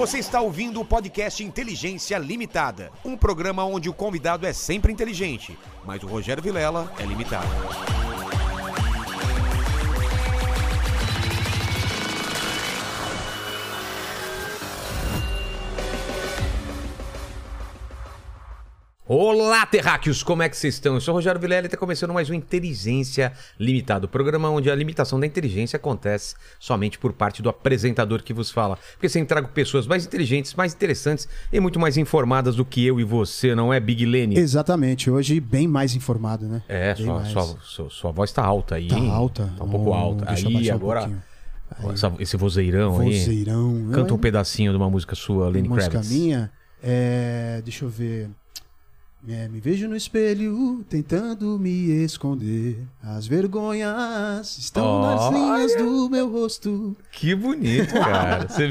Você está ouvindo o podcast Inteligência Limitada, um programa onde o convidado é sempre inteligente, mas o Rogério Vilela é limitado. Olá, terráqueos! Como é que vocês estão? Eu sou o Rogério Vilela e está começando mais um Inteligência Limitada, o programa onde a limitação da inteligência acontece somente por parte do apresentador que vos fala. Porque sempre trago pessoas mais inteligentes, mais interessantes e muito mais informadas do que eu e você, não é, Big Lenny? Exatamente, hoje bem mais informado, né? É, sua voz tá alta aí. Tá alta. Tá um pouco alta. Aí, agora, esse vozeirão aí. Vozeirão. Canta um pedacinho de uma música sua, Lenny Kravitz. Música minha? Deixa eu ver... me vejo no espelho tentando me esconder. As vergonhas estão nas linhas do meu rosto. Que bonito, cara. Você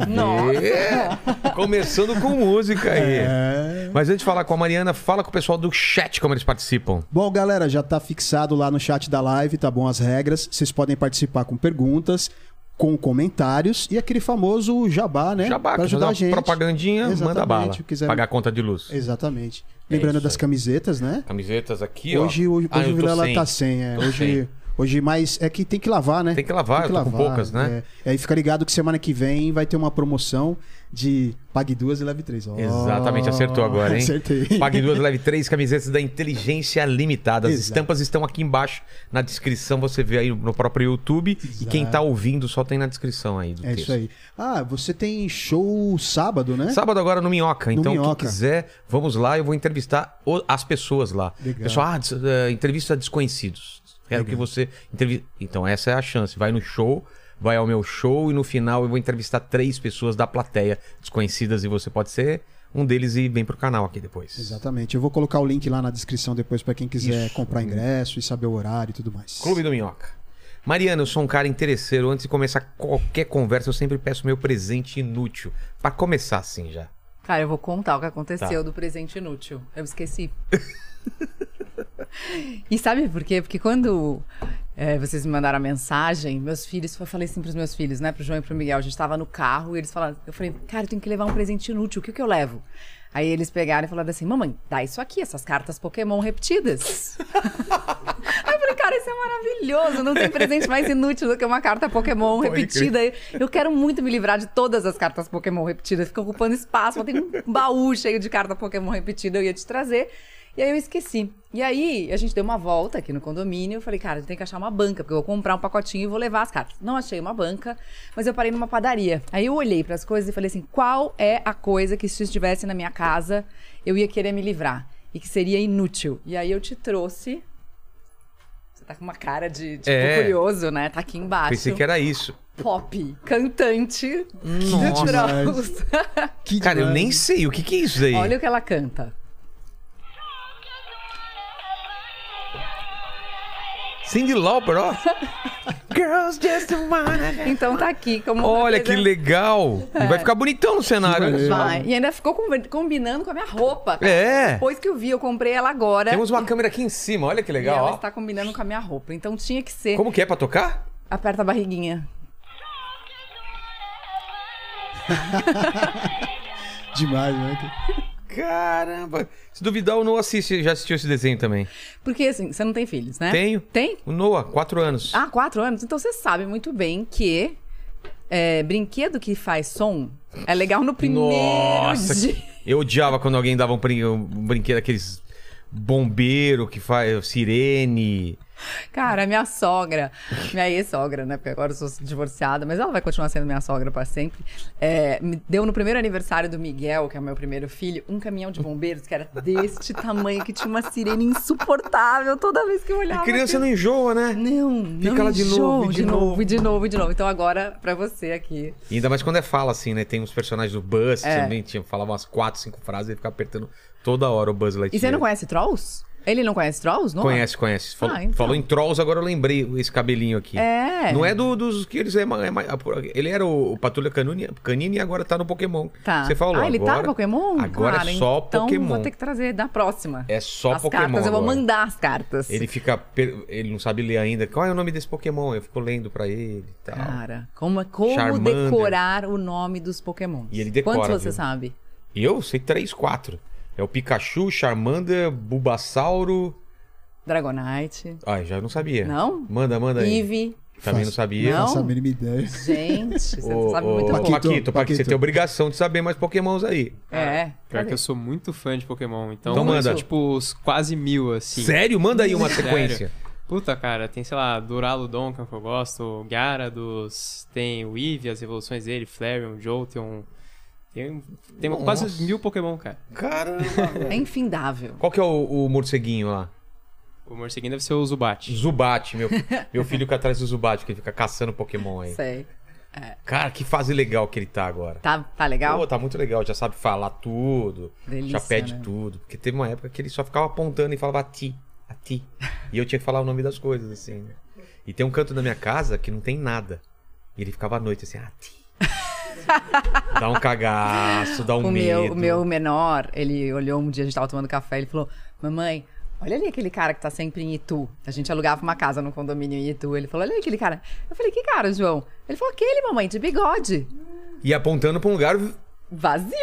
vê. Começando com música aí. Mas antes de falar com a Mariana, fala com o pessoal do chat como eles participam. Bom, galera, já tá fixado lá no chat da live, tá bom? As regras. Vocês podem participar com perguntas, com comentários e aquele famoso jabá, né? Jabá, pra ajudar a gente. Propagandinha, exatamente, manda bala. Quiser... Pagar a conta de luz. Exatamente. Lembrando das camisetas, né? Camisetas aqui, hoje, ó. Hoje o Vilela tá sem. Hoje, mas é que tem que lavar, né? Tem que lavar, eu tô com poucas, né? Aí fica ligado que semana que vem vai ter uma promoção de pague 2 e leve 3. Exatamente, acertou agora, hein? Acertei. Pague 2 e leve 3 camisetas da Inteligência Limitada. As estampas estão aqui embaixo na descrição, você vê aí no próprio YouTube. Exato. E quem tá ouvindo só tem na descrição aí do texto. Isso aí. Ah, você tem show sábado, né? Sábado agora no Minhoca. Então, Minhoca. Quem quiser, vamos lá. Eu vou entrevistar as pessoas lá. Legal. Pessoal, entrevista desconhecidos. Quero que você entreviste. Então, essa é a chance. Vai no show, vai ao meu show e no final eu vou entrevistar 3 pessoas da plateia desconhecidas e você pode ser um deles e vem pro canal aqui depois. Exatamente. Eu vou colocar o link lá na descrição depois para quem quiser comprar ingresso e saber o horário e tudo mais. Clube do Minhoca. Mariana, eu sou um cara interesseiro. Antes de começar qualquer conversa, eu sempre peço meu presente inútil. Para começar assim já. Cara, eu vou contar o que aconteceu do presente inútil. Eu esqueci. E sabe por quê? Porque quando vocês me mandaram a mensagem, meus filhos, eu falei assim pros meus filhos, né? Pro João e pro Miguel, a gente tava no carro e eles falaram, eu falei, cara, eu tenho que levar um presente inútil, o que eu levo? Aí eles pegaram e falaram assim, mamãe, dá isso aqui, essas cartas Pokémon repetidas. Aí eu falei, cara, isso é maravilhoso, não tem presente mais inútil do que uma carta Pokémon repetida. Eu quero muito me livrar de todas as cartas Pokémon repetidas, fica ocupando espaço, eu tenho um baú cheio de carta Pokémon repetida, eu ia te trazer. E aí eu esqueci. E aí a gente deu uma volta aqui no condomínio. Eu falei, cara, a gente tem que achar uma banca, porque eu vou comprar um pacotinho e vou levar as cartas. Não achei uma banca, mas eu parei numa padaria. Aí eu olhei para as coisas e falei assim, qual é a coisa que se estivesse na minha casa eu ia querer me livrar? E que seria inútil. E aí eu te trouxe... Você tá com uma cara de curioso, né? Tá aqui embaixo. Pensei que era isso. Pop, cantante. Nossa. Cara, eu nem sei. O que é isso aí? Olha o que ela canta. Cyndi Lauper, ó. Girls just wanna... Então tá aqui como... Olha que legal. E vai ficar bonitão no cenário. Vai. E ainda ficou combinando com a minha roupa. Cara. É. Depois que eu vi, eu comprei ela agora. Temos uma câmera aqui em cima, olha que legal. E ela ó. está combinando com a minha roupa. Então tinha que ser... Como que é pra tocar? Aperta a barriguinha. Demais, né? Caramba. Se duvidar, o Noah já assistiu esse desenho também. Porque assim, você não tem filhos, né? Tenho. Tem? O Noah, 4 anos. Ah, 4 anos? Então você sabe muito bem que brinquedo que faz som é legal no primeiro dia. Eu odiava quando alguém dava um brinquedo, aqueles bombeiro que faz sirene. Cara, minha sogra, minha ex-sogra, né? Porque agora eu sou divorciada, mas ela vai continuar sendo minha sogra para sempre. Me deu no primeiro aniversário do Miguel, que é o meu primeiro filho, um caminhão de bombeiros que era deste tamanho, que tinha uma sirene insuportável toda vez que eu olhava. E criança não enjoa, né? Não, fica não lá de novo, de novo. Então agora, pra você aqui. E ainda mais quando é fala assim, né? Tem uns personagens do Buzz também, falava umas 4, 5 frases e ficava apertando toda hora o Buzz Lightyear. E você não conhece Trolls? Ele não conhece Trolls, não? Conhece. Então. Falou em Trolls, agora eu lembrei esse cabelinho aqui. É. Não é dos que eles... ele era o Patrulha Canine e agora tá no Pokémon. Tá. Você falou ele agora... tá no Pokémon? Agora Cara, é só então Pokémon. vou ter que trazer da próxima. É só as Pokémon cartas, eu vou agora. mandar as cartas. Ele fica... Ele não sabe ler ainda. Qual é o nome desse Pokémon? Eu fico lendo pra ele e tal. Cara, como Charmander. decorar o nome dos Pokémons? E ele decora, Quantos você viu? sabe? Eu sei 3, 4. É o Pikachu, Charmander, Bulbasauro... Dragonite. Ai, já não sabia. Não? Manda aí. Eevee. Também não sabia. Não? Não faço a mínima ideia. Gente, você sabe muito Paquito, pouco. Você tem obrigação de saber mais Pokémons aí. É. Pior que eu sou muito fã de Pokémon, então Então manda. tipo, os quase 1000, assim. Sério? Manda aí uma Sério? sequência. Puta, cara, tem, sei lá, Duraludon, que eu gosto, Gyarados, tem o Eevee, as evoluções dele, Flareon, Jolteon. Tem quase 1000 Pokémon, cara. Caramba. É infindável. Qual que é o morceguinho lá? O morceguinho deve ser o Zubat. Zubat, meu filho fica atrás do Zubat, que ele fica caçando Pokémon aí. Sei. Cara, que fase legal que ele tá agora. Tá legal? Pô, tá muito legal, já sabe falar tudo, Delícia, já pede né? tudo. Porque teve uma época que ele só ficava apontando e falava a ti. E eu tinha que falar o nome das coisas, assim. E tem um canto da minha casa que não tem nada. E ele ficava à noite assim, a ti. Dá um cagaço, dá um medo. O meu menor, ele olhou um dia, a gente tava tomando café, ele falou, mamãe, olha ali aquele cara que tá sempre em Itu. A gente alugava uma casa no condomínio em Itu. Ele falou, olha ali aquele cara. Eu falei, que cara, João? Ele falou, aquele, mamãe, de bigode. E apontando pra um lugar... Vazio.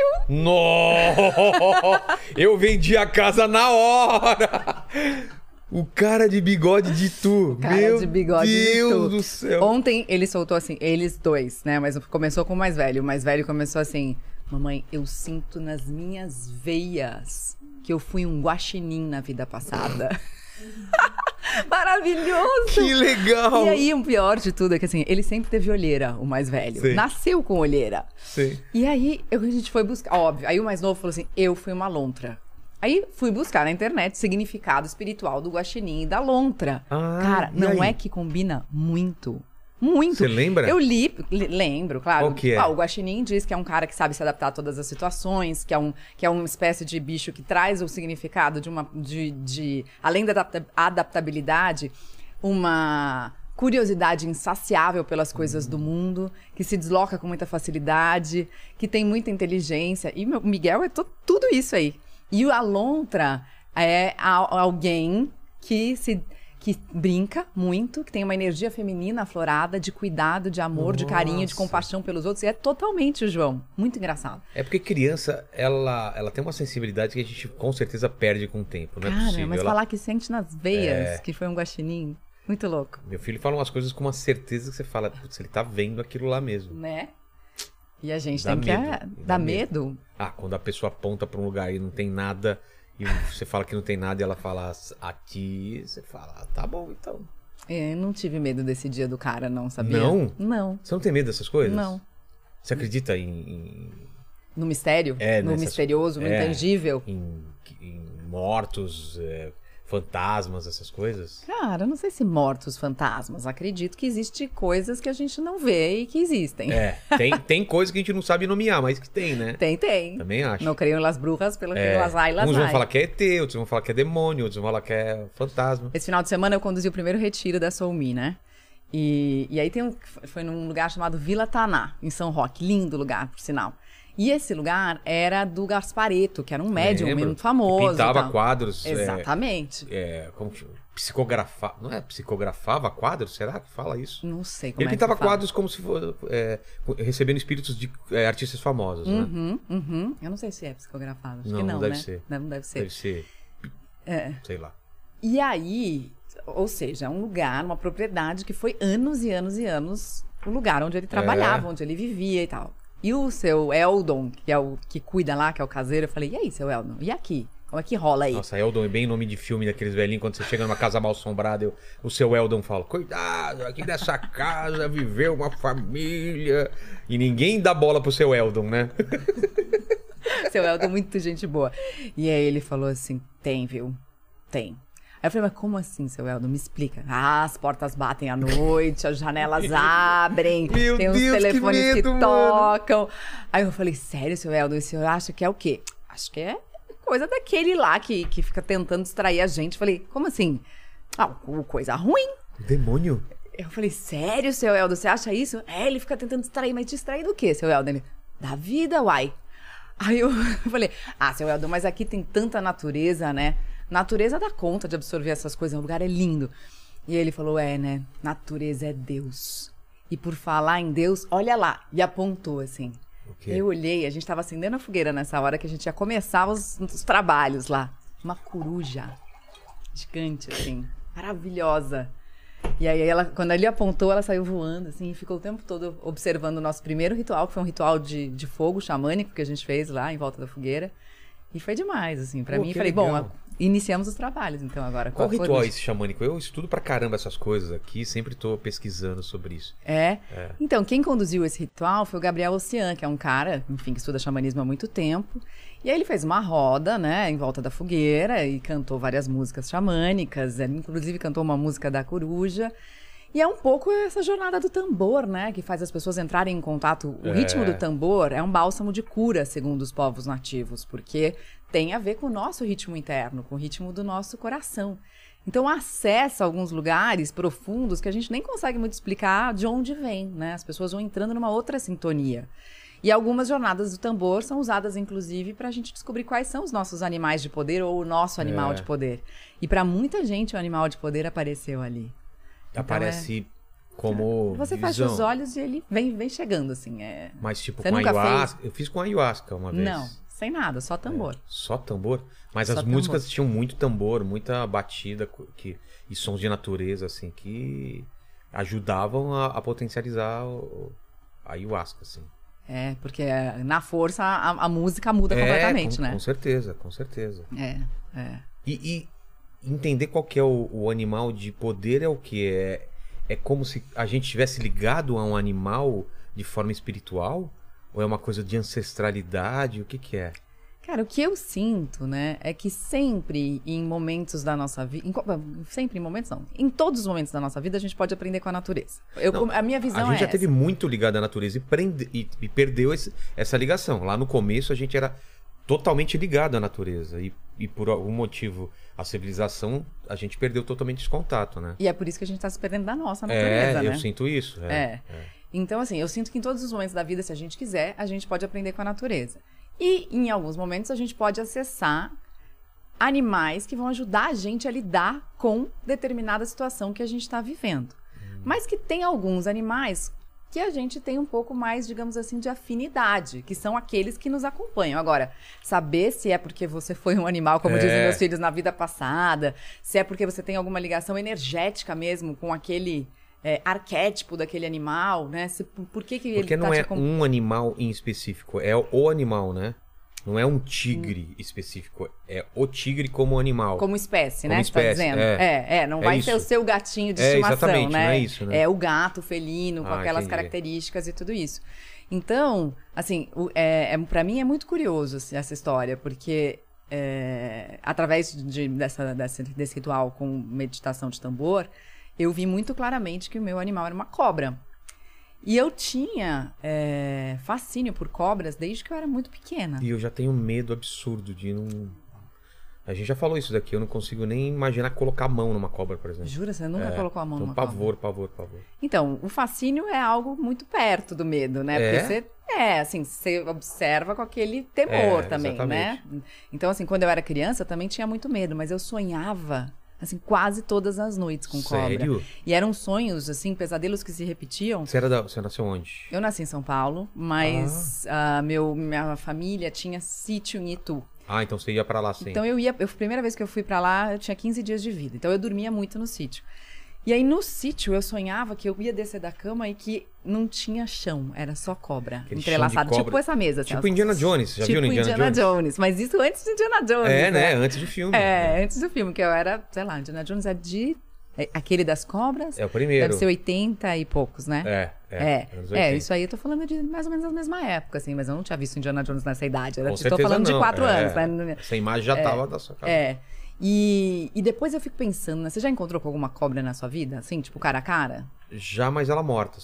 Nossa! Eu vendi a casa na hora! O cara de bigode de tu. Cara Meu de bigode de Deus tu. do céu. Ontem ele soltou assim, eles dois, né? Mas começou com o mais velho. O mais velho começou assim, mamãe, eu sinto nas minhas veias que eu fui um guaxinim na vida passada. Maravilhoso! Que legal! E aí, o pior de tudo é que assim, ele sempre teve olheira, o mais velho. Sim. Nasceu com olheira. Sim. E aí, a gente foi buscar, óbvio. Aí o mais novo falou assim, eu fui uma lontra. Aí fui buscar na internet o significado espiritual do guaxinim e da lontra. Ah, cara, e não aí? é que combina muito. Muito. Você lembra? Eu lembro, claro. Qual que é? O guaxinim diz que é um cara que sabe se adaptar a todas as situações, que é uma espécie de bicho que traz o significado de além da adaptabilidade, uma curiosidade insaciável pelas coisas do mundo, que se desloca com muita facilidade, que tem muita inteligência. E meu Miguel é tudo isso aí. E o Alontra é alguém que brinca muito, que tem uma energia feminina aflorada, de cuidado, de amor, de carinho, de Nossa. compaixão pelos outros. E é totalmente o João. Muito engraçado. É porque criança, ela tem uma sensibilidade que a gente com certeza perde com o tempo. Não é Cara, possível. mas Ela- falar que sente nas veias que foi um guaxinim, muito louco, Meu filho fala umas coisas com uma certeza que você fala, putz, ele tá vendo aquilo lá mesmo. né? E a gente Dá tem que... medo, Dá dá medo. Ah, quando a pessoa aponta pra um lugar e não tem nada, e você fala que não tem nada e ela fala aqui, você fala, ah, tá bom, então. Eu não tive medo desse dia do cara, não, sabia? Não? Não. Você não tem medo dessas coisas? Não. Você acredita em No mistério? É, no nessas- misterioso, no é. intangível? em mortos, fantasmas, essas coisas? Cara, eu não sei se mortos, fantasmas. Acredito que existem coisas que a gente não vê e que existem. É, tem coisas que a gente não sabe nomear, mas que tem, né? Tem. Também acho. Não creio nas bruxas pelo que É, las vai. uns vão falar que é ET, outros vão falar que é demônio, outros vão falar que é fantasma. Esse final de semana eu conduzi o primeiro retiro da Soul Me, né? E aí foi num lugar chamado Vila Taná, em São Roque. Lindo lugar, por sinal. E esse lugar era do Gasparetto, que era um médium Lembro. muito famoso. Que pintava e tal. quadros. Exatamente. Como que chama? Psicografava. Não é? Psicografava quadros? Será que fala isso? Não sei como Ele é pintava que fala. quadros como se fosse recebendo espíritos de artistas famosos, né? Uhum. Eu não sei se é psicografado. Acho que Não não, deve né? ser. Não deve ser. Deve ser. É. Sei lá. E aí, ou seja, é um lugar, uma propriedade que foi anos e anos e anos o lugar onde ele trabalhava, onde ele vivia e tal. E o seu Eldon, que é o que cuida lá, que é o caseiro, eu falei, e aí, seu Eldon? E aqui? Como é que rola aí? Nossa, Eldon é bem nome de filme daqueles velhinhos, quando você chega numa casa mal assombrada, o seu Eldon fala, cuidado, aqui nessa casa viveu uma família. E ninguém dá bola pro seu Eldon, né? Seu Eldon, muito gente boa. E aí ele falou assim, tem, viu? Tem. Aí eu falei, mas como assim, seu Eldon? Me explica. Ah, as portas batem à noite, as janelas abrem, Meu tem uns Deus, que telefones que medo, mano. tocam. Aí eu falei, sério, seu Eldon, o senhor acha que é o quê? Acho que é coisa daquele lá que fica tentando distrair a gente. Falei, como assim? Coisa ruim. O demônio? Eu falei, sério, seu Helder, você acha isso? Ele fica tentando distrair, mas distrair do quê, seu Helder? Ele, da vida, uai. Aí eu falei, seu Helder, mas aqui tem tanta natureza, né? Natureza dá conta de absorver essas coisas, o lugar é lindo. E ele falou, né? Natureza é Deus. E por falar em Deus, olha lá. E apontou, assim. Eu olhei, a gente tava acendendo a fogueira nessa hora que a gente ia começar os trabalhos lá. Uma coruja gigante, assim, maravilhosa. E aí, quando ele apontou, ela saiu voando, assim, e ficou o tempo todo observando o nosso primeiro ritual, que foi um ritual de fogo xamânico que a gente fez lá em volta da fogueira. E foi demais, assim, pra mim. Falei, legal. bom, iniciamos os trabalhos, então, agora. Qual ritual é esse xamânico? Eu estudo pra caramba essas coisas aqui, sempre tô pesquisando sobre isso. Então, quem conduziu esse ritual foi o Gabriel Ocean, que é um cara, enfim, que estuda xamanismo há muito tempo. E aí ele fez uma roda, né, em volta da fogueira e cantou várias músicas xamânicas, ele inclusive cantou uma música da coruja. E é um pouco essa jornada do tambor, né, que faz as pessoas entrarem em contato. O ritmo do tambor é um bálsamo de cura, segundo os povos nativos, porque tem a ver com o nosso ritmo interno, com o ritmo do nosso coração. Então acessa alguns lugares profundos que a gente nem consegue muito explicar de onde vem, né? As pessoas vão entrando numa outra sintonia. E algumas jornadas do tambor são usadas, inclusive, para a gente descobrir quais são os nossos animais de poder ou o nosso animal de poder. E para muita gente o animal de poder apareceu ali. Aparece como você visão. fecha os olhos e ele vem chegando, assim. Mas tipo Você com nunca ayahuasca. fez? Eu fiz com ayahuasca uma vez. Não, sem nada, só tambor. Só tambor? Mas Só as tambor. músicas tinham muito tambor, muita batida e sons de natureza, assim, que ajudavam a potencializar a ayahuasca, assim. Porque na força a música muda completamente, né? Com certeza, com certeza. É. E entender qual que é o animal de poder é o que? É como se a gente tivesse ligado a um animal de forma espiritual? Ou é uma coisa de ancestralidade? O que é? Cara, o que eu sinto, né, é que sempre em momentos da nossa vida... Sempre em momentos, não. Em todos os momentos da nossa vida, a gente pode aprender com a natureza. A minha visão é A gente já essa. teve muito ligado à natureza e perdeu essa ligação. Lá no começo, a gente era totalmente ligado à natureza. E por algum motivo, a civilização, a gente perdeu totalmente esse contato, né? E é por isso que a gente tá se perdendo da nossa natureza, né? Eu sinto isso. Então, assim, eu sinto que em todos os momentos da vida, se a gente quiser, a gente pode aprender com a natureza. E, em alguns momentos, a gente pode acessar animais que vão ajudar a gente a lidar com determinada situação que a gente está vivendo. Mas que tem alguns animais que a gente tem um pouco mais, digamos assim, de afinidade, que são aqueles que nos acompanham. Agora, saber se é porque você foi um animal, como dizem meus filhos, na vida passada, se é porque você tem alguma ligação energética mesmo com aquele... arquétipo daquele animal, né? Por que ele Porque não é um animal em específico, é o animal, né? Não é um tigre específico, é o tigre como animal. Como espécie, né? Como Você tá espécie, dizendo? Não vai ser o seu gatinho de estimação, exatamente, né? não é isso, né? É o gato felino, com aquelas entendi. características e tudo isso. Então, assim, pra mim é muito curioso assim, essa história, porque através desse ritual com meditação de tambor, eu vi muito claramente que o meu animal era uma cobra. E eu tinha fascínio por cobras desde que eu era muito pequena. E eu já tenho medo absurdo de não... A gente já falou isso daqui, eu não consigo nem imaginar colocar a mão numa cobra, por exemplo. Jura? Você nunca colocou a mão numa cobra? Pavor. Então, o fascínio é algo muito perto do medo, né? Porque você observa com aquele temor também, exatamente. né? Então, assim, quando eu era criança, eu também tinha muito medo, mas eu sonhava... assim, quase todas as noites com cobra. Sério? E eram sonhos, assim, pesadelos que se repetiam. Você nasceu onde? Eu nasci em São Paulo, mas minha família tinha sítio em Itu. Então você ia pra lá sempre. Então a primeira vez que eu fui pra lá, eu tinha 15 dias de vida. Então eu dormia muito no sítio. E aí no sítio eu sonhava que eu ia descer da cama e que não tinha chão, era só cobra. Aquele entrelaçada, chão de cobra. tipo essa mesa. Tipo Indiana Jones, já viu no Tipo Indiana Jones, mas isso antes de Indiana Jones. né? Antes do filme. Antes do filme, que eu era, sei lá, Indiana Jones é de... aquele das cobras. É o primeiro. Deve ser 80 e poucos, né? anos 80. Isso aí eu tô falando de mais ou menos a mesma época, assim, mas eu não tinha visto Indiana Jones nessa idade. Com Tô certeza falando de não. 4 anos, né? Essa imagem já tava da sua cara. E depois eu fico pensando, né? Você já encontrou com alguma cobra na sua vida? Assim, tipo, cara a cara? Já, mas ela morta só.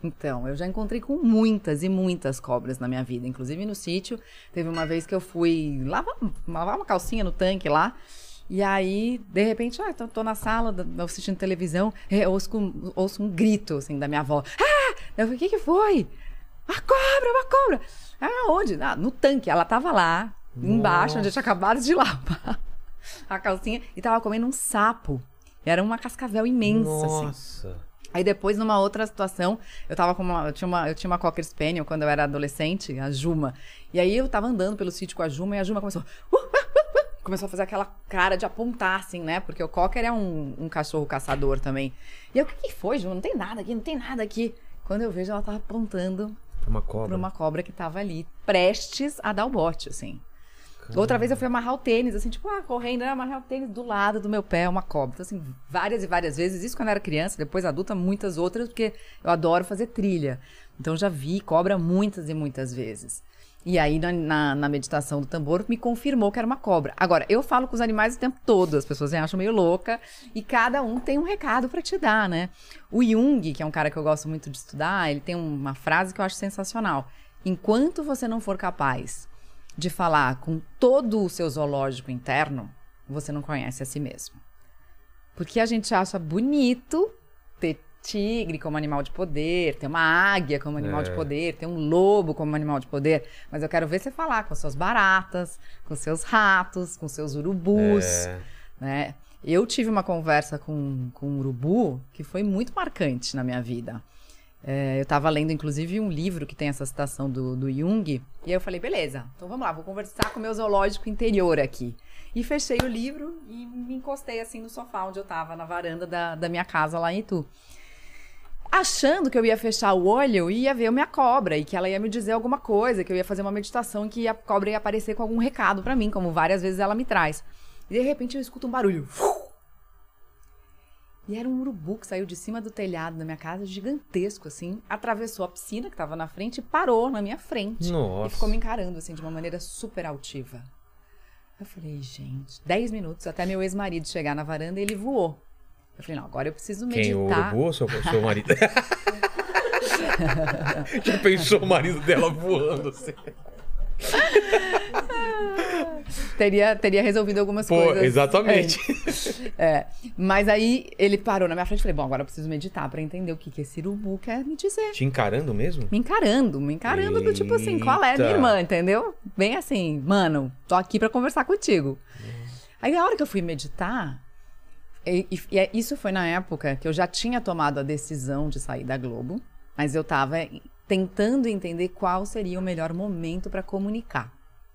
Então, eu já encontrei com muitas e muitas cobras na minha vida. Inclusive no sítio, teve uma vez que eu fui lavar uma calcinha no tanque lá. E aí, de repente, tô na sala, assistindo televisão, ouço um grito, assim, da minha avó. Ah! Eu falei, o que foi? Uma cobra! Ah, onde? Ah, no tanque. Ela tava lá, embaixo, onde eu tinha acabado de lavar a calcinha, e tava comendo um sapo. Era uma cascavel imensa, assim. Nossa. Aí depois, numa outra situação, eu tinha uma Cocker Spaniel quando eu era adolescente, a Juma. E aí eu tava andando pelo sítio com a Juma, e a Juma começou a fazer aquela cara de apontar, assim, né? Porque o Cocker é um cachorro caçador também. E eu, o que foi, Juma? Não tem nada aqui. Quando eu vejo, ela tava apontando pra uma cobra que tava ali, prestes a dar o bote, assim. Outra vez eu fui amarrar o tênis, assim, tipo, correndo, né? Amarrar o tênis do lado do meu pé, uma cobra. Então, assim, várias e várias vezes. Isso quando eu era criança, depois adulta, muitas outras, porque eu adoro fazer trilha. Então, já vi cobra muitas e muitas vezes. E aí, na meditação do tambor, me confirmou que era uma cobra. Agora, eu falo com os animais o tempo todo, as pessoas me acham meio louca, e cada um tem um recado pra te dar, né? O Jung, que é um cara que eu gosto muito de estudar, ele tem uma frase que eu acho sensacional. Enquanto você não for capaz de falar com todo o seu zoológico interno, você não conhece a si mesmo. Porque a gente acha bonito ter tigre como animal de poder, ter uma águia como animal de poder, ter um lobo como animal de poder, mas eu quero ver você falar com suas baratas, com seus ratos, com seus urubus, né? Eu tive uma conversa com um urubu que foi muito marcante na minha vida. Eu estava lendo, inclusive, um livro que tem essa citação do Jung, e aí eu falei, beleza, então vamos lá, vou conversar com o meu zoológico interior aqui. E fechei o livro e me encostei, assim, no sofá onde eu estava, na varanda da minha casa lá em Itu. Achando que eu ia fechar o olho e ia ver a minha cobra, e que ela ia me dizer alguma coisa, que eu ia fazer uma meditação, que a cobra ia aparecer com algum recado para mim, como várias vezes ela me traz. E de repente eu escuto um barulho. E era um urubu que saiu de cima do telhado da minha casa, gigantesco, assim, atravessou a piscina que estava na frente e parou na minha frente. Nossa. E ficou me encarando, assim, de uma maneira super altiva. Eu falei, gente, 10 minutos até meu ex-marido chegar na varanda e ele voou. Eu falei, não, agora eu preciso meditar. Quem, o urubu ou seu marido? Já pensou o marido dela voando assim? Teria resolvido algumas coisas. Exatamente. Mas aí ele parou na minha frente e falei, bom, agora eu preciso meditar pra entender o que esse urubu quer me dizer. Te encarando mesmo? Me encarando do tipo assim, qual é minha irmã, entendeu? Bem assim, mano, tô aqui pra conversar contigo. Aí a hora que eu fui meditar, isso foi na época que eu já tinha tomado a decisão de sair da Globo, mas eu tava tentando entender qual seria o melhor momento para comunicar.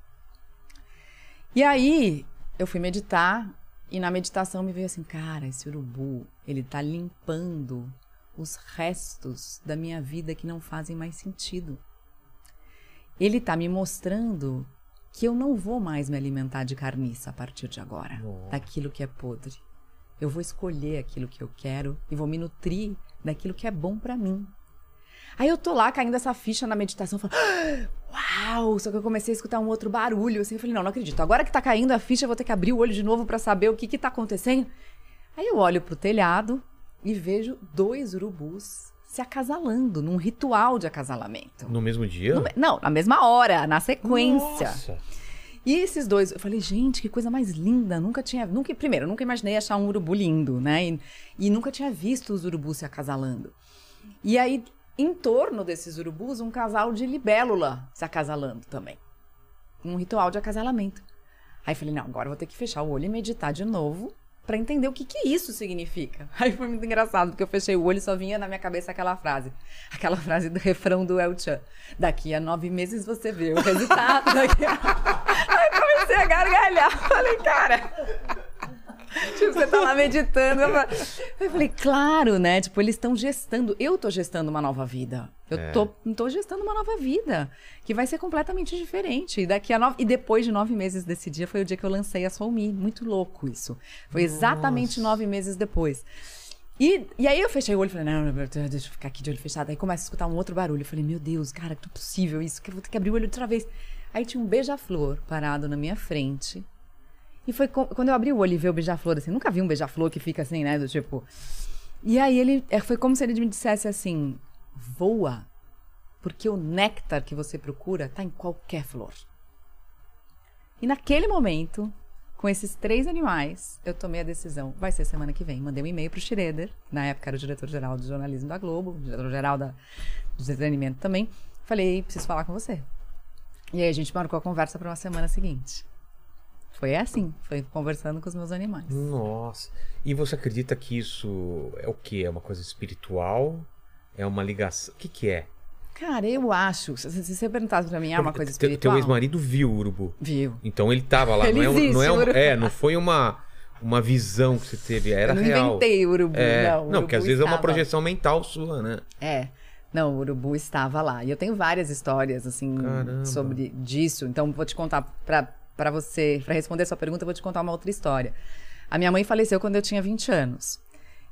E aí, eu fui meditar, e na meditação me veio assim, cara, esse urubu, ele tá limpando os restos da minha vida que não fazem mais sentido. Ele tá me mostrando que eu não vou mais me alimentar de carniça a partir de agora, daquilo que é podre. Eu vou escolher aquilo que eu quero e vou me nutrir daquilo que é bom para mim. Aí eu tô lá caindo essa ficha na meditação, falando, uau! Só que eu comecei a escutar um outro barulho, assim, eu falei, não acredito. Agora que tá caindo a ficha, eu vou ter que abrir o olho de novo pra saber o que tá acontecendo. Aí eu olho pro telhado e vejo 2 urubus se acasalando, num ritual de acasalamento. No mesmo dia? Não, na mesma hora, na sequência. Nossa! E esses 2, eu falei, gente, que coisa mais linda. Primeiro, eu nunca imaginei achar um urubu lindo, né? E nunca tinha visto os urubus se acasalando. E aí, em torno desses urubus, um casal de libélula se acasalando também. Um ritual de acasalamento. Aí falei, não, agora eu vou ter que fechar o olho e meditar de novo pra entender o que isso significa. Aí foi muito engraçado, porque eu fechei o olho e só vinha na minha cabeça aquela frase do refrão do El Chan. Daqui a 9 meses você vê o resultado. Aí comecei a gargalhar. Falei, cara... Tipo, você tá lá meditando. Eu falei, claro, né? Tipo, eles estão gestando. Eu tô gestando uma nova vida. Eu tô gestando uma nova vida. Que vai ser completamente diferente. E depois de 9 meses desse dia, foi o dia que eu lancei a Soul Me. Muito louco isso. Foi exatamente 9 meses depois. E aí eu fechei o olho e falei, não, deixa eu ficar aqui de olho fechado. Aí começa a escutar um outro barulho. Eu falei, meu Deus, cara, que não é possível isso. Que eu vou ter que abrir o olho outra vez. Aí tinha um beija-flor parado na minha frente. E foi quando eu abri o olho e vi o beija-flor, assim, nunca vi um beija-flor que fica assim, né, do tipo... E aí foi como se ele me dissesse assim, voa, porque o néctar que você procura está em qualquer flor. E naquele momento, com esses 3 animais, eu tomei a decisão, vai ser semana que vem. Mandei um e-mail pro Schroeder, na época era o diretor-geral de jornalismo da Globo, diretor-geral do entretenimento também. Falei, preciso falar com você. E aí a gente marcou a conversa para uma semana seguinte. Foi assim, foi conversando com os meus animais. Nossa. E você acredita que isso é o quê? É uma coisa espiritual? É uma ligação? O que que é? Cara, eu acho, se você perguntasse pra mim, é uma coisa espiritual? Teu ex-marido viu o urubu. Viu. Então ele tava lá. Ele existe, não foi uma visão que você teve, era eu não real. Inventei o urubu, não. Não, porque às vezes é uma projeção mental sua, né? Não, o urubu estava lá. E eu tenho várias histórias, assim, sobre disso. Então, vou te contar, pra você, pra responder a sua pergunta, eu vou te contar uma outra história. A minha mãe faleceu quando eu tinha 20 anos.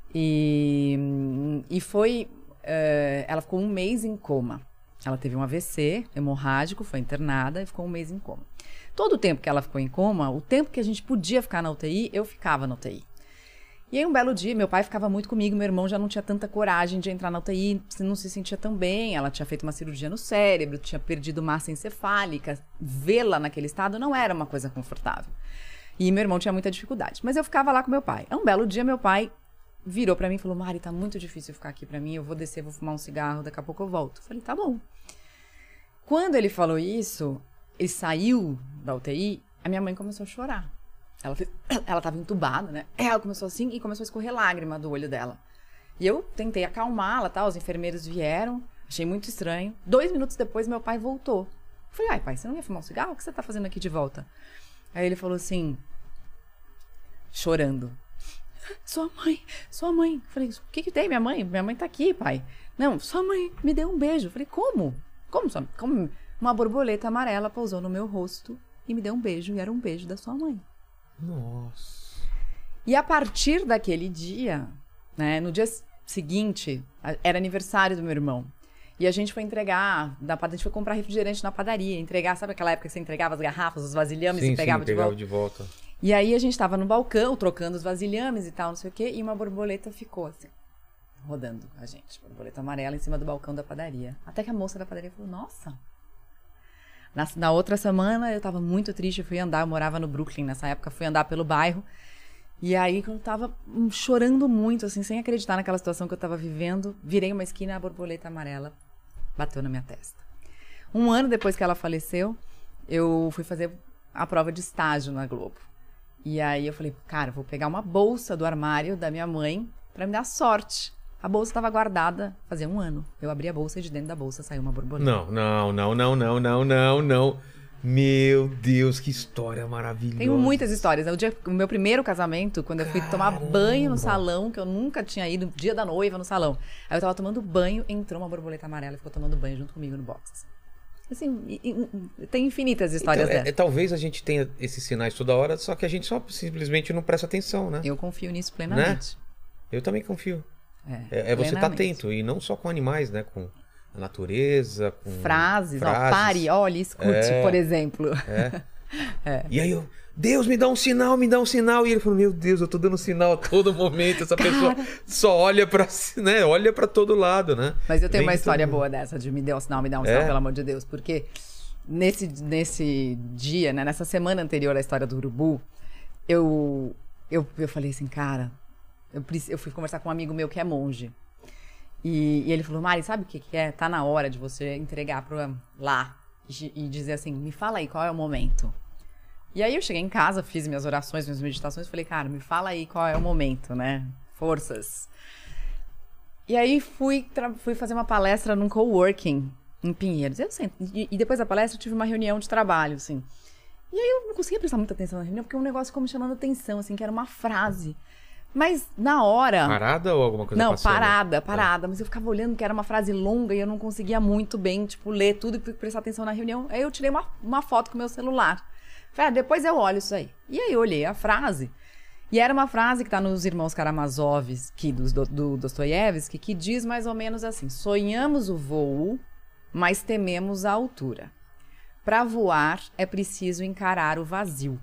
E foi... ela ficou 1 mês em coma. Ela teve um AVC hemorrágico, foi internada e ficou 1 mês em coma. Todo o tempo que ela ficou em coma, o tempo que a gente podia ficar na UTI, eu ficava na UTI. E aí um belo dia, meu pai ficava muito comigo, meu irmão já não tinha tanta coragem de entrar na UTI, não se sentia tão bem, ela tinha feito uma cirurgia no cérebro, tinha perdido massa encefálica, vê-la naquele estado não era uma coisa confortável. E meu irmão tinha muita dificuldade, mas eu ficava lá com meu pai. Um belo dia, meu pai virou pra mim e falou, Mari, tá muito difícil ficar aqui pra mim, eu vou descer, vou fumar um cigarro, daqui a pouco eu volto. Eu falei, tá bom. Quando ele falou isso, ele saiu da UTI, a minha mãe começou a chorar. Ela tava entubada, né? Ela começou assim e começou a escorrer lágrima do olho dela. E eu tentei acalmá-la, tá? Os enfermeiros vieram, achei muito estranho. 2 minutos depois, meu pai voltou. Eu falei, ai, pai, você não ia fumar um cigarro? O que você tá fazendo aqui de volta? Aí ele falou assim, chorando. Sua mãe. Eu falei, o que tem, minha mãe? Minha mãe tá aqui, pai. Não, sua mãe me deu um beijo. Eu falei, como? Como? Uma borboleta amarela pousou no meu rosto e me deu um beijo, e era um beijo da sua mãe. Nossa. E a partir daquele dia, né, no dia seguinte, era aniversário do meu irmão. E a gente foi entregar, a gente foi comprar refrigerante na padaria, entregar, sabe aquela época que você entregava as garrafas, os vasilhames e pegava de volta? E aí a gente tava no balcão, trocando os vasilhames e tal, não sei o quê, e uma borboleta ficou assim, rodando com a gente. Borboleta amarela em cima do balcão da padaria. Até que a moça da padaria falou, nossa... Na outra semana eu tava muito triste, eu fui andar, eu morava no Brooklyn nessa época, fui andar pelo bairro. E aí, quando eu tava chorando muito, assim, sem acreditar naquela situação que eu tava vivendo, virei uma esquina e a borboleta amarela bateu na minha testa. 1 ano depois que ela faleceu, eu fui fazer a prova de estágio na Globo. E aí eu falei, cara, vou pegar uma bolsa do armário da minha mãe pra me dar sorte. A bolsa estava guardada fazia 1 ano. Eu abri a bolsa e de dentro da bolsa saiu uma borboleta. Não. Meu Deus, que história maravilhosa. Tenho muitas histórias. O meu primeiro casamento, quando eu fui tomar banho no salão, que eu nunca tinha ido, dia da noiva no salão. Aí eu tava tomando banho, entrou uma borboleta amarela e ficou tomando banho junto comigo no box. Assim, tem infinitas histórias dessas. Talvez a gente tenha esses sinais toda hora, só que a gente só simplesmente não presta atenção, né? Eu confio nisso plenamente. Né? Eu também confio. É você estar atento, e não só com animais, né? Com a natureza, com frases. Ó, pare, olhe, escute, por exemplo. E aí Deus, me dá um sinal. E ele falou, meu Deus, eu tô dando sinal a todo momento. Essa pessoa só olha pra todo lado, né? Mas eu tenho uma história boa dessa, de me dá um sinal, pelo amor de Deus. Porque nesse dia, né, nessa semana anterior à história do urubu, eu falei assim, cara... Eu fui conversar com um amigo meu que é monge. E ele falou, Mari, sabe o que é? Tá na hora de você entregar lá e dizer assim, me fala aí qual é o momento. E aí eu cheguei em casa, fiz minhas orações, minhas meditações, falei, cara, me fala aí qual é o momento, né? Forças. E aí fui fazer uma palestra num coworking em Pinheiros. E depois da palestra eu tive uma reunião de trabalho, assim. E aí eu não conseguia prestar muita atenção na reunião, porque um negócio ficou me chamando a atenção, assim, que era uma frase. Mas na hora... Parada ou alguma coisa passando? Não, parada. Mas eu ficava olhando que era uma frase longa e eu não conseguia muito bem, tipo, ler tudo e prestar atenção na reunião. Aí eu tirei uma foto com o meu celular. Falei, depois eu olho isso aí. E aí eu olhei a frase. E era uma frase que tá nos Irmãos Karamazov, do Dostoiévski, que diz mais ou menos assim, sonhamos o voo, mas tememos a altura. Para voar é preciso encarar o vazio.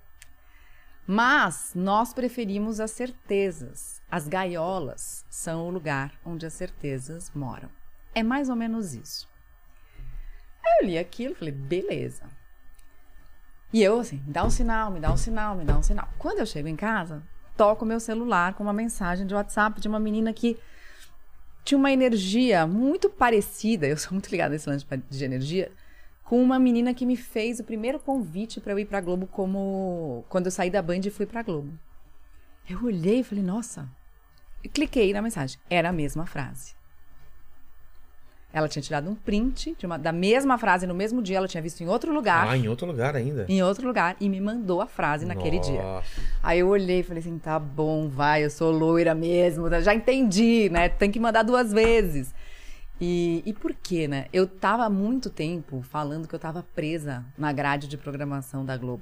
Mas nós preferimos as certezas. As gaiolas são o lugar onde as certezas moram. é mais ou menos isso. Aí eu li aquilo, falei, beleza. E eu, assim, me dá um sinal, me dá um sinal, me dá um sinal. Quando eu chego em casa, toco o meu celular com uma mensagem de WhatsApp de uma menina que tinha uma energia muito parecida, eu sou muito ligada nesse lance de energia, com uma menina que me fez o primeiro convite para eu ir pra Globo quando eu saí da Band e fui pra Globo. Eu olhei e falei, nossa, e cliquei na mensagem. Era a mesma frase. Ela tinha tirado um print da mesma frase no mesmo dia, ela tinha visto em outro lugar. Ah, em outro lugar ainda? Em outro lugar, e me mandou a frase naquele dia. Aí eu olhei e falei assim, tá bom, vai, eu sou loira mesmo, já entendi, né? Tem que mandar 2 vezes. E por quê, né? Eu tava há muito tempo falando que eu tava presa na grade de programação da Globo.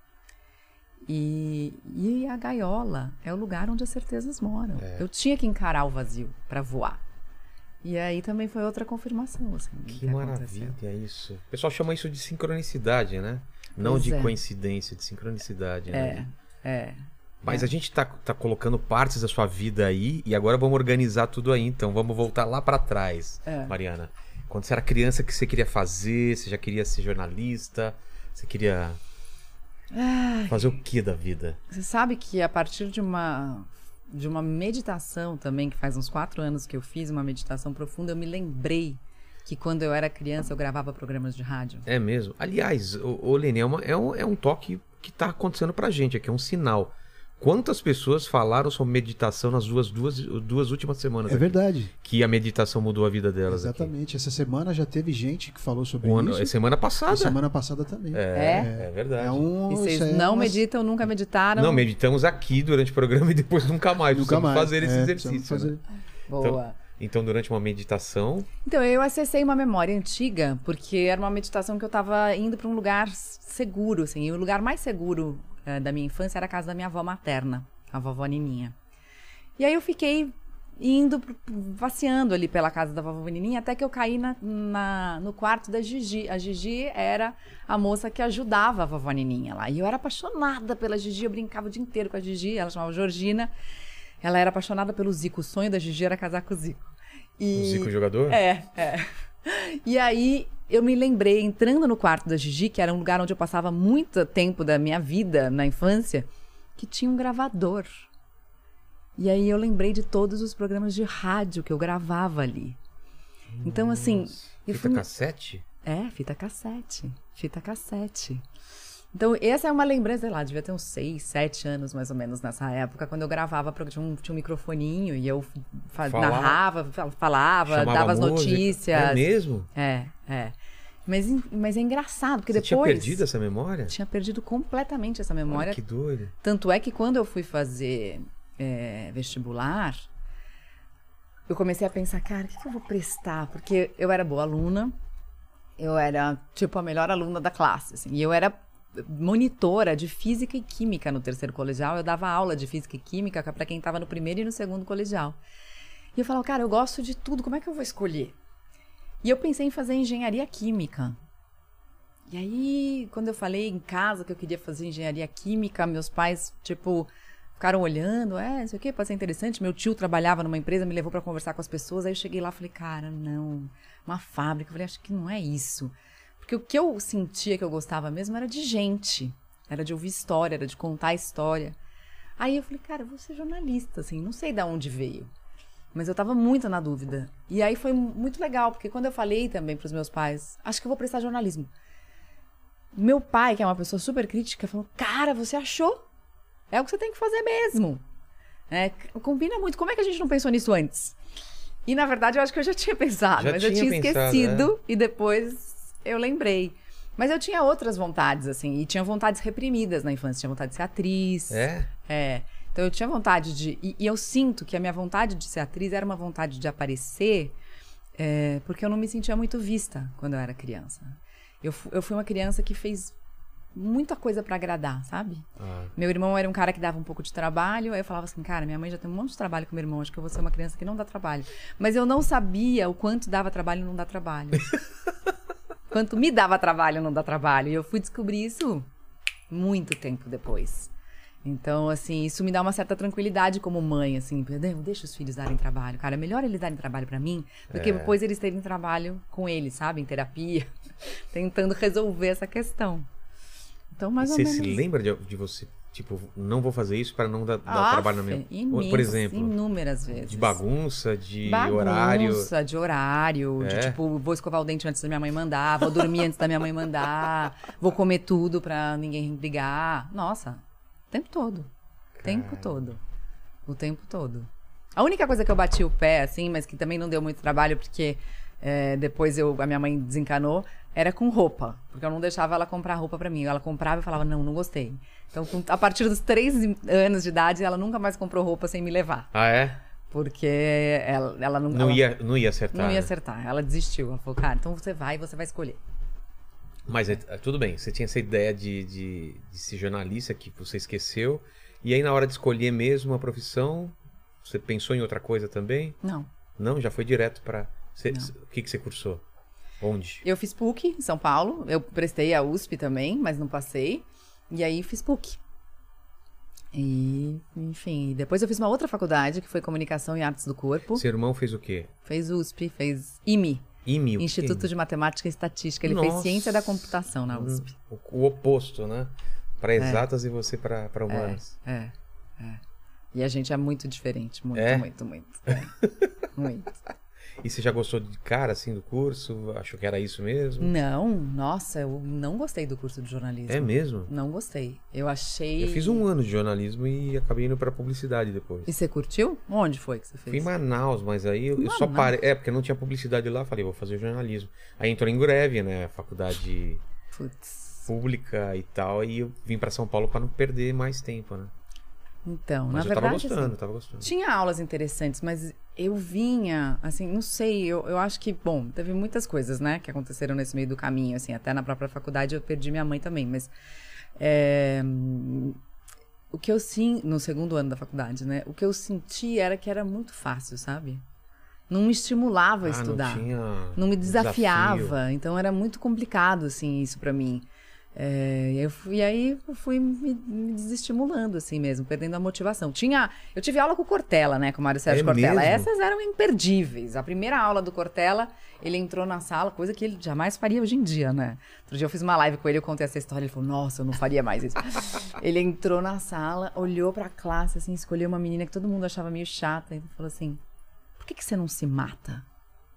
E a gaiola é o lugar onde as certezas moram. Eu tinha que encarar o vazio pra voar. E aí também foi outra confirmação, assim. Que maravilha isso. O pessoal chama isso de sincronicidade, né? Não de coincidência, de sincronicidade, né? Mas a gente tá colocando partes da sua vida aí e agora vamos organizar tudo aí. Então vamos voltar lá pra trás, Mariana. Quando você era criança, o que você queria fazer? Você já queria ser jornalista? Você queria fazer o que da vida? Você sabe que a partir de uma meditação também, que faz uns 4 anos que eu fiz uma meditação profunda, eu me lembrei que quando eu era criança eu gravava programas de rádio. É mesmo? Aliás, Lene, é um toque que tá acontecendo pra gente aqui, é um sinal. Quantas pessoas falaram sobre meditação nas duas últimas semanas? É verdade. Que a meditação mudou a vida delas. Exatamente. Aqui. Essa semana já teve gente que falou sobre isso. Semana passada. E semana passada também. É verdade. E vocês não meditam, nunca meditaram? Não, meditamos aqui durante o programa e depois nunca mais. Nunca mais. Fazer esse exercício. Fazer. Né? Boa. Então, durante uma meditação... Então, eu acessei uma memória antiga, porque era uma meditação que eu estava indo para um lugar seguro, assim. E o lugar mais seguro da minha infância era a casa da minha avó materna, a vovó Nininha. E aí eu fiquei indo, passeando ali pela casa da vovó Nininha, até que eu caí no quarto da Gigi. A Gigi era a moça que ajudava a vovó Nininha lá. E eu era apaixonada pela Gigi, eu brincava o dia inteiro com a Gigi, ela chamava Georgina. Ela era apaixonada pelo Zico, o sonho da Gigi era casar com o Zico. O Zico jogador? É. E aí eu me lembrei, entrando no quarto da Gigi, que era um lugar onde eu passava muito tempo da minha vida na infância, que tinha um gravador. E aí eu lembrei de todos os programas de rádio que eu gravava ali. Então, assim... Fita cassete? Fita cassete. Então, essa é uma lembrança, sei lá, devia ter uns 6, 7 anos, mais ou menos, nessa época, quando eu gravava, tinha um microfoninho e eu narrava, falava, dava as notícias. É mesmo? É. Mas é engraçado, porque depois... Você tinha perdido essa memória? Tinha perdido completamente essa memória. Olha, que doido. Tanto é que quando eu fui fazer vestibular, eu comecei a pensar, cara, o que eu vou prestar? Porque eu era boa aluna, eu era, tipo, a melhor aluna da classe, assim, e eu era monitora de física e química no 3º colegial. Eu dava aula de física e química para quem estava no 1º e no 2º colegial. E eu falava, cara, eu gosto de tudo, como é que eu vou escolher? E eu pensei em fazer engenharia química. E aí, quando eu falei em casa que eu queria fazer engenharia química, meus pais, tipo, ficaram olhando, não sei o que, pode ser interessante. Meu tio trabalhava numa empresa, me levou para conversar com as pessoas. Aí eu cheguei lá e falei, cara, não, uma fábrica. Eu falei, acho que não é isso. Porque o que eu sentia que eu gostava mesmo era de gente. Era de ouvir história, era de contar história. Aí eu falei, cara, eu vou ser jornalista, assim, não sei de onde veio. Mas eu tava muito na dúvida. E aí foi muito legal, porque quando eu falei também pros meus pais, acho que eu vou prestar jornalismo. Meu pai, que é uma pessoa super crítica, falou, cara, você achou? É o que você tem que fazer mesmo. Combina muito. Como é que a gente não pensou nisso antes? E, na verdade, eu acho que eu já tinha pensado, mas eu tinha esquecido e depois... eu lembrei. Mas eu tinha outras vontades, assim, e tinha vontades reprimidas na infância. Tinha vontade de ser atriz. Então eu tinha vontade de... E eu sinto que a minha vontade de ser atriz era uma vontade de aparecer, porque eu não me sentia muito vista quando eu era criança. Eu fui uma criança que fez muita coisa pra agradar, sabe? Meu irmão era um cara que dava um pouco de trabalho, aí eu falava assim, cara, minha mãe já tem um monte de trabalho com meu irmão, acho que eu vou ser uma criança que não dá trabalho. Mas eu não sabia o quanto dava trabalho e não dá trabalho. Quanto me dava trabalho, não dá trabalho. E eu fui descobrir isso muito tempo depois. Então, assim, isso me dá uma certa tranquilidade como mãe, assim. Deixa os filhos darem trabalho. Cara, é melhor eles darem trabalho pra mim do que depois eles terem trabalho com eles, sabe? Em terapia, tentando resolver essa questão. Então, mais ou menos... Você se lembra de você, tipo, não vou fazer isso para não dar trabalho na minha... Por exemplo, inúmeras vezes. De bagunça, de horário. Bagunça, de horário, de tipo, vou escovar o dente antes da minha mãe mandar, vou dormir antes da minha mãe mandar, vou comer tudo pra ninguém brigar. Nossa, o tempo todo. O tempo todo. A única coisa que eu bati o pé, assim, mas que também não deu muito trabalho, porque depois a minha mãe desencanou, era com roupa. Porque eu não deixava ela comprar roupa pra mim. Ela comprava e falava, não gostei. Então, a partir dos 3 anos de idade, ela nunca mais comprou roupa sem me levar. Ah, é? Porque ela não ia acertar. Não ia né? acertar. Ela desistiu. Ela falou, cara, então você vai escolher. Mas tudo bem, você tinha essa ideia de ser jornalista que você esqueceu. E aí, na hora de escolher mesmo a profissão, você pensou em outra coisa também? Não. Não? Já foi direto para... O que você cursou? Onde? Eu fiz PUC em São Paulo. Eu prestei a USP também, mas não passei. E aí fiz PUC. E, enfim, depois eu fiz uma outra faculdade, que foi Comunicação e Artes do Corpo. Seu irmão fez o quê? Fez USP, fez IME. IME, o Instituto que é? de Matemática e Estatística. Ele fez Ciência da Computação na USP. O oposto, né? Para exatas e você para humanas. E a gente é muito diferente. Muito. Muito. E você já gostou de cara, assim, do curso? Achou que era isso mesmo? Não, nossa, eu não gostei do curso de jornalismo. É mesmo? Não gostei. Eu achei... Eu fiz 1 ano de jornalismo e acabei indo pra publicidade depois. E você curtiu? Onde foi que você fez? Fui em Manaus, mas aí eu só parei... porque não tinha publicidade lá, falei, vou fazer jornalismo. Aí entrou em greve, né, faculdade pública e tal, e eu vim pra São Paulo pra não perder mais tempo, né? Então, mas na verdade, tava gostando. Tinha aulas interessantes, mas eu vinha, assim, não sei, eu acho que, bom, teve muitas coisas, né, que aconteceram nesse meio do caminho, assim, até na própria faculdade eu perdi minha mãe também, mas o que eu sinto, no 2º ano da faculdade, né, o que eu senti era que era muito fácil, sabe? Não me estimulava a estudar, não me desafiava, desafio. Então era muito complicado, assim, isso pra mim. E aí eu fui me desestimulando assim mesmo, perdendo a motivação. Eu tive aula com o Cortella, né, com o Mário Sérgio Cortella. Mesmo? Essas eram imperdíveis. A primeira aula do Cortella, ele entrou na sala, coisa que ele jamais faria hoje em dia, né? Outro dia eu fiz uma live com ele, eu contei essa história, ele falou, nossa, eu não faria mais isso. Ele entrou na sala, olhou pra classe, assim, escolheu uma menina que todo mundo achava meio chata, e falou assim, por que você não se mata?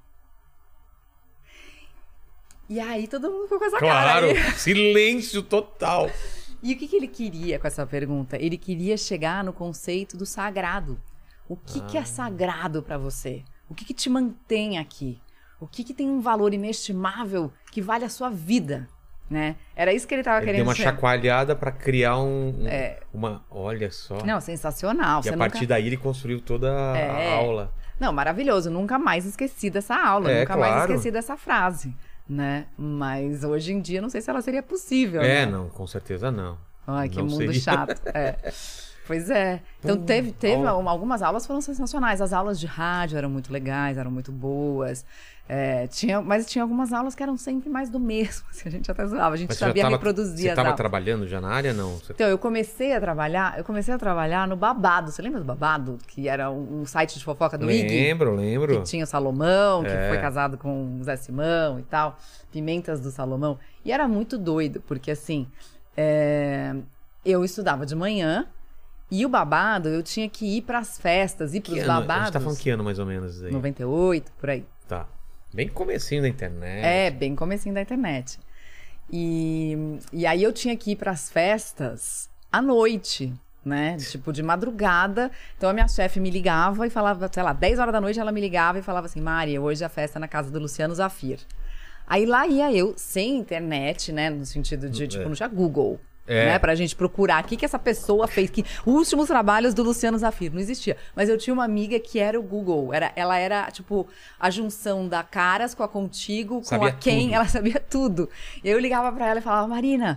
E aí todo mundo ficou com essa cara. Claro, silêncio total. E o que ele queria com essa pergunta? Ele queria chegar no conceito do sagrado. O que é sagrado pra você? O que te mantém aqui? O que tem um valor inestimável que vale a sua vida? Né? Era isso que ele tava querendo deu uma dizer. chacoalhada pra criar uma... Olha só. Não, sensacional. E a partir daí ele construiu toda a aula. Não, maravilhoso. Nunca mais esqueci dessa aula. Nunca mais esqueci dessa frase. Né? Mas hoje em dia não sei se ela seria possível. Né? Não, com certeza não. Ai, que não mundo seria. Chato. Pois é. Então teve algumas aulas foram sensacionais. As aulas de rádio eram muito legais, eram muito boas. Mas tinha algumas aulas que eram sempre mais do mesmo. Assim, a gente até zoava, a gente sabia reproduzir as aulas. Você estava trabalhando já na área, não? Então, eu comecei a trabalhar no Babado. Você lembra do Babado? Que era um site de fofoca do IG? Lembro. Que tinha o Salomão, que foi casado com o Zé Simão e tal. Pimentas do Salomão. E era muito doido, porque assim, eu estudava de manhã e o Babado, eu tinha que ir pras festas, ir pros babados. A gente tá falando que ano mais ou menos aí? 98, por aí. Tá. Bem comecinho da internet. Bem comecinho da internet. E aí eu tinha que ir pras festas à noite, né? Tipo, de madrugada. Então a minha chefe me ligava e falava, sei lá, 10 horas da noite ela me ligava e falava assim, Mari, hoje a festa é na casa do Luciano Zafir. Aí lá ia eu, sem internet, né? No sentido de, tipo, não tinha Google. Né, pra gente procurar o que essa pessoa fez, últimos trabalhos do Luciano Zafir, não existia. Mas eu tinha uma amiga que era o Google, ela era tipo a junção da Caras com a Contigo, com a Quem, ela sabia tudo. E aí eu ligava pra ela e falava, Marina,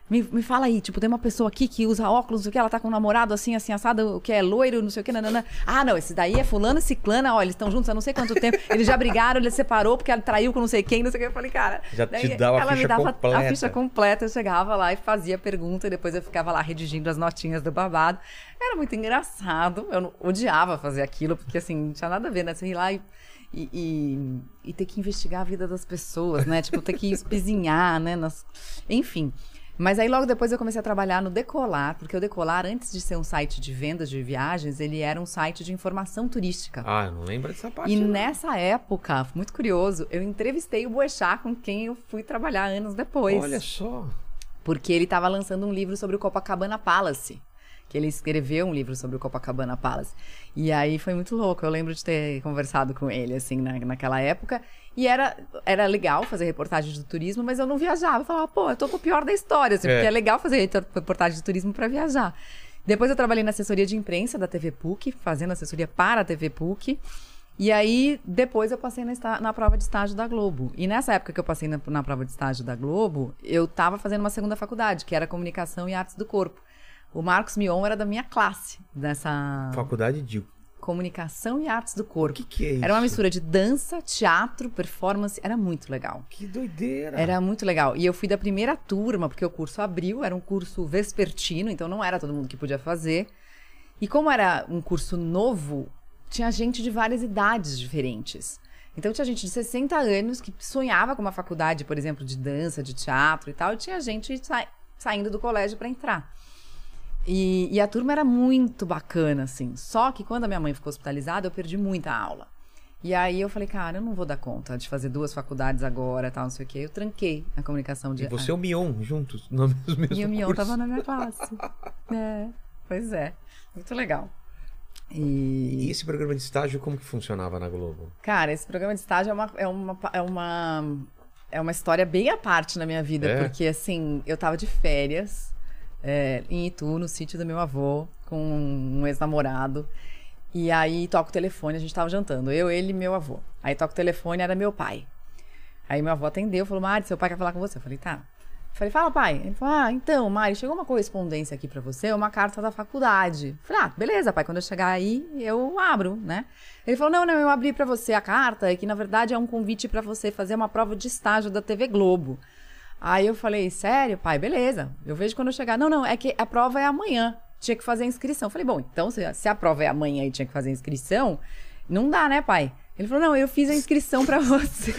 Me fala aí, tipo, tem uma pessoa aqui que usa óculos, o que ela tá com um namorado assim, assim, assado, o que é loiro, não sei o que, nanana. Ah, não, esse daí é fulano e ciclana, ó, eles estão juntos há não sei quanto tempo, eles já brigaram, ele separou porque ela traiu com não sei quem, não sei o que. Eu falei, cara... Já daí te dava ela a ficha me dava completa. a ficha completa, eu chegava lá e fazia a pergunta, e depois eu ficava lá redigindo as notinhas do babado. Era muito engraçado, eu odiava fazer aquilo, porque assim, não tinha nada a ver, né? Você ir lá e ter que investigar a vida das pessoas, né? Tipo, ter que espizinhar, né? Enfim... Mas aí logo depois eu comecei a trabalhar no Decolar, porque o Decolar, antes de ser um site de vendas de viagens, ele era um site de informação turística. Ah, eu não lembro dessa parte. E não. nessa época, muito curioso, eu entrevistei o Boechat, com quem eu fui trabalhar anos depois. Olha só. Porque ele estava lançando um livro sobre o Copacabana Palace. Que ele escreveu um livro sobre o Copacabana Palace. E aí foi muito louco. Eu lembro de ter conversado com ele, assim, naquela época. E era legal fazer reportagem do turismo, mas eu não viajava. Eu falava, pô, eu tô com o pior da história, assim, porque é legal fazer reportagem de turismo para viajar. Depois eu trabalhei na assessoria de imprensa da TV PUC, fazendo assessoria para a TV PUC. E aí, depois eu passei na prova de estágio da Globo. E nessa época que eu passei na prova de estágio da Globo, eu estava fazendo uma segunda faculdade, que era Comunicação e Artes do Corpo. O Marcos Mion era da minha classe, dessa... Faculdade de... Comunicação e Artes do Corpo. O que é isso? Era uma mistura de dança, teatro, performance. Era muito legal. Que doideira. Era muito legal. E eu fui da primeira turma, porque o curso abriu, era um curso vespertino, então não era todo mundo que podia fazer. E como era um curso novo, tinha gente de várias idades diferentes. Então tinha gente de 60 anos que sonhava com uma faculdade, por exemplo, de dança, de teatro e tal, e tinha gente saindo do colégio para entrar. E a turma era muito bacana, assim. Só que quando a minha mãe ficou hospitalizada, eu perdi muita aula. E aí eu falei, cara, eu não vou dar conta de fazer 2 faculdades agora, tal, não sei o quê. Eu tranquei a comunicação de... E você e o Mion juntos, no mesmo E o Mion curso. tava na minha classe. Pois é. Muito legal. E esse programa de estágio, como que funcionava na Globo? Cara, esse programa de estágio é uma história bem à parte na minha vida. Porque, assim, eu tava de férias... em Itu, no sítio do meu avô, com um ex-namorado. E aí toca o telefone, a gente tava jantando, eu, ele e meu avô. Aí toca o telefone, era meu pai. Aí meu avô atendeu, falou, Mari, seu pai quer falar com você. Eu falei, tá. Eu falei, fala, pai. Ele falou, então, Mari, chegou uma correspondência aqui pra você, uma carta da faculdade. Eu falei, beleza, pai, quando eu chegar aí, eu abro, né? Ele falou, não, eu abri pra você a carta, e que na verdade é um convite pra você fazer uma prova de estágio da TV Globo. Aí eu falei, sério, pai? Beleza. Eu vejo quando eu chegar. Não, é que a prova é amanhã. Tinha que fazer a inscrição. Eu falei, bom, então se a prova é amanhã e tinha que fazer a inscrição, não dá, né, pai? Ele falou, não, eu fiz a inscrição pra você.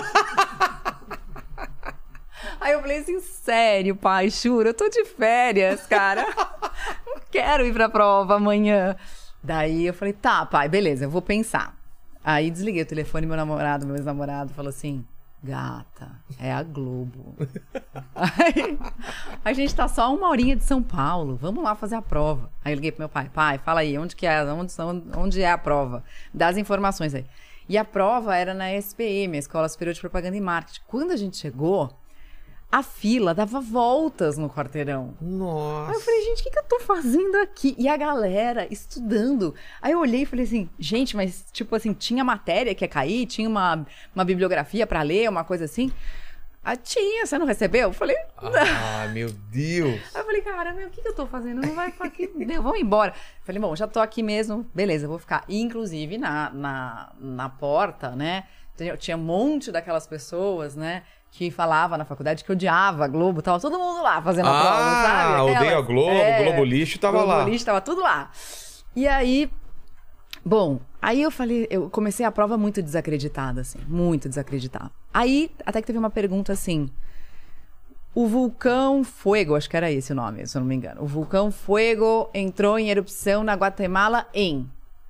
Aí eu falei assim, sério, pai, juro, eu tô de férias, cara. Não quero ir pra prova amanhã. Daí eu falei, tá, pai, beleza, eu vou pensar. Aí desliguei o telefone, meu ex-namorado, falou assim... Gata, é a Globo. Aí, a gente tá só 1 horinha de São Paulo. Vamos lá fazer a prova. Aí eu liguei pro meu pai. Pai, fala aí, onde é a prova? Dá as informações aí. E a prova era na SPM, a Escola Superior de Propaganda e Marketing. Quando a gente chegou, a fila dava voltas no quarteirão. Nossa. Aí eu falei, gente, o que eu tô fazendo aqui? E a galera estudando. Aí eu olhei e falei assim, gente, mas tipo assim, tinha matéria que ia cair? Tinha uma bibliografia pra ler, uma coisa assim? Ah, tinha, você não recebeu? Eu falei, não. Ah, meu Deus. Aí eu falei, cara, o que eu tô fazendo? Não vai ficar aqui, vamos embora. Eu falei, bom, já tô aqui mesmo, beleza, eu vou ficar. E, inclusive, na porta, né, tinha um monte daquelas pessoas, né, que falava na faculdade que odiava a Globo, tava todo mundo lá fazendo a prova, sabe? Odeia a Globo, o Globo Lixo tava lá. Globo Lixo tava tudo lá. E aí, bom, aí eu comecei a prova muito desacreditada, assim, muito desacreditada. Aí, até que teve uma pergunta assim, o vulcão Fuego, acho que era esse o nome, se eu não me engano. O vulcão Fuego entrou em erupção na Guatemala em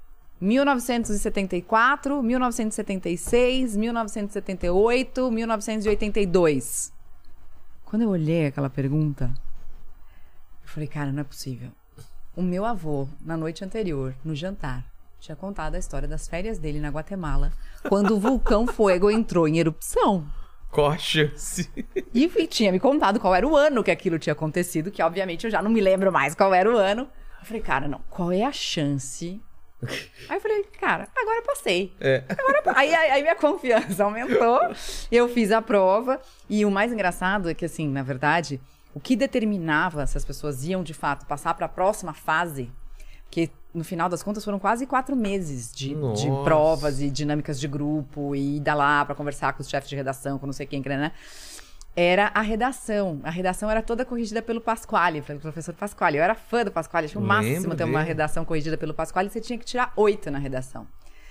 1974, 1976, 1978, 1982. Quando eu olhei aquela pergunta, eu falei, cara, não é possível. O meu avô, na noite anterior, no jantar, tinha contado a história das férias dele na Guatemala, quando o vulcão Fuego entrou em erupção. Qual a chance? E tinha me contado qual era o ano que aquilo tinha acontecido, que obviamente eu já não me lembro mais qual era o ano. Eu falei, cara, não, qual é a chance... Aí eu falei, cara, agora eu passei. Aí minha confiança aumentou. Eu fiz a prova. E o mais engraçado é que, assim, na verdade, o que determinava se as pessoas iam, de fato, passar para a próxima fase, que no final das contas foram quase 4 meses de provas e dinâmicas de grupo, e ir lá para conversar com os chefes de redação, com não sei quem, né? Era a redação. A redação era toda corrigida pelo Pasquale, pelo professor Pasquale. Eu era fã do Pasquale, achei o máximo ter uma redação corrigida pelo Pasquale, você tinha que tirar 8 na redação.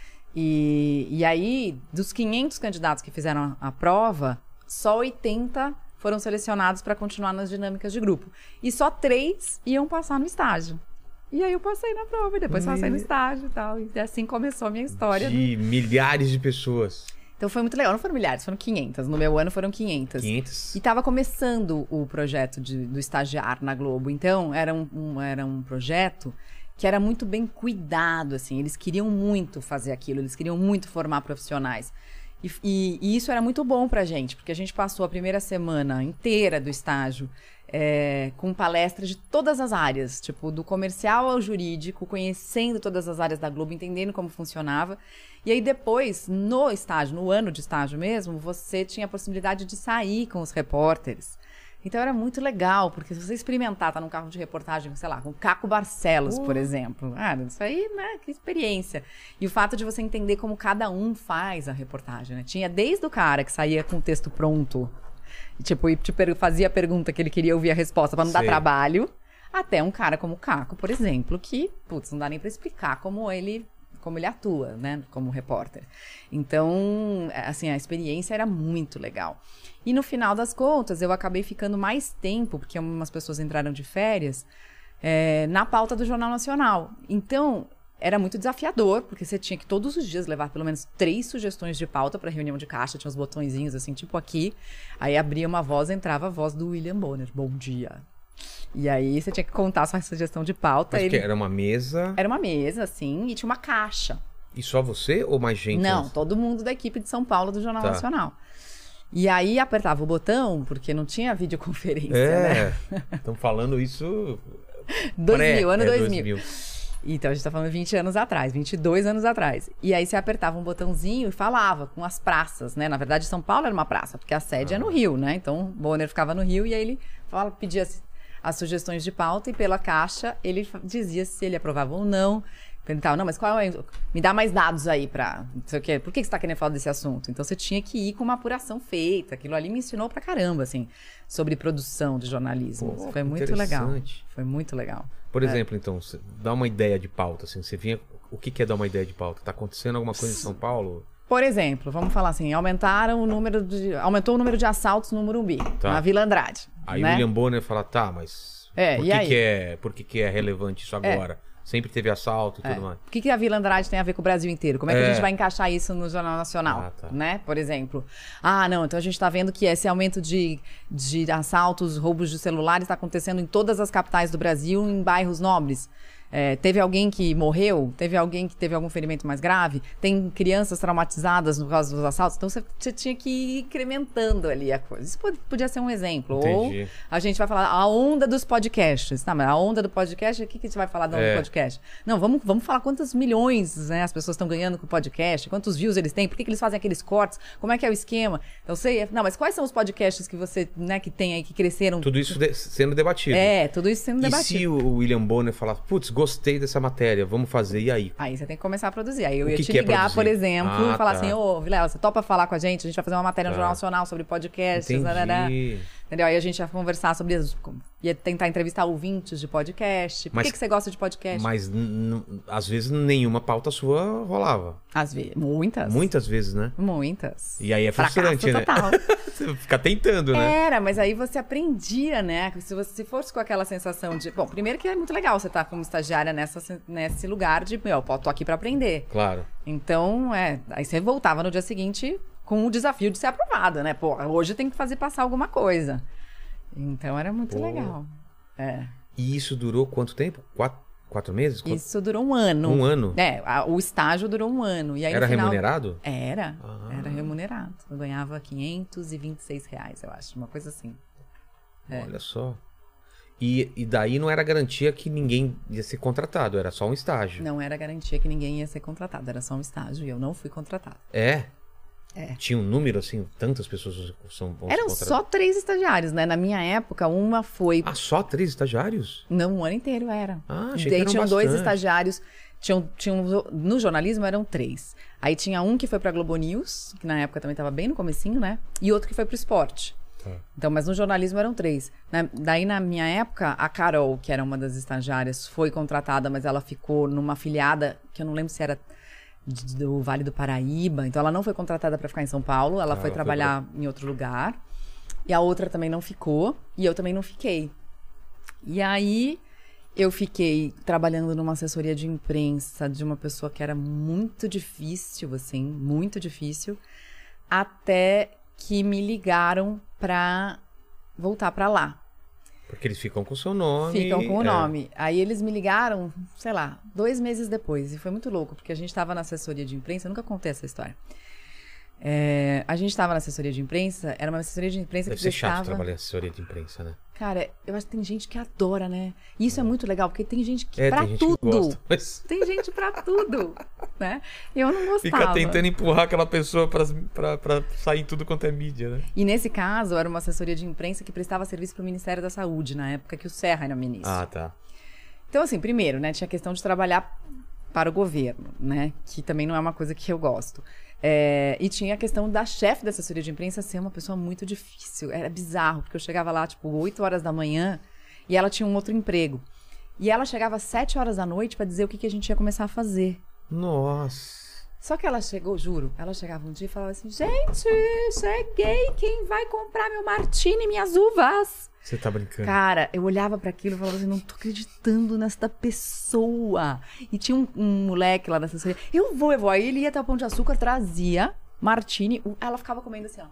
E aí, dos 500 candidatos que fizeram a prova, só 80 foram selecionados para continuar nas dinâmicas de grupo. E só 3 iam passar no estágio. E aí eu passei na prova, e depois passei no estágio e tal. E assim começou a minha história. De milhares de pessoas. Então foi muito legal. Não foram milhares, foram 500. No meu ano foram 500. 500. E estava começando o projeto do estagiar na Globo. Então era um projeto que era muito bem cuidado, assim. Eles queriam muito fazer aquilo, eles queriam muito formar profissionais. E isso era muito bom pra gente, porque a gente passou a primeira semana inteira do estágio com palestras de todas as áreas, tipo, do comercial ao jurídico, conhecendo todas as áreas da Globo, entendendo como funcionava. E aí depois, no estágio, no ano de estágio mesmo, você tinha a possibilidade de sair com os repórteres. Então era muito legal, porque se você experimentar, tá num carro de reportagem, sei lá, com Caco Barcelos, por exemplo. Isso aí, né, que experiência. E o fato de você entender como cada um faz a reportagem, né? Tinha desde o cara que saía com o texto pronto, tipo, e fazia a pergunta que ele queria ouvir a resposta para não dar trabalho, até um cara como o Caco, por exemplo, que, putz, não dá nem para explicar como ele atua, né, como repórter. Então, assim, a experiência era muito legal. E no final das contas, eu acabei ficando mais tempo, porque umas pessoas entraram de férias, na pauta do Jornal Nacional. Então, era muito desafiador, porque você tinha que todos os dias levar pelo menos 3 sugestões de pauta para reunião de caixa, tinha uns botõezinhos assim, tipo aqui, aí abria uma voz, entrava a voz do William Bonner, bom dia. E aí você tinha que contar a sua sugestão de pauta. Mas era uma mesa? Era uma mesa, assim, e tinha uma caixa. E só você ou mais gente? Não, todo mundo da equipe de São Paulo do Jornal Nacional. E aí apertava o botão, porque não tinha videoconferência, né? Estão falando isso... 2000, ano 2000. Então, a gente tá falando 20 anos atrás, 22 anos atrás. E aí você apertava um botãozinho e falava com as praças, né? Na verdade, São Paulo era uma praça, porque a sede é no Rio, né? Então, Bonner ficava no Rio e aí ele pedia as sugestões de pauta e pela caixa ele dizia se ele aprovava ou não. Perguntava, não, mas me dá mais dados aí pra... Não sei o quê. Por que você tá querendo falar desse assunto? Então, você tinha que ir com uma apuração feita. Aquilo ali me ensinou pra caramba, assim, sobre produção de jornalismo. Foi muito legal. Foi muito legal. Por exemplo, então, dá uma ideia de pauta, assim, você vinha... O que é dar uma ideia de pauta? Tá acontecendo alguma coisa em São Paulo? Por exemplo, vamos falar assim, aumentou o número de assaltos no Morumbi, na Vila Andrade. Aí né? o William Bonner fala, mas por que é relevante isso agora? Sempre teve assalto e tudo mais. O que a Vila Andrade tem a ver com o Brasil inteiro? Como é que a gente vai encaixar isso no Jornal Nacional? Né? Por exemplo. Não, então a gente está vendo que esse aumento de assaltos, roubos de celulares está acontecendo em todas as capitais do Brasil, em bairros nobres. Teve alguém que morreu? Teve alguém que teve algum ferimento mais grave? Tem crianças traumatizadas por causa dos assaltos? Então você tinha que ir incrementando ali a coisa. Isso podia ser um exemplo. Entendi. Ou a gente vai falar a onda dos podcasts. Mas a onda do podcast, o que você vai falar da onda do podcast? Não, vamos falar quantos milhões, né, as pessoas estão ganhando com o podcast, quantos views eles têm, por que eles fazem aqueles cortes, como é que é o esquema. Então mas quais são os podcasts que você, né, que tem aí, que cresceram? Tudo isso sendo debatido. Tudo isso sendo debatido. E se o William Bonner falar, putz, gostei dessa matéria, vamos fazer, e aí? Aí você tem que começar a produzir. Aí eu ia te ligar, por exemplo, e falar assim, Vilela, você topa falar com a gente vai fazer uma matéria no Jornal Nacional sobre podcasts, entendeu? Aí a gente ia conversar sobre isso, ia tentar entrevistar ouvintes de podcast. Por que você gosta de podcast? Mas às vezes nenhuma pauta sua rolava. Às vezes, muitas. Muitas vezes, né? Muitas. E aí é frustrante, né? Total. Você fica tentando, né? Mas aí você aprendia, né? Se você fosse com aquela sensação de... Bom, primeiro que é muito legal você estar como estagiária nesse lugar de, tô aqui pra aprender. Claro. Então, aí você voltava no dia seguinte com o desafio de ser aprovada, né? Hoje tem que fazer passar alguma coisa. Então, era muito legal. E isso durou quanto tempo? 4 meses? Isso durou 1 ano. 1 ano? O estágio durou 1 ano. E aí, era no final, remunerado? Era remunerado. Eu ganhava R$526, eu acho, uma coisa assim. Olha só. E daí não era garantia que ninguém ia ser contratado, era só um estágio. Não era garantia que ninguém ia ser contratado, era só um estágio e eu não fui contratada. Tinha um número, assim, tantas pessoas vão Eram se contratar? só 3 estagiários, né? Na minha época, uma foi... Ah, só 3 estagiários? Não, o ano inteiro era. Ah, achei que Daí eram tinham 2 bastante. estagiários. No jornalismo eram 3. Aí tinha um que foi pra Globo News, que na época também tava bem no comecinho, né? E outro que foi pro esporte. Tá. Então, mas no jornalismo eram 3. Daí, na minha época, a Carol, que era uma das estagiárias, foi contratada, mas ela ficou numa afiliada, que eu não lembro se era do Vale do Paraíba. Então, ela não foi contratada para ficar em São Paulo. Ela foi trabalhar em outro lugar. E a outra também não ficou. E eu também não fiquei. E aí, eu fiquei trabalhando numa assessoria de imprensa de uma pessoa que era muito difícil, assim, muito difícil. Até que me ligaram pra voltar pra lá. Porque eles ficam com o seu nome. Ficam com o nome. Aí eles me ligaram, sei lá, 2 meses depois. E foi muito louco, porque a gente tava na assessoria de imprensa, eu nunca contei essa história. A gente tava na assessoria de imprensa, era uma assessoria de imprensa Deve que ser prestava... chato trabalhar em assessoria de imprensa, né? Cara, eu acho que tem gente que adora, né? E isso é muito legal, porque tem gente que pra tem gente tudo. que gosta, mas Tem gente pra tudo, né? Eu não gostava. fica tentando empurrar aquela pessoa pra sair em tudo quanto é mídia, né? E nesse caso, era uma assessoria de imprensa que prestava serviço pro Ministério da Saúde, na época que o Serra era ministro. Ah, tá. Então, assim, primeiro, né, tinha a questão de trabalhar para o governo, né? Que também não é uma coisa que eu gosto. E tinha a questão da chefe da assessoria de imprensa ser uma pessoa muito difícil. Era bizarro, porque eu chegava lá, tipo, 8 horas da manhã e ela tinha um outro emprego. E ela chegava às 7 horas da noite para dizer o que a gente ia começar a fazer. Nossa. Só que ela chegou, juro, ela chegava um dia e falava assim, gente, cheguei, quem vai comprar meu martini e minhas uvas? Você tá brincando. Cara, eu olhava pra aquilo e falava assim, não tô acreditando nesta pessoa. E tinha um moleque lá da assessoria, eu vou. Aí ele ia até o Pão de Açúcar, trazia martini, ela ficava comendo assim, ó.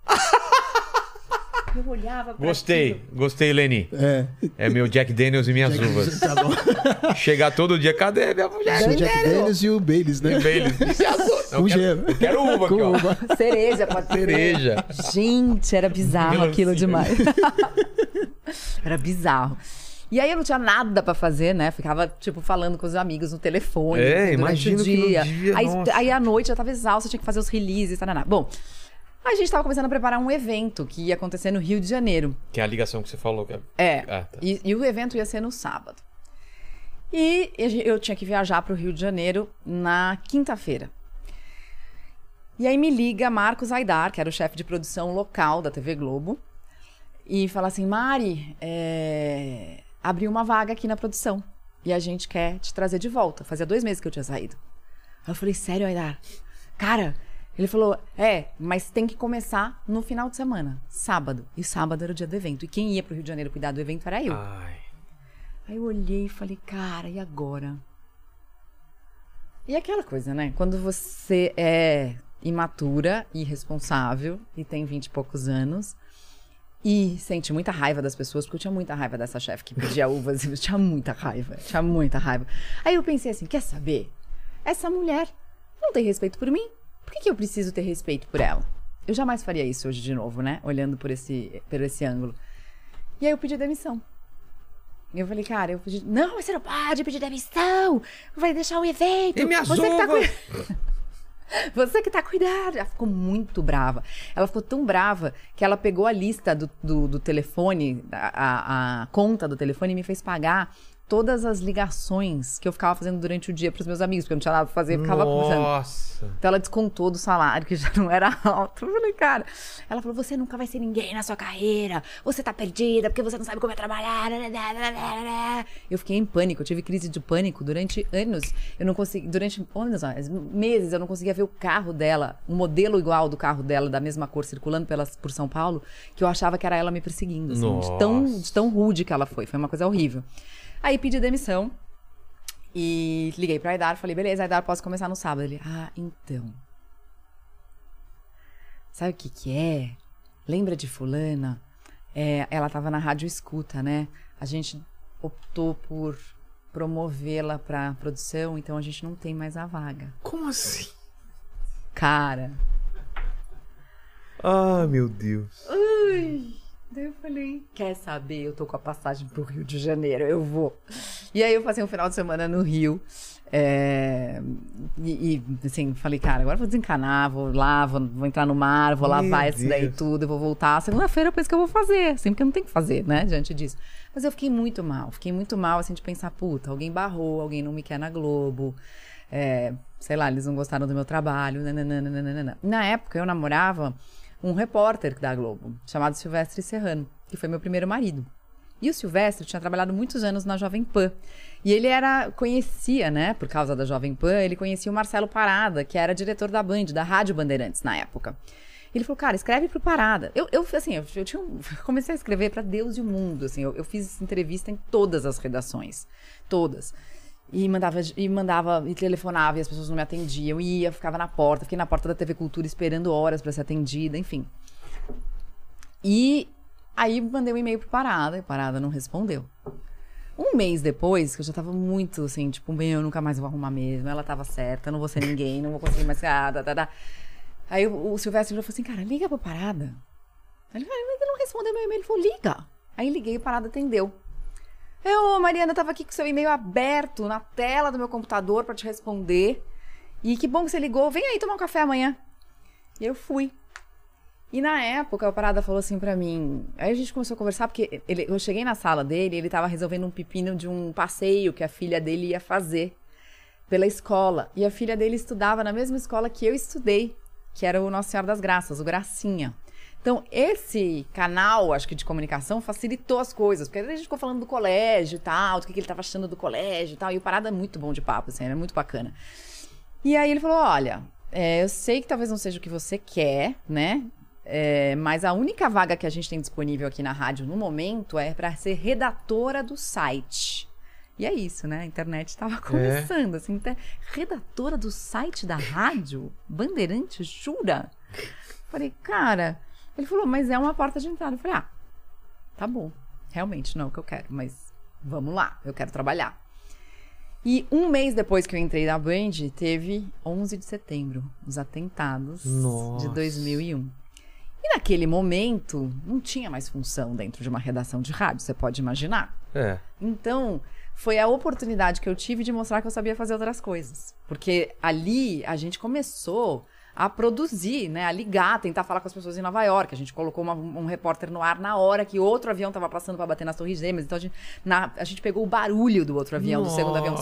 Eu olhava pra Gostei, Leni. É meu Jack Daniels e minhas uvas. Tá bom. Chegar todo dia, cadê minha mulher? O Jack Daniels e o Baileys, né? Com gelo. Eu quero uva aqui, ó. uva. Cereja, pode ser. Cereja. Gente, era bizarro Melancia. aquilo demais. Era bizarro. E aí eu não tinha nada pra fazer, né? Ficava, tipo, falando com os amigos no telefone. durante imagino o que no dia. dia, Aí, nossa. aí à noite eu tava exausta, tinha que fazer os releases, taraná. Bom, a gente tava começando a preparar um evento que ia acontecer no Rio de Janeiro. Que é a ligação que você falou. Que Ah, tá. E o evento ia ser no sábado. E eu tinha que viajar pro Rio de Janeiro na quinta-feira. E aí me liga Marcos Aidar, que era o chefe de produção local da TV Globo, e fala assim, Mari, abriu uma vaga aqui na produção e a gente quer te trazer de volta. Fazia 2 meses que eu tinha saído. Aí eu falei, sério, Aidar? Cara, ele falou, mas tem que começar no final de semana, sábado. E sábado era o dia do evento. E quem ia pro Rio de Janeiro cuidar do evento era eu. Ai. Aí eu olhei e falei, cara, e agora? E aquela coisa, né? Quando você é imatura e irresponsável e tem 20 e poucos anos e sente muita raiva das pessoas, porque eu tinha muita raiva dessa chefe que pedia uvas, eu tinha muita raiva. Aí eu pensei assim, quer saber? Essa mulher não tem respeito por mim, por que eu preciso ter respeito por ela? Eu jamais faria isso hoje de novo, né? Olhando por esse ângulo. E aí eu pedi demissão. Eu falei, cara, não, mas você não pode pedir demissão. Vai deixar o evento. E minhas você que tá uvas? Você que tá cuidando. Ela ficou muito brava. Ela ficou tão brava que ela pegou a lista do telefone, a conta do telefone e me fez pagar todas as ligações que eu ficava fazendo durante o dia pros meus amigos, porque eu não tinha nada pra fazer, eu ficava conversando. Nossa. Então ela descontou do salário, que já não era alto. Eu falei, cara... Ela falou, você nunca vai ser ninguém na sua carreira. Você tá perdida, porque você não sabe como é trabalhar. Eu fiquei em pânico, eu tive crise de pânico durante anos. Eu não consegui... Durante meses eu não conseguia ver o carro dela, um modelo igual do carro dela, da mesma cor, circulando por São Paulo, que eu achava que era ela me perseguindo. Assim, de tão rude que ela foi. Foi uma coisa horrível. Aí pedi demissão e liguei pra Aidar, falei, beleza, Aidar, posso começar no sábado. Ele, então. Sabe o que é? Lembra de fulana? Ela tava na Rádio Escuta, né? A gente optou por promovê-la pra produção, então a gente não tem mais a vaga. Como assim? Cara. Ah, meu Deus. Ai... Daí eu falei, quer saber? Eu tô com a passagem pro Rio de Janeiro, eu vou. E aí eu passei um final de semana no Rio. Assim, falei, cara, agora eu vou desencanar, vou lá, vou entrar no mar, vou lavar isso daí tudo, eu vou voltar. Segunda-feira eu penso que eu vou fazer, assim, porque eu não tenho que fazer, né, diante disso. Mas eu fiquei muito mal, assim, de pensar, puta, alguém barrou, alguém não me quer na Globo, sei lá, eles não gostaram do meu trabalho, nananana. Na época, eu namorava um repórter da Globo, chamado Silvestre Serrano, que foi meu primeiro marido. E o Silvestre tinha trabalhado muitos anos na Jovem Pan. E ele conhecia, né, por causa da Jovem Pan, ele conhecia o Marcelo Parada, que era diretor da Band, da Rádio Bandeirantes na época. Ele falou, cara, escreve pro Parada. Eu comecei a escrever pra Deus e o mundo, assim, eu fiz entrevista em todas as redações, todas. E telefonava e as pessoas não me atendiam, ficava na porta, fiquei na porta da TV Cultura esperando horas pra ser atendida, enfim. E aí mandei um e-mail pro Parada, e o Parada não respondeu. Um mês depois, que eu já tava muito assim, tipo, eu nunca mais vou arrumar mesmo, ela tava certa, eu não vou ser ninguém, não vou conseguir mais... Aí o Silvestre falou assim, cara, liga pra Parada. Ele falou, mas ele não respondeu meu e-mail, ele falou, liga. Aí liguei, a Parada atendeu. Mariana, eu tava aqui com seu e-mail aberto na tela do meu computador pra te responder. E que bom que você ligou, vem aí tomar um café amanhã. E eu fui. E na época, a Parada falou assim pra mim... Aí a gente começou a conversar, porque eu cheguei na sala dele, ele tava resolvendo um pepino de um passeio que a filha dele ia fazer pela escola. E a filha dele estudava na mesma escola que eu estudei, que era o Nossa Senhora das Graças, o Gracinha. Então, esse canal, acho que de comunicação, facilitou as coisas. Porque a gente ficou falando do colégio e tal, do que ele tava achando do colégio e tal. E o Parada é muito bom de papo, assim, é muito bacana. E aí ele falou, olha, eu sei que talvez não seja o que você quer, né? Mas a única vaga que a gente tem disponível aqui na rádio no momento é para ser redatora do site. E é isso, né? A internet estava começando, assim, redatora do site da rádio? Bandeirantes, jura? Falei, cara... Ele falou, mas é uma porta de entrada. Eu falei, tá bom. Realmente não é o que eu quero, mas vamos lá, eu quero trabalhar. E um mês depois que eu entrei na Band, teve 11 de setembro, os atentados de 2001. E naquele momento, não tinha mais função dentro de uma redação de rádio, você pode imaginar. Então, foi a oportunidade que eu tive de mostrar que eu sabia fazer outras coisas. Porque ali, a gente começou a produzir, né, a ligar, tentar falar com as pessoas em Nova York. A gente colocou um repórter no ar na hora que outro avião estava passando para bater nas Torres Gêmeas. Então, a gente pegou o barulho do outro avião, do segundo avião.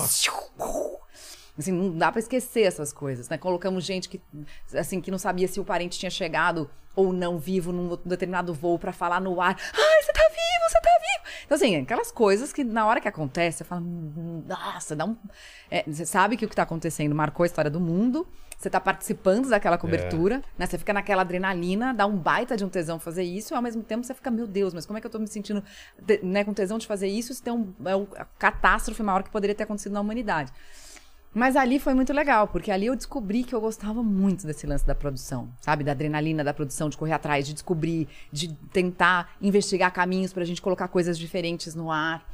Assim, não dá pra esquecer essas coisas, né? Colocamos gente que não sabia se o parente tinha chegado ou não vivo num determinado voo pra falar no ar. Ai, você tá vivo, você tá vivo! Então, assim, aquelas coisas que na hora que acontece, você fala, nossa, dá um... você sabe que o que tá acontecendo marcou a história do mundo, você tá participando daquela cobertura, né? Você fica naquela adrenalina, dá um baita de um tesão fazer isso, e ao mesmo tempo você fica, meu Deus, mas como é que eu tô me sentindo, né, com tesão de fazer isso, se tem uma catástrofe maior que poderia ter acontecido na humanidade. Mas ali foi muito legal, porque ali eu descobri que eu gostava muito desse lance da produção, sabe? Da adrenalina da produção, de correr atrás, de descobrir, de tentar investigar caminhos pra gente colocar coisas diferentes no ar.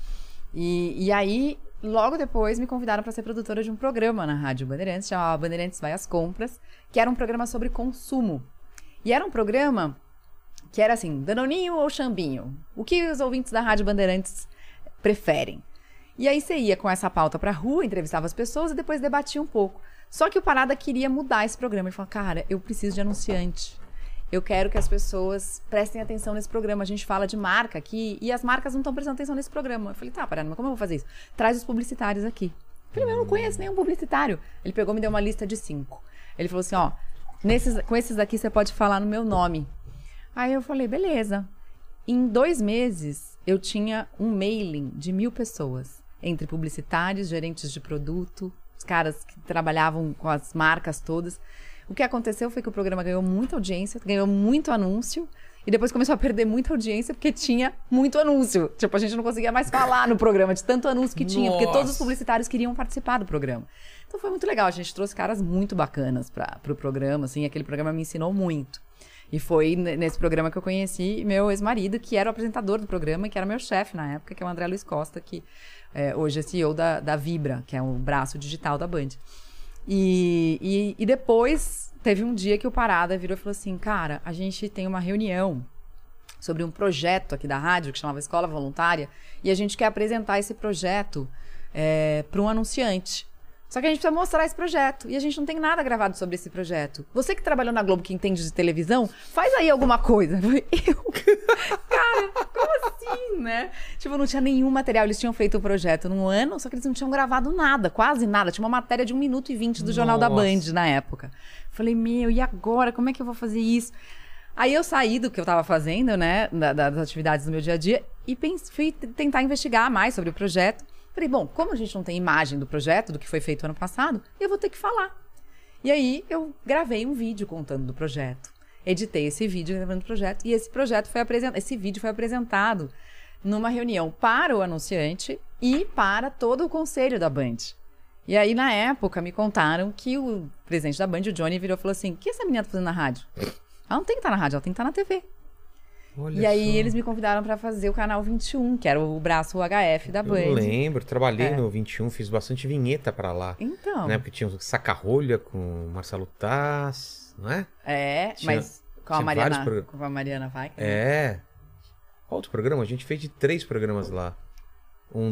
E aí, logo depois, me convidaram para ser produtora de um programa na Rádio Bandeirantes, chamava Bandeirantes Vai às Compras, que era um programa sobre consumo. E era um programa que era assim, Danoninho ou Xambinho? O que os ouvintes da Rádio Bandeirantes preferem? E aí você ia com essa pauta pra rua, entrevistava as pessoas e depois debatia um pouco. Só que o Parada queria mudar esse programa. Ele falou, cara, eu preciso de anunciante. Eu quero que as pessoas prestem atenção nesse programa. A gente fala de marca aqui e as marcas não estão prestando atenção nesse programa. Eu falei, tá, Parada, mas como eu vou fazer isso? Traz os publicitários aqui. Eu falei, mas eu não conheço nenhum publicitário. Ele pegou e me deu uma lista de 5. Ele falou assim, ó, com esses daqui você pode falar no meu nome. Aí eu falei, beleza. Em 2 meses, eu tinha um mailing de 1.000 pessoas. Entre publicitários, gerentes de produto, os caras que trabalhavam com as marcas todas. O que aconteceu foi que o programa ganhou muita audiência, ganhou muito anúncio, e depois começou a perder muita audiência porque tinha muito anúncio. Tipo, a gente não conseguia mais falar no programa de tanto anúncio que tinha, porque todos os publicitários queriam participar do programa. Então foi muito legal, a gente trouxe caras muito bacanas pro programa, assim, aquele programa me ensinou muito. E foi nesse programa que eu conheci meu ex-marido, que era o apresentador do programa e que era meu chefe na época, que é o André Luiz Costa, que hoje é CEO da Vibra, que é o braço digital da Band. E depois teve um dia que o Parada virou e falou assim, cara, a gente tem uma reunião sobre um projeto aqui da rádio, que chamava Escola Voluntária, e a gente quer apresentar esse projeto para um anunciante. Só que a gente precisa mostrar esse projeto. E a gente não tem nada gravado sobre esse projeto. Você que trabalhou na Globo, que entende de televisão, faz aí alguma coisa. Cara, como assim, né? Tipo, não tinha nenhum material. Eles tinham feito o projeto num ano, só que eles não tinham gravado nada, quase nada. Tinha uma matéria de 1 minuto e 20 do Jornal da Band na época. Falei, e agora? Como é que eu vou fazer isso? Aí eu saí do que eu tava fazendo, né? Das atividades do meu dia a dia. E fui tentar investigar mais sobre o projeto. Falei, bom, como a gente não tem imagem do projeto, do que foi feito ano passado, eu vou ter que falar. E aí eu gravei um vídeo contando do projeto. Editei esse vídeo gravando o projeto. E esse vídeo foi apresentado numa reunião para o anunciante e para todo o conselho da Band. E aí, na época, me contaram que o presidente da Band, o Johnny, virou e falou assim, o que essa menina tá fazendo na rádio? Ela não tem que estar na rádio, ela tem que estar na TV. Olha e aí só. eles me convidaram para fazer o canal 21, que era o braço HF da Band. Eu lembro, trabalhei no 21, fiz bastante vinheta pra lá. Então. Né? Porque tinha o Saca-Rolha com o Marcelo Taz, não é? Mas com a Mariana Vai. É. Qual outro programa? A gente fez de 3 programas lá. Um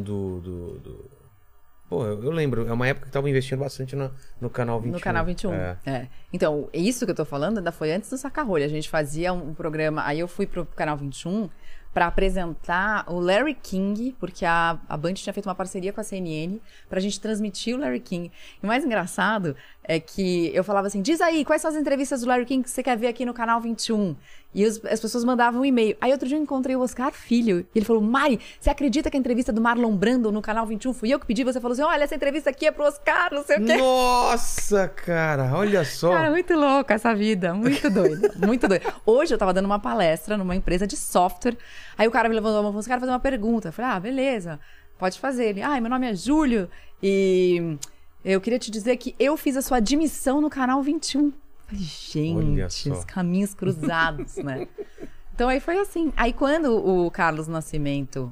Pô, eu lembro, é uma época que tava investindo bastante no Canal 21. No Canal 21, Então, isso que eu tô falando ainda foi antes do Saca-Rolha. A gente fazia um programa, aí eu fui pro Canal 21 para apresentar o Larry King, porque a Band tinha feito uma parceria com a CNN pra gente transmitir o Larry King. E o mais engraçado é que eu falava assim, diz aí, quais são as entrevistas do Larry King que você quer ver aqui no Canal 21? E as pessoas mandavam um e-mail. Aí outro dia eu encontrei o Oscar Filho, e ele falou, Mari, você acredita que a entrevista do Marlon Brando no Canal 21 fui eu que pedi? Você falou assim, olha, essa entrevista aqui é pro Oscar, não sei o quê. Nossa, cara, olha só. Cara, muito louca essa vida, muito doida, muito doida. Hoje eu tava dando uma palestra numa empresa de software, aí o cara me levantou a mão e falou, você quer fazer uma pergunta? Eu falei, beleza, pode fazer. Ele, meu nome é Júlio e eu queria te dizer que eu fiz a sua admissão no Canal 21. Eu falei, gente, os caminhos cruzados, né? Então aí foi assim. Aí quando o Carlos Nascimento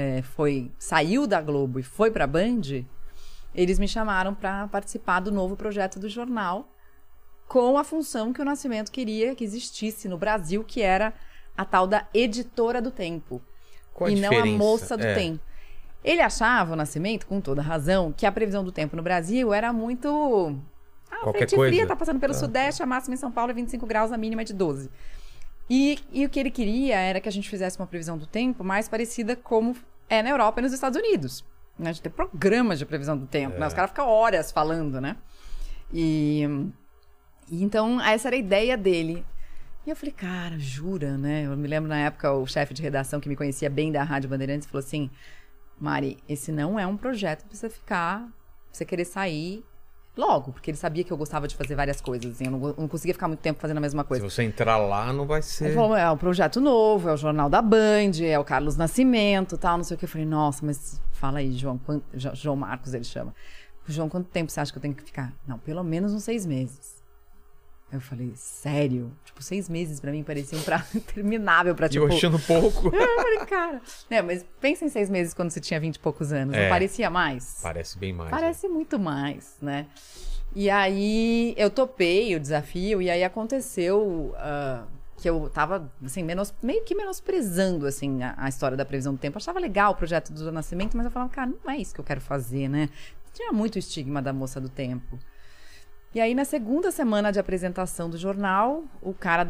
saiu da Globo e foi pra Band, eles me chamaram para participar do novo projeto do jornal, com a função que o Nascimento queria que existisse no Brasil, que era a tal da editora do tempo. Qual a e diferença? não a moça do tempo. Ele achava, o Nascimento, com toda razão, que a previsão do tempo no Brasil era muito... Qualquer frente coisa. fria, tá passando pelo Sudeste, a máxima em São Paulo é 25 graus, a mínima é de 12. E o que ele queria era que a gente fizesse uma previsão do tempo mais parecida como é na Europa e nos Estados Unidos. Né? A gente tem programas de previsão do tempo, né? Os caras ficam horas falando, né? E então, essa era a ideia dele. E eu falei, cara, jura, né? Eu me lembro na época, o chefe de redação que me conhecia bem da Rádio Bandeirantes falou assim, Mari, esse não é um projeto pra você querer sair logo, porque ele sabia que eu gostava de fazer várias coisas, assim, eu não conseguia ficar muito tempo fazendo a mesma coisa. Se você entrar lá, não vai ser... Ele falou, é um projeto novo, é o Jornal da Band, é o Carlos Nascimento, tal, não sei o que. Eu falei, nossa, mas fala aí, João, João Marcos ele chama. João, quanto tempo você acha que eu tenho que ficar? Não, pelo menos uns 6 meses. Eu falei, sério? Tipo, 6 meses pra mim parecia um prazo interminável pra, tipo... E eu achando pouco. Eu falei, cara... mas pensa em 6 meses quando você tinha 20 e poucos anos. Não parecia mais? Parece bem mais. Parece muito mais, né? E aí, eu topei o desafio. E aí, aconteceu que eu tava, assim, meio que menosprezando, assim, a história da previsão do tempo. Eu achava legal o projeto do Nascimento, mas eu falava, cara, não é isso que eu quero fazer, né? Tinha muito estigma da moça do tempo. E aí, na segunda semana de apresentação do jornal, o cara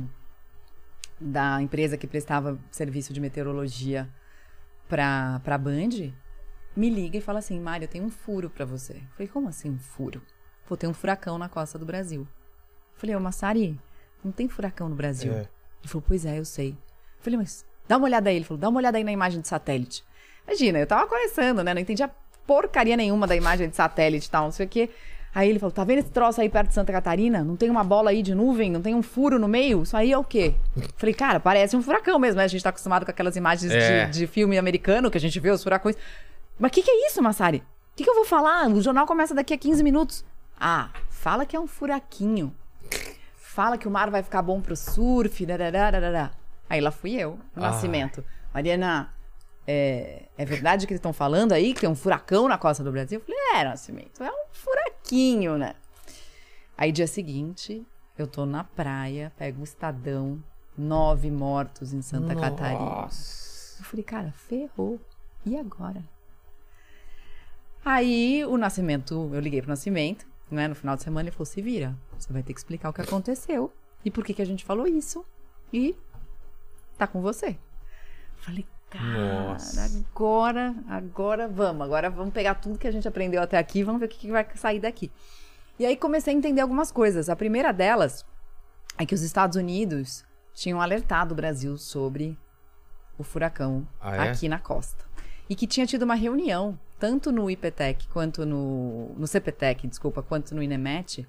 da empresa que prestava serviço de meteorologia pra Band me liga e fala assim, Mari, eu tenho um furo pra você. Eu falei, como assim um furo? Pô, tem um furacão na costa do Brasil. Eu falei, Massari, não tem furacão no Brasil. Ele falou, pois é, eu sei. Eu falei, mas dá uma olhada aí. Ele falou, dá uma olhada aí na imagem de satélite. Imagina, eu tava começando, né? Não entendia porcaria nenhuma da imagem de satélite e tal, não sei o quê. Aí ele falou, tá vendo esse troço aí perto de Santa Catarina? Não tem uma bola aí de nuvem? Não tem um furo no meio? Isso aí é o quê? Falei, cara, parece um furacão mesmo, né? A gente tá acostumado com aquelas imagens de filme americano, que a gente vê os furacões. Mas o que é isso, Massari? O que eu vou falar? O jornal começa daqui a 15 minutos. Fala que é um furaquinho. Fala que o mar vai ficar bom pro surf. Dararara. Aí lá fui eu, no Nascimento. Mariana... É verdade que eles estão falando aí que tem um furacão na costa do Brasil? Eu falei, Nascimento, é um furaquinho, né? Aí dia seguinte, eu tô na praia, pego o Estadão, 9 mortos em Santa Catarina. Eu falei, cara, ferrou. E agora? Aí o Nascimento, eu liguei pro Nascimento, né, no final de semana, ele falou, se vira, você vai ter que explicar o que aconteceu e por que a gente falou isso e tá com você. Falei, cara, agora vamos pegar tudo que a gente aprendeu até aqui, vamos ver o que vai sair daqui. E aí comecei a entender algumas coisas. A primeira delas é que os Estados Unidos tinham alertado o Brasil sobre o furacão aqui na costa. E que tinha tido uma reunião, tanto no IPTEC quanto no CPTEC, quanto no INEMET,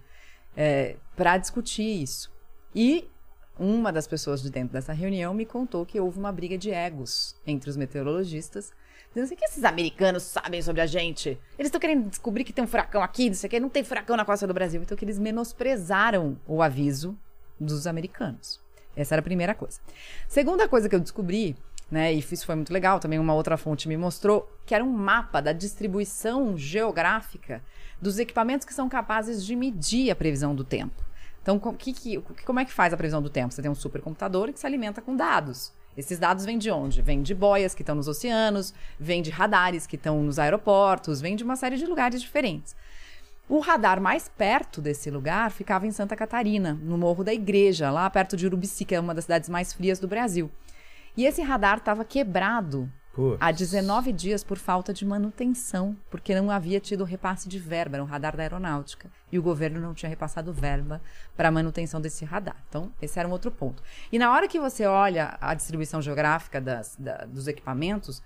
para discutir isso. E uma das pessoas de dentro dessa reunião me contou que houve uma briga de egos entre os meteorologistas, dizendo assim, que esses americanos sabem sobre a gente? Eles estão querendo descobrir que tem um furacão aqui, não sei o que, não tem furacão na costa do Brasil. Então que eles menosprezaram o aviso dos americanos. Essa era a primeira coisa. Segunda coisa que eu descobri, né, e isso foi muito legal, também uma outra fonte me mostrou, que era um mapa da distribuição geográfica dos equipamentos que são capazes de medir a previsão do tempo. Então, como é que faz a previsão do tempo? Você tem um supercomputador que se alimenta com dados. Esses dados vêm de onde? Vêm de boias que estão nos oceanos, vêm de radares que estão nos aeroportos, vêm de uma série de lugares diferentes. O radar mais perto desse lugar ficava em Santa Catarina, no Morro da Igreja, lá perto de Urubici, que é uma das cidades mais frias do Brasil. E esse radar estava quebrado há 19 dias por falta de manutenção, porque não havia tido repasse de verba, era um radar da aeronáutica. E o governo não tinha repassado verba para a manutenção desse radar. Então, esse era um outro ponto. E na hora que você olha a distribuição geográfica dos equipamentos,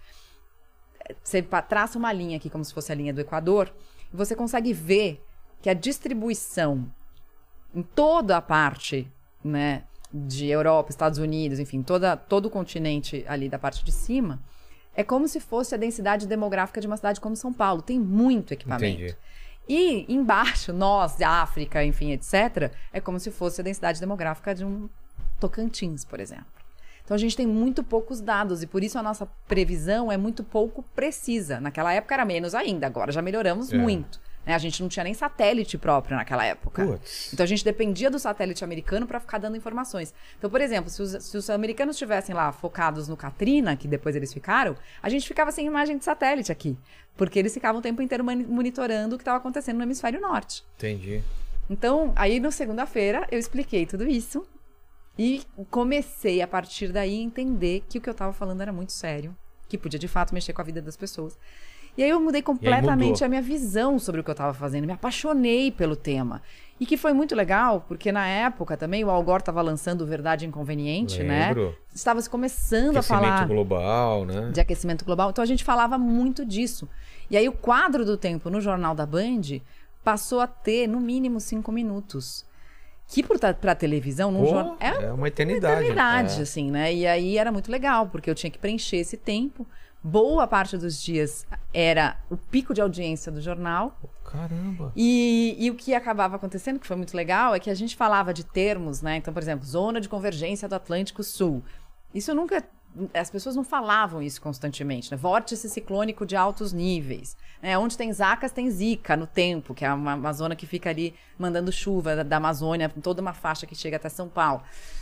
você traça uma linha aqui, como se fosse a linha do Equador, e você consegue ver que a distribuição em toda a parte, né, de Europa, Estados Unidos, enfim, todo o continente ali da parte de cima, é como se fosse a densidade demográfica de uma cidade como São Paulo. Tem muito equipamento. Entendi. E embaixo, nós, África, enfim, etc., é como se fosse a densidade demográfica de um Tocantins, por exemplo. Então a gente tem muito poucos dados e por isso a nossa previsão é muito pouco precisa. Naquela época era menos ainda, agora já melhoramos muito. Né? A gente não tinha nem satélite próprio naquela época. Putz. Então a gente dependia do satélite americano para ficar dando informações. Então, por exemplo, se os americanos estivessem lá focados no Katrina, que depois eles ficaram, a gente ficava sem imagem de satélite aqui. Porque eles ficavam o tempo inteiro monitorando o que estava acontecendo no hemisfério norte. Entendi. Então, aí na segunda-feira eu expliquei tudo isso. E comecei, a partir daí, a entender que o que eu estava falando era muito sério. Que podia, de fato, mexer com a vida das pessoas. E aí eu mudei completamente a minha visão sobre o que eu estava fazendo. Me apaixonei pelo tema. E que foi muito legal, porque na época também o Al Gore estava lançando Verdade Inconveniente, né? Estava se começando a falar... Aquecimento global, né? De aquecimento global. Então a gente falava muito disso. E aí o quadro do tempo no Jornal da Band passou a ter, no mínimo, 5 minutos. Que pra televisão, num jornal... É uma eternidade. Uma eternidade, assim, né? E aí era muito legal, porque eu tinha que preencher esse tempo. Boa parte dos dias era o pico de audiência do jornal. Caramba! E o que acabava acontecendo, que foi muito legal, é que a gente falava de termos, né? Então, por exemplo, zona de convergência do Atlântico Sul. Isso nunca... As pessoas não falavam isso constantemente, né? Vórtice ciclônico de altos níveis. Né? Onde tem Zacas, tem Zika no tempo, que é uma zona que fica ali mandando chuva da Amazônia, toda uma faixa que chega até São Paulo.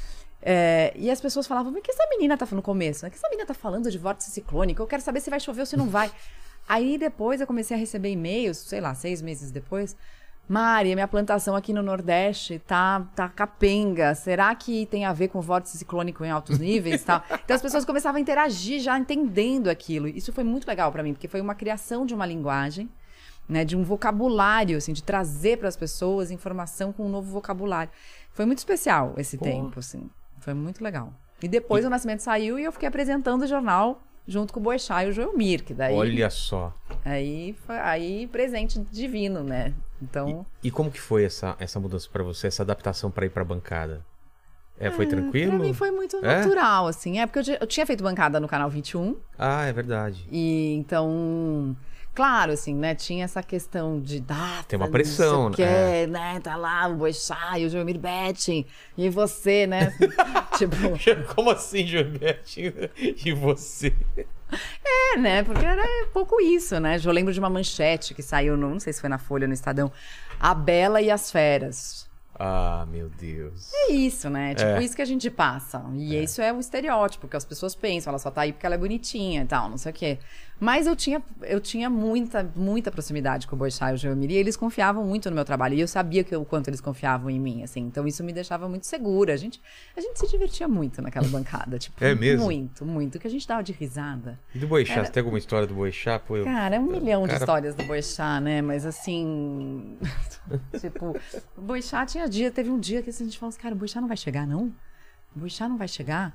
E as pessoas falavam, mas o que essa menina tá falando no começo? O que essa menina tá falando de vórtice ciclônico? Eu quero saber se vai chover ou se não vai. Aí depois eu comecei a receber e-mails, sei lá, 6 meses depois. Mari, minha plantação aqui no Nordeste tá capenga. Será que tem a ver com vórtice ciclônico em altos níveis? Tal? Então as pessoas começavam a interagir já entendendo aquilo. Isso foi muito legal para mim, porque foi uma criação de uma linguagem, né, de um vocabulário, assim, de trazer para as pessoas informação com um novo vocabulário. Foi muito especial esse tempo, assim. Foi muito legal. E depois o Nascimento saiu e eu fiquei apresentando o jornal junto com o Boechat e o Joelmir, que daí... Olha só. Aí presente divino, né? Então... E como que foi essa mudança pra você, essa adaptação pra ir pra bancada? Foi tranquilo? Pra mim foi muito natural, assim. Porque eu tinha feito bancada no Canal 21. Ah, é verdade. E então... Claro, assim, né? Tinha essa questão de data. Tem uma pressão, né? Tá lá o Boechat e o Joelmir Betting. E você, né? Tipo... Como assim, Joelmir Betting? E você? Né? Porque era pouco isso, né? Eu lembro de uma manchete que saiu, não sei se foi na Folha ou no Estadão. A Bela e as Feras. Ah, meu Deus. É isso, né? Tipo, isso que a gente passa. E isso é o estereótipo que as pessoas pensam. Ela só tá aí porque ela é bonitinha e tal, não sei o quê. Mas eu tinha muita proximidade com o Boechat e o Joelmir, e eles confiavam muito no meu trabalho. E eu sabia o quanto eles confiavam em mim, assim. Então isso me deixava muito segura. A gente se divertia muito naquela bancada. Tipo, É mesmo? Muito. Que a gente dava de risada. E do Boechat? Você tem alguma história do Boechat? Pô, Cara, é um milhão de histórias do Boechat, né? Mas assim... tipo, o Boechat teve um dia que assim, a gente falou assim, cara, o Boechat não vai chegar, não? O Boechat não vai chegar?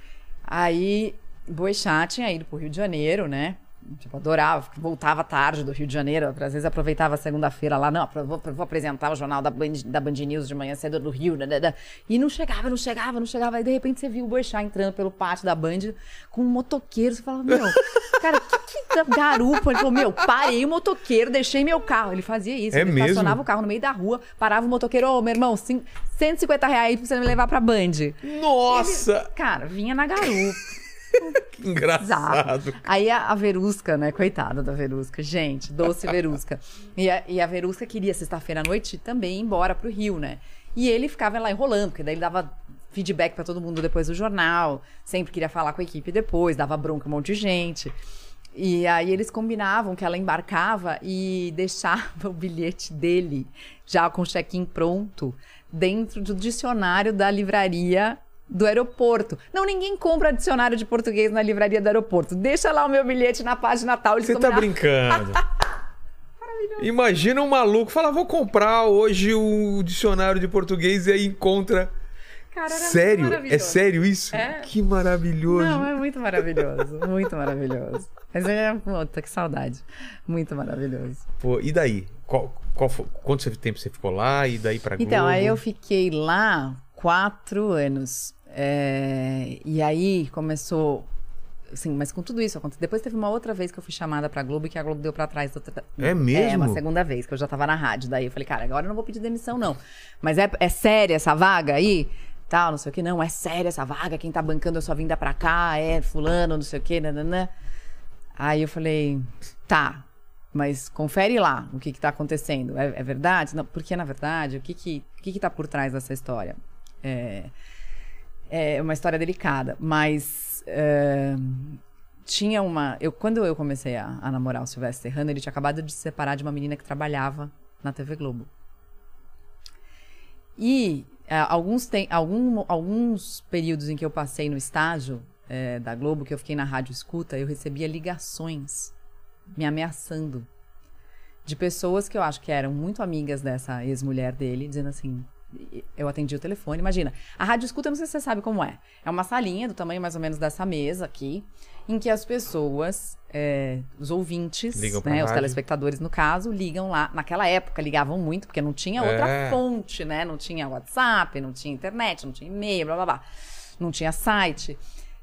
Aí, o Boechat tinha ido pro Rio de Janeiro, né? Tipo, adorava, voltava tarde do Rio de Janeiro, às vezes aproveitava a segunda-feira lá, não, vou apresentar o jornal da Band News de manhã cedo do Rio, e não chegava, aí de repente você viu o Boechat entrando pelo pátio da Band com um motoqueiro, você falava, meu, cara, que garupa, ele falou, meu, parei o motoqueiro, deixei meu carro, ele fazia isso, ele estacionava o carro no meio da rua, parava o motoqueiro, ô, meu irmão, R$150 pra você me levar pra Band. Nossa! Ele, cara, vinha na garupa. Que engraçado. Aí a Verusca, né? Coitada da Verusca. Gente, doce Verusca. E a Verusca queria, sexta-feira à noite, também ir embora pro Rio, né? E ele ficava lá enrolando, porque daí ele dava feedback pra todo mundo depois do jornal, sempre queria falar com a equipe depois, dava bronca um monte de gente. E aí eles combinavam que ela embarcava e deixava o bilhete dele, já com o check-in pronto, dentro do dicionário da livraria do aeroporto. Não, ninguém compra dicionário de português na livraria do aeroporto. Deixa lá o meu bilhete na página tal. Você tá brincando. Imagina um maluco falar, vou comprar hoje o dicionário de português e aí encontra... Cara, era sério? muito maravilhoso. É sério isso? É. Que maravilhoso. Não, é muito maravilhoso. Muito maravilhoso. Mas puta, que saudade. Muito maravilhoso. Pô, e daí? Quanto tempo você ficou lá? E daí pra Globo? Então, aí eu fiquei lá 4 anos. E aí começou... Assim, mas com tudo isso aconteceu. Depois teve uma outra vez que eu fui chamada pra Globo e que a Globo deu pra trás. É mesmo? É, uma segunda vez, que eu já tava na rádio. Daí eu falei, cara, agora eu não vou pedir demissão, não. Mas é séria essa vaga aí? Tal, não sei o que. Não, é séria essa vaga. Quem tá bancando a sua vinda pra cá é fulano, não sei o que, nananã. Aí eu falei, tá, mas confere lá o que tá acontecendo. É verdade? Não, porque, na verdade, o que tá por trás dessa história? É uma história delicada, mas tinha uma... Quando eu comecei a namorar o Silvestre Serrano, ele tinha acabado de se separar de uma menina que trabalhava na TV Globo. E alguns períodos em que eu passei no estágio da Globo, que eu fiquei na rádio escuta, eu recebia ligações me ameaçando de pessoas que eu acho que eram muito amigas dessa ex-mulher dele, dizendo assim... Eu atendi o telefone, imagina. A rádio escuta, não sei se você sabe como é. É uma salinha do tamanho mais ou menos dessa mesa aqui, em que as pessoas, os ouvintes, né, os telespectadores no caso, ligam lá. Naquela época ligavam muito, porque não tinha outra fonte, né? Não tinha WhatsApp, não tinha internet, não tinha e-mail, blá blá blá. Não tinha site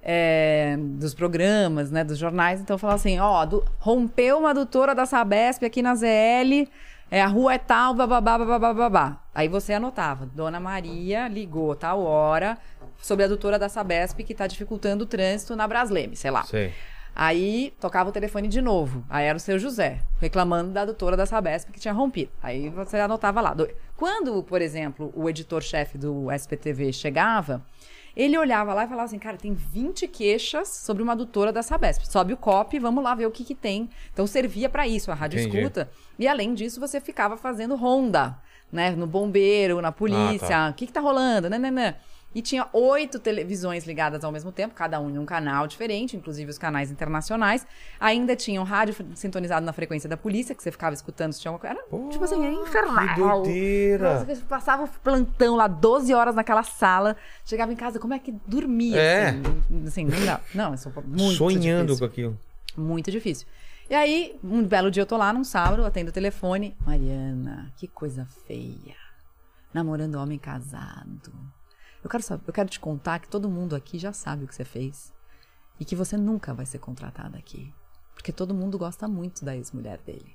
dos programas, né, dos jornais. Então eu falava assim, rompeu uma adutora da Sabesp aqui na ZL... a rua é tal, bababá, bababá, babá. Aí você anotava, Dona Maria ligou tal hora sobre a adutora da Sabesp que tá dificultando o trânsito na Brasleme, sei lá. Sei. Aí tocava o telefone de novo. Aí era o seu José, reclamando da adutora da Sabesp que tinha rompido. Aí você anotava lá. Quando, por exemplo, o editor-chefe do SPTV chegava, ele olhava lá e falava assim, cara, tem 20 queixas sobre uma adutora da Sabesp. Sobe o copy, vamos lá ver o que tem. Então servia para isso, a rádio escuta. E além disso, você ficava fazendo ronda, né? No bombeiro, na polícia. O que tá rolando? Nananã. E tinha 8 televisões ligadas ao mesmo tempo, cada um em um canal diferente, inclusive os canais internacionais. Ainda tinha um rádio sintonizado na frequência da polícia, que você ficava escutando se tinha alguma coisa. Era, tipo assim, era infernal. Que doideira! Você passava plantão lá 12 horas naquela sala, chegava em casa, como é que dormia? Assim, não dá. Não, isso é muito sonhando difícil. Com aquilo. Muito difícil. E aí, um belo dia eu tô lá num sábado, atendo o telefone. Mariana, que coisa feia. Namorando homem casado. Eu quero te contar que todo mundo aqui já sabe o que você fez. E que você nunca vai ser contratada aqui. Porque todo mundo gosta muito da ex-mulher dele.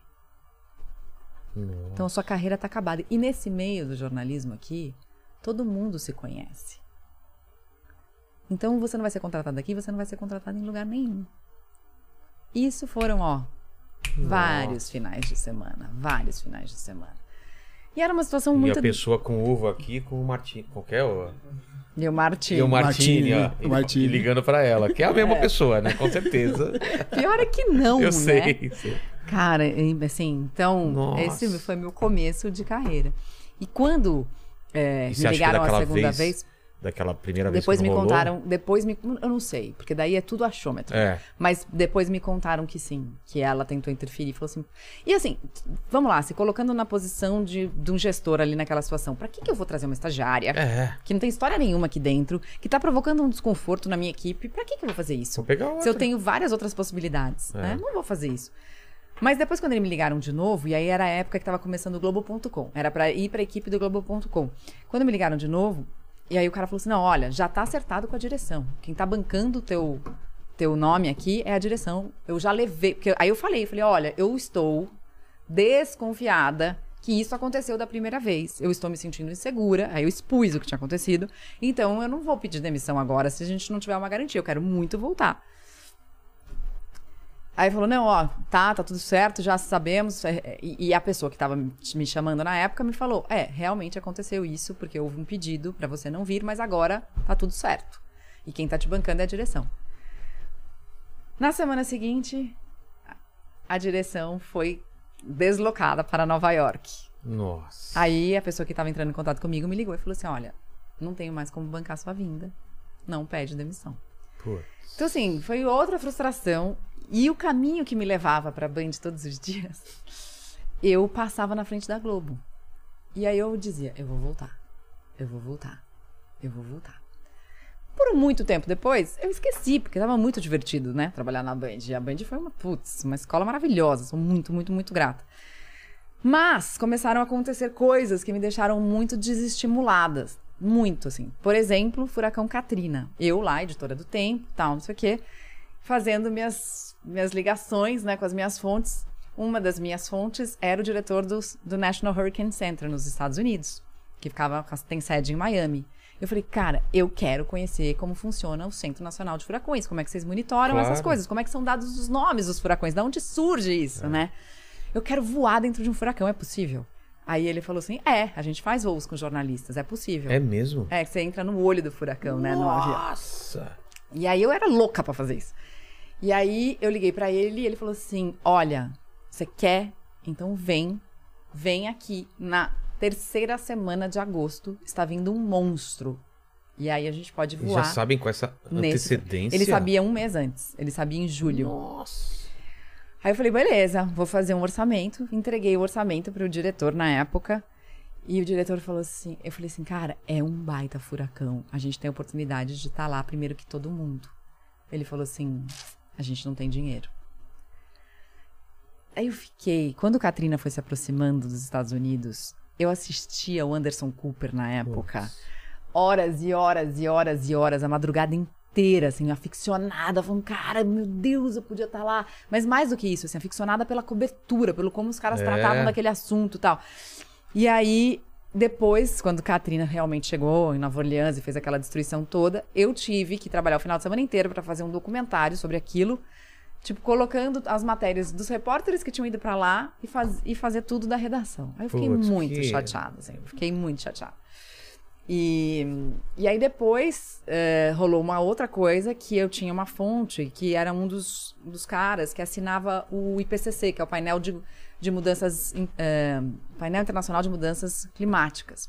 Nossa. Então a sua carreira tá acabada. E nesse meio do jornalismo aqui, todo mundo se conhece. Então você não vai ser contratada aqui, você não vai ser contratada em lugar nenhum. Isso foram, vários finais de semana. Vários finais de semana. E era uma situação E muito... a pessoa com uva aqui, com o Martini. Qualquer o... E o Martim. E o Martini, ó. O Martini. E ligando pra ela, que é a mesma pessoa, né? Com certeza. Pior é que não, Eu né? sei. Cara, assim, então, Nossa. esse foi meu começo de carreira. E quando E me você acha que ligaram a daquela segunda vez, daquela primeira vez depois que me não rolou? contaram, eu não sei, porque daí é tudo achômetro. É. Mas depois me contaram que sim, que ela tentou interferir, falou assim. E assim, vamos lá, se colocando na posição de um gestor ali naquela situação, pra que eu vou trazer uma estagiária que não tem história nenhuma aqui dentro, que tá provocando um desconforto na minha equipe, pra que eu vou fazer isso? Vou pegar outra. Se eu tenho várias outras possibilidades, né? Não vou fazer isso. Mas depois, quando eles me ligaram de novo, e aí era a época que tava começando o Globo.com, era pra ir pra equipe do Globo.com. Quando me ligaram de novo, e aí o cara falou assim, não, olha, já tá acertado com a direção. Quem tá bancando o teu nome aqui é a direção. Eu já levei... Porque aí eu falei, olha, eu estou desconfiada que isso aconteceu da primeira vez. Eu estou me sentindo insegura, aí eu expus o que tinha acontecido. Então, eu não vou pedir demissão agora se a gente não tiver uma garantia. Eu quero muito voltar. Aí falou, não, ó, tá tudo certo, já sabemos. E a pessoa que tava me chamando na época me falou, realmente aconteceu isso, porque houve um pedido pra você não vir, mas agora tá tudo certo. E quem tá te bancando é a direção. Na semana seguinte, a direção foi deslocada para Nova York. Nossa. Aí a pessoa que tava entrando em contato comigo me ligou e falou assim, olha, não tenho mais como bancar sua vinda, não pede demissão. Putz. Então assim, foi outra frustração. E o caminho que me levava pra Band todos os dias, eu passava na frente da Globo. E aí eu dizia, eu vou voltar. Por muito tempo depois, eu esqueci, porque tava muito divertido, né? Trabalhar na Band. E a Band foi uma escola maravilhosa. Sou muito, muito, muito grata. Mas começaram a acontecer coisas que me deixaram muito desestimuladas. Muito, assim. Por exemplo, Furacão Katrina. Eu lá, editora do Tempo, tal, não sei o quê, fazendo minhas ligações, né, com as minhas fontes. Uma das minhas fontes era o diretor do National Hurricane Center nos Estados Unidos, que tem sede em Miami. Eu falei, cara, eu quero conhecer como funciona o Centro Nacional de Furacões, como é que vocês monitoram essas coisas, como é que são dados os nomes dos furacões, de onde surge isso, né? Eu quero voar dentro de um furacão, é possível? Aí ele falou assim, a gente faz voos com jornalistas, é possível. É mesmo? É, que você entra no olho do furacão, né, no avião. Nossa! E aí eu era louca pra fazer isso. E aí eu liguei pra ele e ele falou assim, olha, você quer? Então vem aqui. Na terceira semana de agosto está vindo um monstro. E aí a gente pode voar. Já sabem com essa antecedência? Ele sabia um mês antes, ele sabia em julho. Nossa! Aí eu falei, beleza, vou fazer um orçamento. Entreguei o orçamento pro diretor na época. E o diretor falou assim, eu falei assim, cara, é um baita furacão. A gente tem a oportunidade de estar lá primeiro que todo mundo. Ele falou assim, a gente não tem dinheiro. Aí eu fiquei... Quando Katrina foi se aproximando dos Estados Unidos, eu assistia o Anderson Cooper na época. Nossa. Horas e horas e horas e horas, a madrugada inteira, assim, aficionada, falando, cara, meu Deus, eu podia estar lá. Mas mais do que isso, assim, aficionada pela cobertura, pelo como os caras tratavam daquele assunto e tal. E aí... Depois, quando Katrina realmente chegou em Nova Orleans e fez aquela destruição toda, eu tive que trabalhar o final de semana inteiro para fazer um documentário sobre aquilo, tipo, colocando as matérias dos repórteres que tinham ido para lá e fazer tudo da redação. Aí eu fiquei muito chateada, assim, fiquei muito chateada. E aí depois rolou uma outra coisa, que eu tinha uma fonte que era um dos caras que assinava o IPCC, que é o painel de mudanças, painel internacional de mudanças climáticas.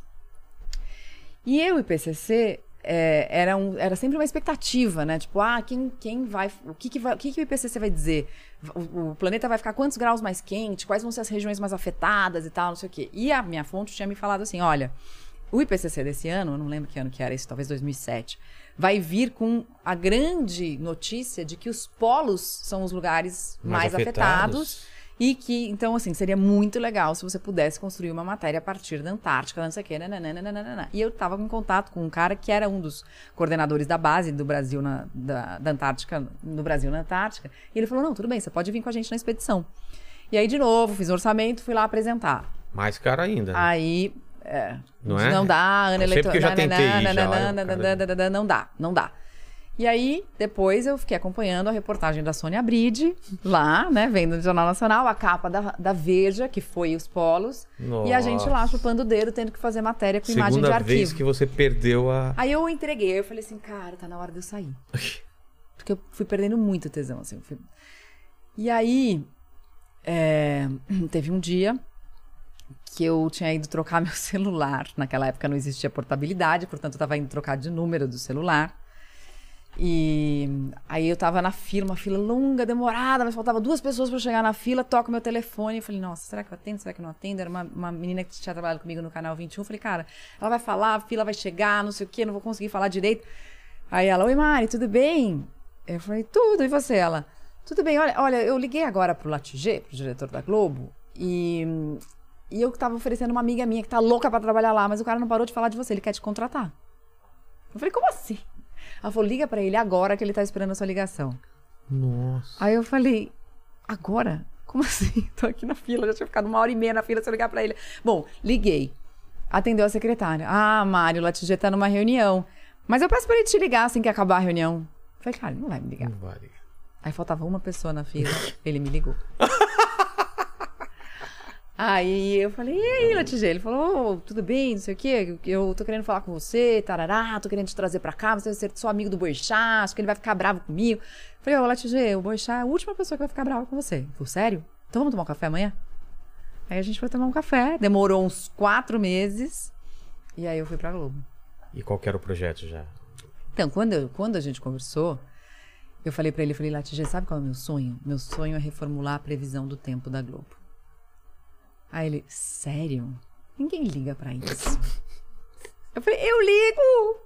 E o IPCC era sempre uma expectativa, né? Tipo, quem vai, o que o IPCC vai dizer? O planeta vai ficar quantos graus mais quente? Quais vão ser as regiões mais afetadas e tal, não sei o quê. E a minha fonte tinha me falado assim, olha, o IPCC desse ano, eu não lembro que ano que era isso, talvez 2007, vai vir com a grande notícia de que os polos são os lugares mais afetados. E que, então, assim, seria muito legal se você pudesse construir uma matéria a partir da Antártica, não sei o quê, nananana. E eu estava em contato com um cara que era um dos coordenadores da base do Brasil da Antártica, no Brasil na Antártica. E ele falou, não, tudo bem, você pode vir com a gente na expedição. E aí, de novo, fiz um orçamento, fui lá apresentar. Mais caro ainda. Né? Aí, não é? Não dá, ano eleitoral. Sempre que eu já tentei não dá. E aí, depois eu fiquei acompanhando a reportagem da Sônia Bride, lá, né, vendo no Jornal Nacional, a capa da Veja, que foi os polos, e a gente lá chupando o dedo, tendo que fazer matéria com imagem de Segunda arquivo. vez que você perdeu a... Aí eu entreguei, eu falei assim, cara, tá na hora de eu sair. Porque eu fui perdendo muito tesão, assim. E aí, teve um dia que eu tinha ido trocar meu celular. Naquela época não existia portabilidade, portanto eu tava indo trocar de número do celular. E aí eu tava na fila, uma fila longa, demorada, mas faltava 2 pessoas pra eu chegar na fila, toco meu telefone, eu falei, nossa, será que eu atendo, será que eu não atendo? Era uma menina que tinha trabalhado comigo no Canal 21, eu falei, cara, ela vai falar, a fila vai chegar, não sei o quê, não vou conseguir falar direito. Aí ela, oi Mari, tudo bem? Eu falei, tudo, e você? Ela, tudo bem, olha, eu liguei agora pro Latigê, pro diretor da Globo, e eu tava oferecendo uma amiga minha que tá louca pra trabalhar lá, mas o cara não parou de falar de você, ele quer te contratar. Eu falei, como assim? Ela falou, liga pra ele agora que ele tá esperando a sua ligação. Nossa. Aí eu falei, agora? Como assim? Tô aqui na fila, já tinha ficado 1h30 na fila se eu ligar pra ele. Bom, liguei. Atendeu a secretária. Ah, Mário, o Latigê tá numa reunião. Mas eu peço pra ele te ligar assim que acabar a reunião. Eu falei, cara, ele não vai me ligar. Não vai ligar. Aí faltava uma pessoa na fila, ele me ligou. Aí eu falei, e aí, Latigê? Ele falou, tudo bem, não sei o quê, eu tô querendo falar com você, tarará, tô querendo te trazer pra cá, você vai ser só amigo do Boixá, acho que ele vai ficar bravo comigo. Eu falei, ô, Latigê, o Boixá é a última pessoa que vai ficar brava com você. Ele falou, sério? Então vamos tomar um café amanhã? Aí a gente foi tomar um café, demorou uns 4 meses, e aí eu fui pra Globo. E qual que era o projeto já? Então, quando a gente conversou, eu falei pra ele, eu falei, Latigê, sabe qual é o meu sonho? Meu sonho é reformular a previsão do tempo da Globo. Aí ele, sério? Ninguém liga pra isso. Eu falei, eu ligo!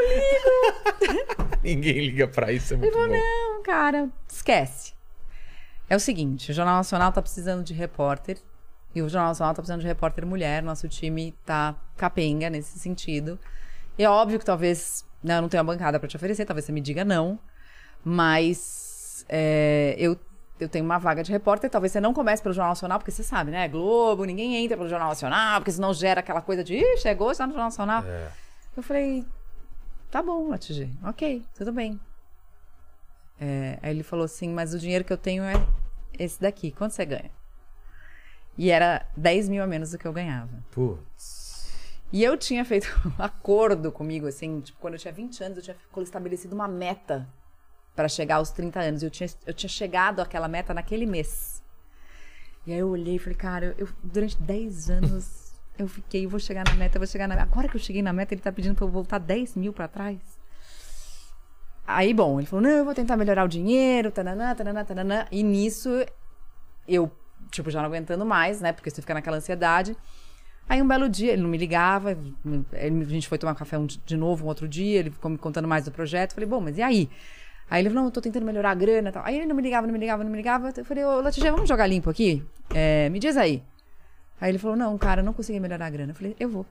Ninguém liga pra isso, é muito Ele falou, bom. não, cara, esquece. É o seguinte, o Jornal Nacional tá precisando de repórter, e o Jornal Nacional tá precisando de repórter mulher, nosso time tá capenga nesse sentido. E é óbvio que talvez, né, eu não tenho uma bancada pra te oferecer, talvez você me diga não, mas eu tenho uma vaga de repórter, talvez você não comece pelo Jornal Nacional, porque você sabe, né? Globo, ninguém entra pelo Jornal Nacional, porque senão gera aquela coisa de, chegou, está no Jornal Nacional. Eu falei, tá bom, Latigê, ok, tudo bem. Aí ele falou assim, mas o dinheiro que eu tenho é esse daqui, quanto você ganha? E era 10 mil a menos do que eu ganhava. Putz. E eu tinha feito um acordo comigo, assim, tipo, quando eu tinha 20 anos, eu tinha estabelecido uma meta para chegar aos 30 anos. Eu tinha chegado àquela meta naquele mês. E aí eu olhei e falei, cara, eu durante 10 anos eu vou chegar na meta, Agora que eu cheguei na meta, ele tá pedindo pra eu voltar 10 mil pra trás. Aí, bom, ele falou, não, eu vou tentar melhorar o dinheiro, tananã. E nisso, eu, tipo, já não aguentando mais, né, porque você fica naquela ansiedade. Aí um belo dia, ele não me ligava, a gente foi tomar café de novo um outro dia, ele ficou me contando mais do projeto. Eu falei, bom, mas e aí? Aí ele falou, não, eu tô tentando melhorar a grana e tal. Aí ele não me ligava. Eu falei, ô, Latigê, vamos jogar limpo aqui? Me diz aí. Aí ele falou, não, cara, eu não consegui melhorar a grana. Eu falei, eu vou.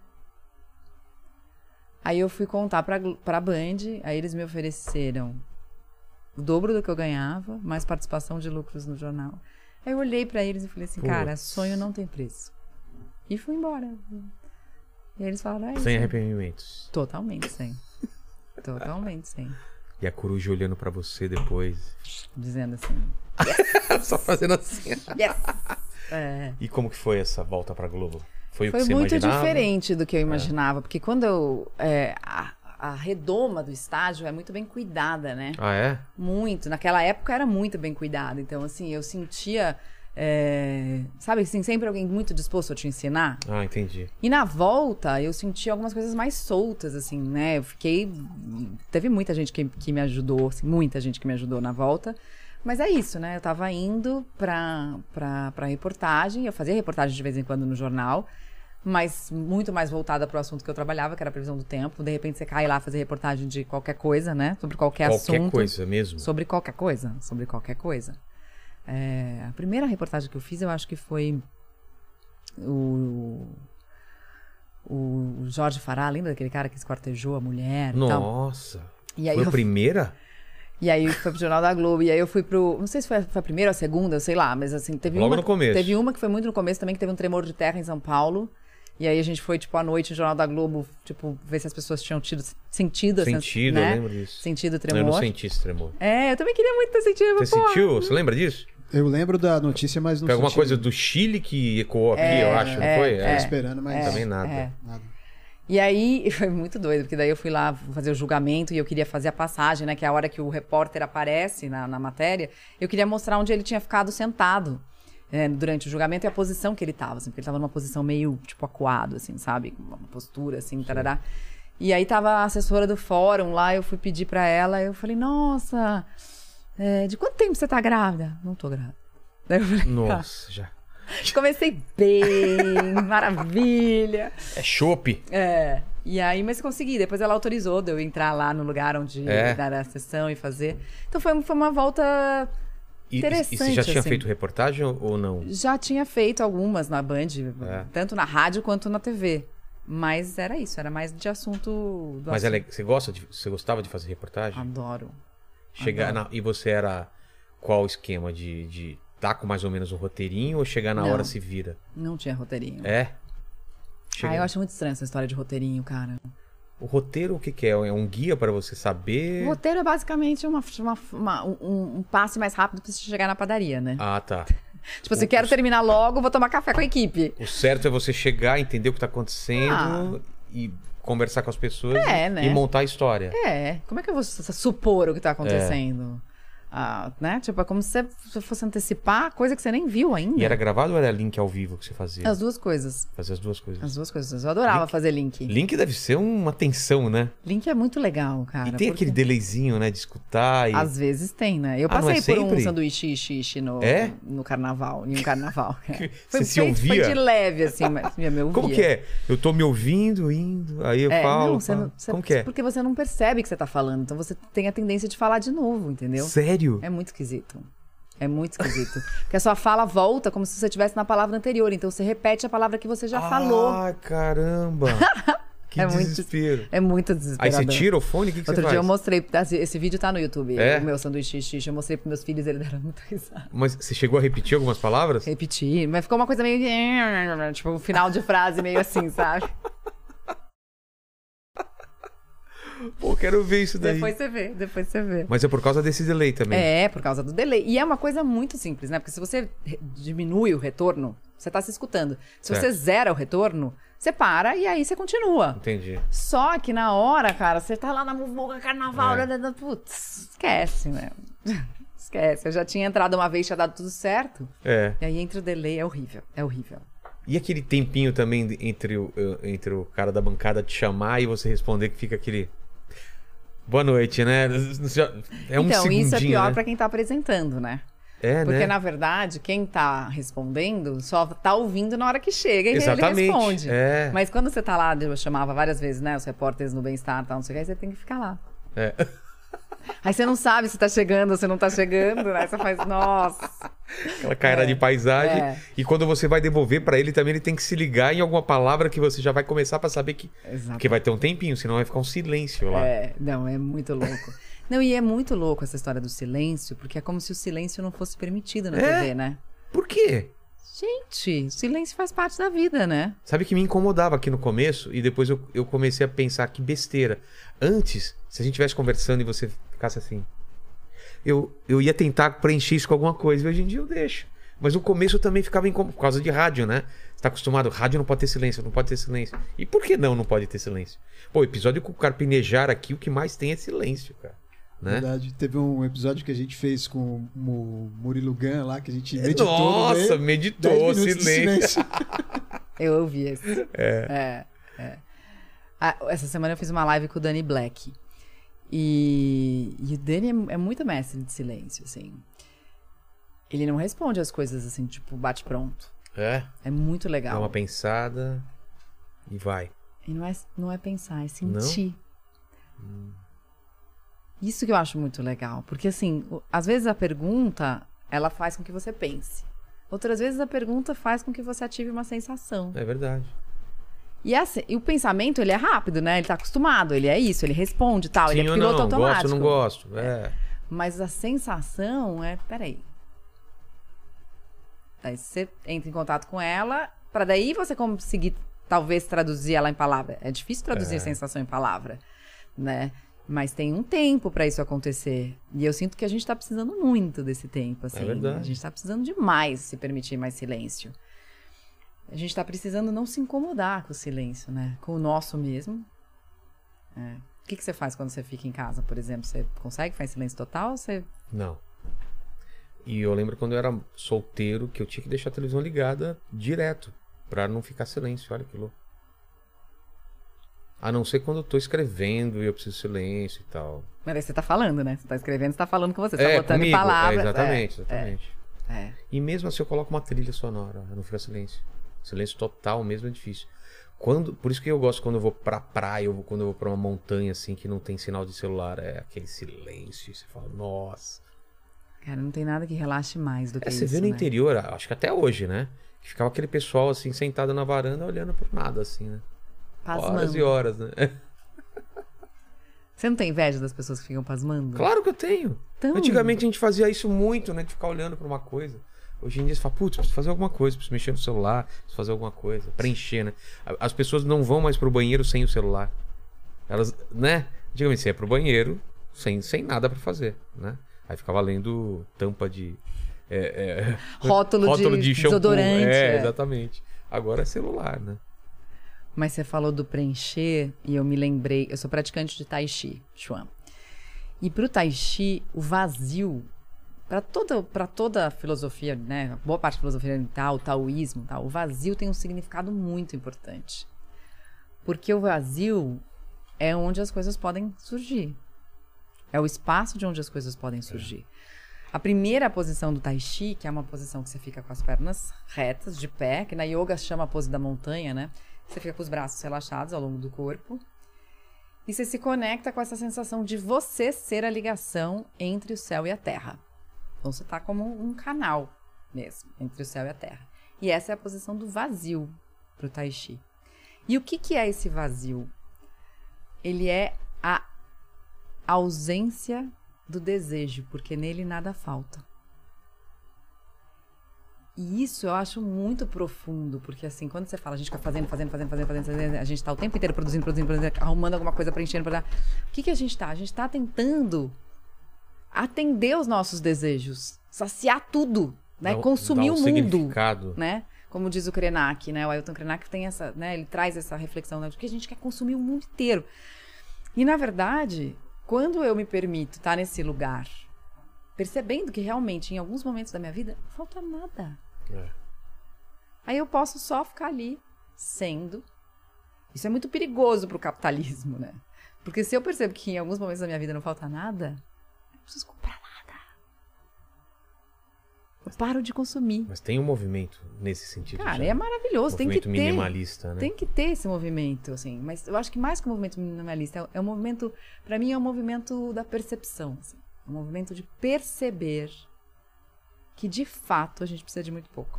Aí eu fui contar pra Band, aí eles me ofereceram o dobro do que eu ganhava, mais participação de lucros no jornal. Aí eu olhei pra eles e falei assim, cara, sonho não tem preço. E fui embora. E aí eles falaram, Sem arrependimentos. Totalmente sem. E a coruja olhando pra você depois. Dizendo assim, Só fazendo assim. yes! E como que foi essa volta pra Globo? Foi o que Foi você muito imaginava? diferente do que eu imaginava, porque quando eu... a redoma do estágio é muito bem cuidada, né? Ah, é? Muito. Naquela época era muito bem cuidada. Então, assim, eu sentia... sabe, assim, sempre alguém muito disposto a te ensinar. Ah, entendi. E na volta, eu senti algumas coisas mais soltas, assim, né? Teve muita gente que me ajudou, assim, muita gente que me ajudou na volta. Mas é isso, né? Eu tava indo pra reportagem, eu fazia reportagem de vez em quando no jornal, mas muito mais voltada pro assunto que eu trabalhava, que era a previsão do tempo. De repente você cai lá fazer reportagem de qualquer coisa, né? Sobre qualquer assunto. Qualquer coisa mesmo? Sobre qualquer coisa. A primeira reportagem que eu fiz, eu acho que foi o Jorge Fará, lembra daquele cara que esquartejou a mulher? Nossa! E aí foi a primeira? E aí foi pro Jornal da Globo, e aí eu fui pro... Não sei se foi a primeira ou a segunda, sei lá, mas assim, teve Logo uma... no começo. Teve uma que foi muito no começo também, que teve um tremor de terra em São Paulo, E aí a gente foi, tipo, à noite no Jornal da Globo, tipo, ver se as pessoas tinham tido sentido. Sentido, né? eu lembro disso. Sentido tremor. Eu não senti esse tremor. Eu também queria muito ter sentido. Você sentiu? Você lembra disso? Eu lembro da notícia, mas não Foi alguma senti. coisa do Chile que ecoou aqui, eu acho, não foi? Tava esperando, mas Também nada. nada. E aí, foi muito doido, porque daí eu fui lá fazer o julgamento e eu queria fazer a passagem, né? Que é a hora que o repórter aparece na matéria. Eu queria mostrar onde ele tinha ficado sentado durante o julgamento e a posição que ele tava, assim, porque ele tava numa posição meio, tipo, acuado, assim, sabe? Uma postura, assim, tarará. E aí tava a assessora do fórum lá, eu fui pedir pra ela, eu falei, nossa, de quanto tempo você tá grávida? Não tô grávida. Daí eu falei, Nossa, já. Comecei bem, maravilha. É chope. E aí, mas consegui. Depois ela autorizou de eu entrar lá no lugar onde dar a sessão e fazer. Então foi uma volta interessante. E você já tinha assim. feito reportagem ou não? Já tinha feito algumas na Band, tanto na rádio quanto na TV. Mas era isso, era mais de assunto do Mas assunto. você gostava de fazer reportagem? Adoro. E você era qual esquema de tá com mais ou menos um roteirinho ou chegar na Não. hora se vira? Não tinha roteirinho. Chega... eu acho muito estranho essa história de roteirinho, cara. O roteiro, o que que é? É um guia para você saber? O roteiro é basicamente um passe mais rápido pra você chegar na padaria, né? Ah, tá. Tipo, se quero terminar logo, vou tomar café com a equipe. O certo é você chegar, entender o que tá acontecendo e conversar com as pessoas né? e montar a história. Como é que eu vou supor o que tá acontecendo? Né? Tipo, é como se você fosse antecipar coisa que você nem viu ainda. E era gravado ou era link ao vivo que você fazia? As duas coisas. Fazia as duas coisas. As duas coisas. Eu adorava fazer link. Link deve ser uma tensão, né? Link é muito legal, cara. E tem aquele delayzinho, né? De escutar e... Às vezes tem, né? Eu não passei é por um sempre? sanduíche xixi no carnaval, em um carnaval. Você se ouvia? Foi de leve, assim, mas me ouvia. Como que é? Eu tô me ouvindo, indo, aí eu falo. Como que é? Porque você não percebe que você tá falando, então você tem a tendência de falar de novo, entendeu? Sério? É muito esquisito. É muito esquisito. Porque a sua fala volta como se você estivesse na palavra anterior. Então você repete a palavra que você já falou. Ah, caramba! Que desespero. É muito Aí desesperador. você tira o fone, o que você Outro faz? dia eu mostrei, esse vídeo tá no YouTube, É? o meu sanduíche xixi, eu mostrei pros meus filhos, eles deram muita risada. Mas você chegou a repetir algumas palavras? Repeti, mas ficou uma coisa meio... Tipo, um final de frase meio assim, sabe? Pô, quero ver isso daí. Depois você vê. Mas é por causa desse delay também. É, por causa do delay. E é uma coisa muito simples, né? Porque se você diminui o retorno, você tá se escutando. Se você zera o retorno, você para e aí você continua. Entendi. Só que na hora, cara, você tá lá na muvuca, carnaval, putz, esquece, né? Esquece. Eu já tinha entrado uma vez, tinha dado tudo certo. E aí entra o delay, é horrível. É horrível. E aquele tempinho também entre o cara da bancada te chamar e você responder que fica aquele... Boa noite, né? É um então, isso é pior, né? pra quem tá apresentando, né? Porque, né? Na verdade, quem tá respondendo só tá ouvindo na hora que chega e exatamente, ele responde. É. Mas quando você tá lá, eu chamava várias vezes, né? Os repórteres no Bem-Estar e tal, não sei o que, aí você tem que ficar lá. Aí você não sabe se tá chegando ou se não tá chegando, né? Você faz, nossa. Aquela cara de paisagem. E quando você vai devolver pra ele também, ele tem que se ligar em alguma palavra que você já vai começar pra saber que... Exato. Porque vai ter um tempinho, senão vai ficar um silêncio lá. Não, é muito louco. Não, e é muito louco essa história do silêncio, porque é como se o silêncio não fosse permitido na TV, né? Por quê? Gente, silêncio faz parte da vida, né? Sabe que me incomodava aqui no começo e depois eu comecei a pensar que besteira. Antes, se a gente estivesse conversando e você ficasse assim, eu ia tentar preencher isso com alguma coisa e hoje em dia eu deixo. Mas no começo eu também ficava incomodado, por causa de rádio, né? Você tá acostumado, rádio não pode ter silêncio, não pode ter silêncio. E por que não pode ter silêncio? Pô, episódio com o Carpinejar aqui, o que mais tem é silêncio, cara. Né? Verdade. Teve um episódio que a gente fez com o Murilo Gun lá, que a gente meditou. Nossa, meditou, silêncio. Eu ouvi esse. Essa semana eu fiz uma live com o Dani Black. E o Dani é muito mestre de silêncio, assim. Ele não responde as coisas assim, tipo, bate pronto. É muito legal. Dá uma pensada e vai. E não é pensar, é sentir. Isso que eu acho muito legal. Porque, assim, às vezes a pergunta, ela faz com que você pense. Outras vezes a pergunta faz com que você ative uma sensação. É verdade. E o pensamento, ele é rápido, né? Ele tá acostumado, ele é isso, ele responde e tal. Sim, ele é piloto automático. Gosto ou não gosto. Mas a sensação é... Peraí. Aí você entra em contato com ela, pra daí você conseguir talvez traduzir ela em palavra. É difícil traduzir sensação em palavra, né? Mas tem um tempo para isso acontecer. E eu sinto que a gente tá precisando muito desse tempo, assim. É verdade. A gente tá precisando demais se permitir mais silêncio. A gente tá precisando não se incomodar com o silêncio, né? Com o nosso mesmo. O que você faz quando você fica em casa, por exemplo? Você consegue fazer silêncio total ou você... Não. E eu lembro quando eu era solteiro que eu tinha que deixar a televisão ligada direto pra não ficar silêncio. Olha que louco. A não ser quando eu tô escrevendo e eu preciso de silêncio e tal. Mas aí você tá falando, né? Você tá escrevendo, você tá falando com você. Você tá botando comigo. em palavras. Exatamente. E mesmo assim eu coloco uma trilha sonora, não fica silêncio. Silêncio total mesmo é difícil. Por isso que eu gosto quando eu vou pra praia, ou quando eu vou pra uma montanha assim que não tem sinal de celular, é aquele silêncio. E você fala, nossa. Cara, não tem nada que relaxe mais do que isso, você vê no interior, acho que até hoje, né? Que ficava aquele pessoal assim, sentado na varanda, olhando por nada, assim, né? Pasmando. Horas e horas, né? Você não tem inveja das pessoas que ficam pasmando? Claro que eu tenho. Então... Antigamente a gente fazia isso muito, né? De ficar olhando pra uma coisa. Hoje em dia você fala, putz, preciso fazer alguma coisa, preciso mexer no celular, preciso fazer alguma coisa, preencher, né? As pessoas não vão mais pro banheiro sem o celular. Elas, né? Antigamente você ia pro banheiro sem nada pra fazer, né? Aí ficava lendo tampa de... Rótulo de shampoo. desodorante. Exatamente. Agora é celular, né? Mas você falou do preencher e eu me lembrei... Eu sou praticante de Tai Chi, Chuan. E pro Tai Chi, o vazio... Para toda a filosofia, né? Boa parte da filosofia oriental, o taoísmo, o vazio tem um significado muito importante. Porque o vazio é onde as coisas podem surgir. É o espaço de onde as coisas podem surgir. A primeira posição do Tai Chi, que é uma posição que você fica com as pernas retas, de pé, que na yoga se chama a pose da montanha, né? Você fica com os braços relaxados ao longo do corpo. E você se conecta com essa sensação de você ser a ligação entre o céu e a terra. Então você está como um canal mesmo, entre o céu e a terra. E essa é a posição do vazio para o Tai Chi. E o que é esse vazio? Ele é a ausência do desejo, porque nele nada falta. E isso eu acho muito profundo, porque assim, quando você fala, a gente fica fazendo, a gente está o tempo inteiro produzindo, arrumando alguma coisa, preenchendo, o que a gente está? A gente está tentando atender os nossos desejos, saciar tudo, né? Consumir o mundo, né? Como diz o Krenak, né? O Ailton Krenak tem essa, né? Ele traz essa reflexão, né? De que a gente quer consumir o mundo inteiro. E na verdade, quando eu me permito estar nesse lugar, percebendo que realmente em alguns momentos da minha vida não falta nada. Aí eu posso só ficar ali sendo. Isso é muito perigoso pro capitalismo, né? Porque se eu percebo que em alguns momentos da minha vida não falta nada, eu não preciso comprar nada. Eu paro de consumir. Mas tem um movimento nesse sentido. Cara, é maravilhoso. Tem que ter. Movimento minimalista, né? Tem que ter esse movimento, assim. Mas eu acho que mais que o movimento minimalista, é um movimento, pra mim, é um movimento da percepção, assim. É um movimento de perceber que, de fato, a gente precisa de muito pouco.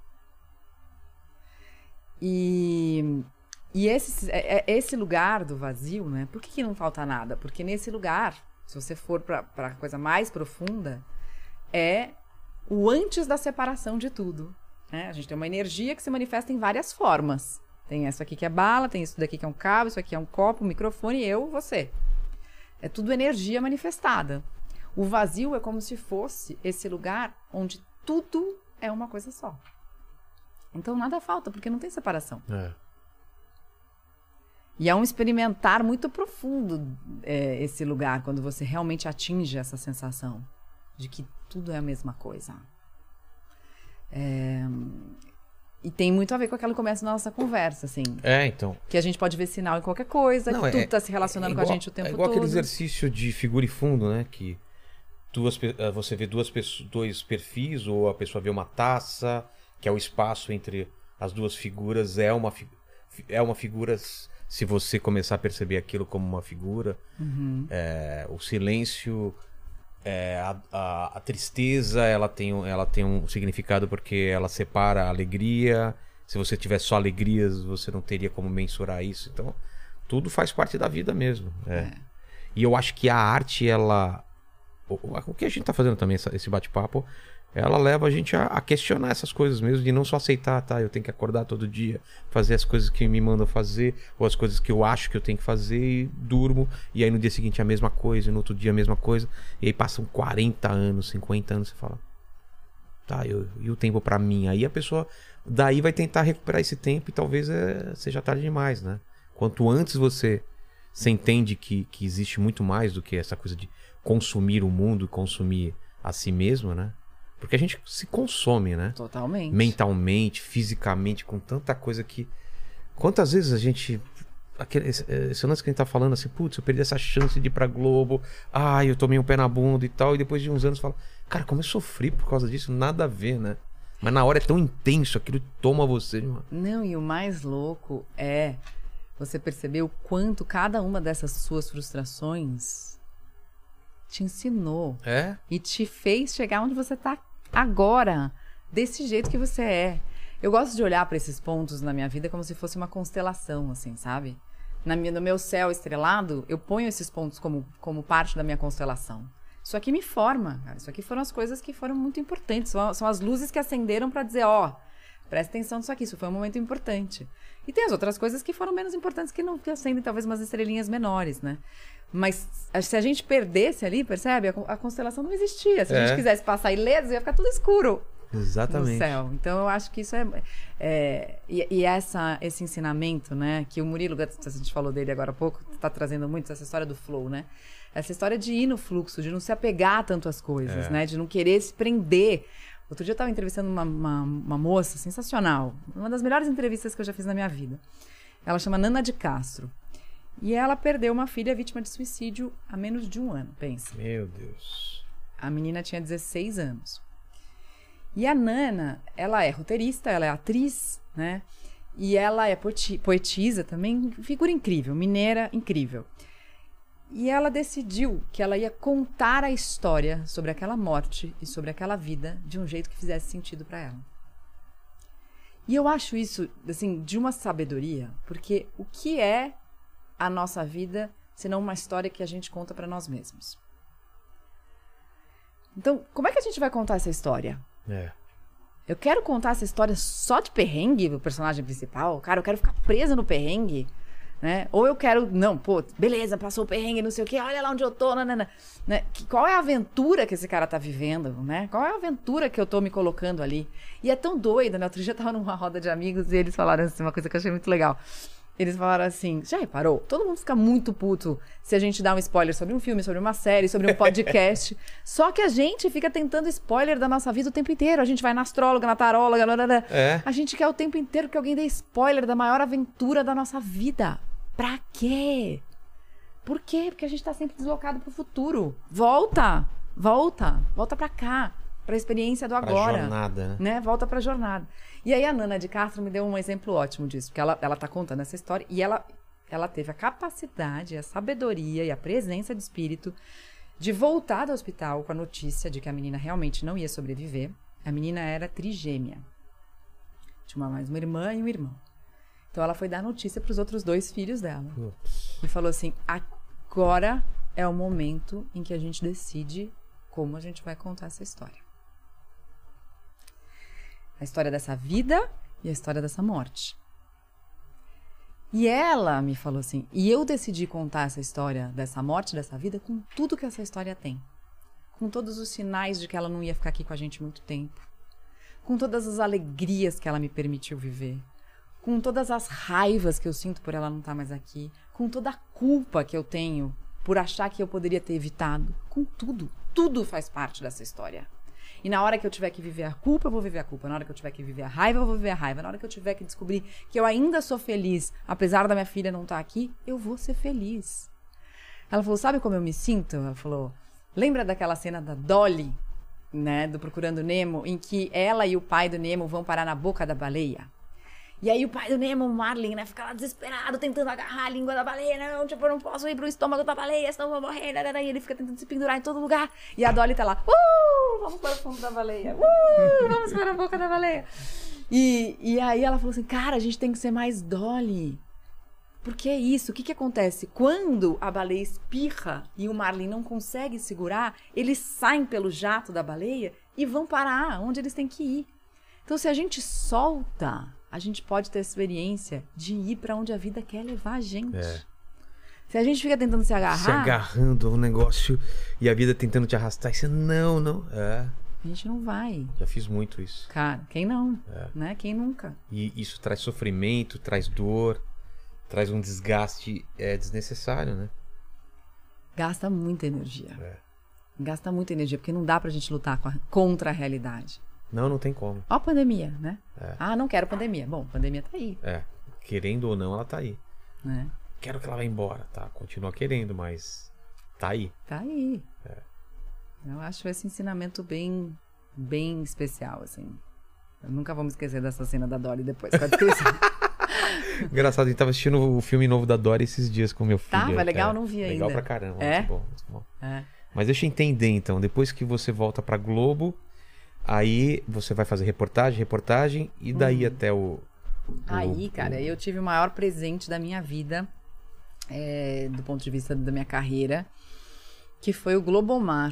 E esse lugar do vazio, né? Por que não falta nada? Porque nesse lugar, se você for pra coisa mais profunda, é o antes da separação de tudo. Né? A gente tem uma energia que se manifesta em várias formas. Tem isso aqui que é bala, tem isso daqui que é um cabo, isso aqui é um copo, um microfone, eu, você. É tudo energia manifestada. O vazio é como se fosse esse lugar onde tudo é uma coisa só. Então nada falta, porque não tem separação. E é um experimentar muito profundo esse lugar, quando você realmente atinge essa sensação de que tudo é a mesma coisa. E tem muito a ver com aquilo que começa na nossa conversa, assim. Então. Que a gente pode ver sinal em qualquer coisa, que tudo está se relacionando com a gente o tempo todo. É igual aquele exercício de figura e fundo, né? Que você vê dois perfis, ou a pessoa vê uma taça, que é o espaço entre as duas figuras, é uma figura, se você começar a perceber aquilo como uma figura. O silêncio, a tristeza, ela tem um significado porque ela separa a alegria. Se você tivesse só alegrias, você não teria como mensurar isso. Então, tudo faz parte da vida mesmo. E eu acho que a arte, ela... O que a gente está fazendo também, esse bate-papo, ela leva a gente a questionar essas coisas mesmo, de não só aceitar, tá, eu tenho que acordar todo dia, fazer as coisas que me mandam fazer, ou as coisas que eu acho que eu tenho que fazer, e durmo, e aí no dia seguinte a mesma coisa, e no outro dia a mesma coisa, e aí passam 40 anos, 50 anos, você fala, tá, e o tempo pra mim? Aí a pessoa daí vai tentar recuperar esse tempo e talvez seja tarde demais, né? Quanto antes você entende que existe muito mais do que essa coisa de consumir o mundo, consumir a si mesmo, né? Porque a gente se consome, né? Totalmente. Mentalmente, fisicamente, com tanta coisa que... Quantas vezes a gente... Esse lance que a gente tá falando assim, putz, eu perdi essa chance de ir pra Globo, eu tomei um pé na bunda e tal, e depois de uns anos fala, cara, como eu sofri por causa disso, nada a ver, né? Mas na hora é tão intenso, aquilo toma você, mano. Não, e o mais louco é você perceber o quanto cada uma dessas suas frustrações te ensinou. É? E te fez chegar onde você tá agora, desse jeito que você é. Eu gosto de olhar para esses pontos na minha vida como se fosse uma constelação, assim, sabe? No meu céu estrelado, eu ponho esses pontos como parte da minha constelação. Isso aqui me forma, cara. Isso aqui foram as coisas que foram muito importantes. São as luzes que acenderam para dizer, presta atenção nisso aqui, isso foi um momento importante. E tem as outras coisas que foram menos importantes, que acendem talvez umas estrelinhas menores, né? Mas se a gente perdesse ali, percebe? A constelação não existia. Se a gente quisesse passar ileso, ia ficar tudo escuro. Exatamente. No céu. Então eu acho que isso esse ensinamento, né? Que o Murilo, a gente falou dele agora há pouco, tá trazendo muito essa história do flow, né? Essa história de ir no fluxo, de não se apegar tanto às coisas, né? De não querer se prender. Outro dia eu estava entrevistando uma moça sensacional. Uma das melhores entrevistas que eu já fiz na minha vida. Ela chama Nana de Castro. E ela perdeu uma filha vítima de suicídio há menos de um ano, pensa. Meu Deus. A menina tinha 16 anos. E a Nana, ela é roteirista, ela é atriz, né? E ela é poetisa também, figura incrível, mineira incrível. E ela decidiu que ela ia contar a história sobre aquela morte e sobre aquela vida de um jeito que fizesse sentido para ela. E eu acho isso, assim, de uma sabedoria, porque o que é a nossa vida senão uma história que a gente conta para nós mesmos? Então, como é que a gente vai contar essa história? Eu quero contar essa história só de perrengue do personagem principal? Cara, eu quero ficar presa no perrengue? Né? Ou eu quero, não, beleza, passou o perrengue, não sei o quê, olha lá onde eu tô, né? Qual é a aventura que esse cara tá vivendo, né? Qual é a aventura que eu tô me colocando ali? E é tão doida, né? Outro dia eu tava numa roda de amigos e eles falaram assim, uma coisa que eu achei muito legal. Eles falaram assim, já reparou? Todo mundo fica muito puto se a gente dá um spoiler sobre um filme, sobre uma série, sobre um podcast. Só que a gente fica tentando spoiler da nossa vida o tempo inteiro. A gente vai na astróloga, na taróloga, a gente quer o tempo inteiro que alguém dê spoiler da maior aventura da nossa vida. Pra quê? Por quê? Porque a gente tá sempre deslocado pro futuro. Volta pra cá. Pra experiência do agora. Pra jornada, né? Volta pra jornada. E aí a Nana de Castro me deu um exemplo ótimo disso, porque ela tá contando essa história e ela teve a capacidade, a sabedoria e a presença de espírito de voltar do hospital com a notícia de que a menina realmente não ia sobreviver. A menina era trigêmea. Tinha mais uma irmã e um irmão. Então ela foi dar notícia pros outros 2 filhos dela. E falou assim, agora é o momento em que a gente decide como a gente vai contar essa história. A história dessa vida e a história dessa morte. E ela me falou assim, e eu decidi contar essa história dessa morte, dessa vida, com tudo que essa história tem. Com todos os sinais de que ela não ia ficar aqui com a gente muito tempo. Com todas as alegrias que ela me permitiu viver. Com todas as raivas que eu sinto por ela não estar mais aqui. Com toda a culpa que eu tenho por achar que eu poderia ter evitado. Com tudo. Tudo faz parte dessa história. E na hora que eu tiver que viver a culpa, eu vou viver a culpa. Na hora que eu tiver que viver a raiva, eu vou viver a raiva. Na hora que eu tiver que descobrir que eu ainda sou feliz, apesar da minha filha não estar aqui, eu vou ser feliz. Ela falou, sabe como eu me sinto? Ela falou, lembra daquela cena da Dolly, né, do Procurando Nemo, em que ela e o pai do Nemo vão parar na boca da baleia? E aí o pai do Nemo, o Marlin, né, fica lá desesperado, tentando agarrar a língua da baleia. Não, tipo, eu não posso ir pro estômago da baleia, senão eu vou morrer. E ele fica tentando se pendurar em todo lugar. E a Dolly tá lá, vamos para o fundo da baleia. Vamos para a boca da baleia. E aí ela falou assim, cara, a gente tem que ser mais Dolly. Porque é isso, o que acontece? Quando a baleia espirra e o marlin não consegue segurar, eles saem pelo jato da baleia e vão parar onde eles têm que ir. Então, se a gente solta, a gente pode ter a experiência de ir para onde a vida quer levar a gente. Se a gente fica tentando se agarrar... Se agarrando ao negócio e a vida tentando te arrastar. E você, não. A gente não vai. Já fiz muito isso. Cara, quem não? Né? Quem nunca? E isso traz sofrimento, traz dor, traz um desgaste desnecessário, né? Gasta muita energia. Gasta muita energia, porque não dá pra gente lutar contra a realidade. Não tem como. Ó a pandemia, né? Ah, não quero pandemia. Bom, pandemia tá aí. Querendo ou não, ela tá aí. Né? Quero que ela vá embora, tá? Continua querendo, mas tá aí. Tá aí. Eu acho esse ensinamento bem, bem especial, assim. Eu nunca vou me esquecer dessa cena da Dory depois. Engraçado, a gente tava assistindo o filme novo da Dory esses dias com meu filho. Tá, legal, não vi ainda. Legal pra caramba, muito bom. Mas deixa eu entender, então. Depois que você volta pra Globo, aí você vai fazer reportagem, e daí até Aí, cara, eu tive o maior presente da minha vida, do ponto de vista da minha carreira, que foi o Globomar.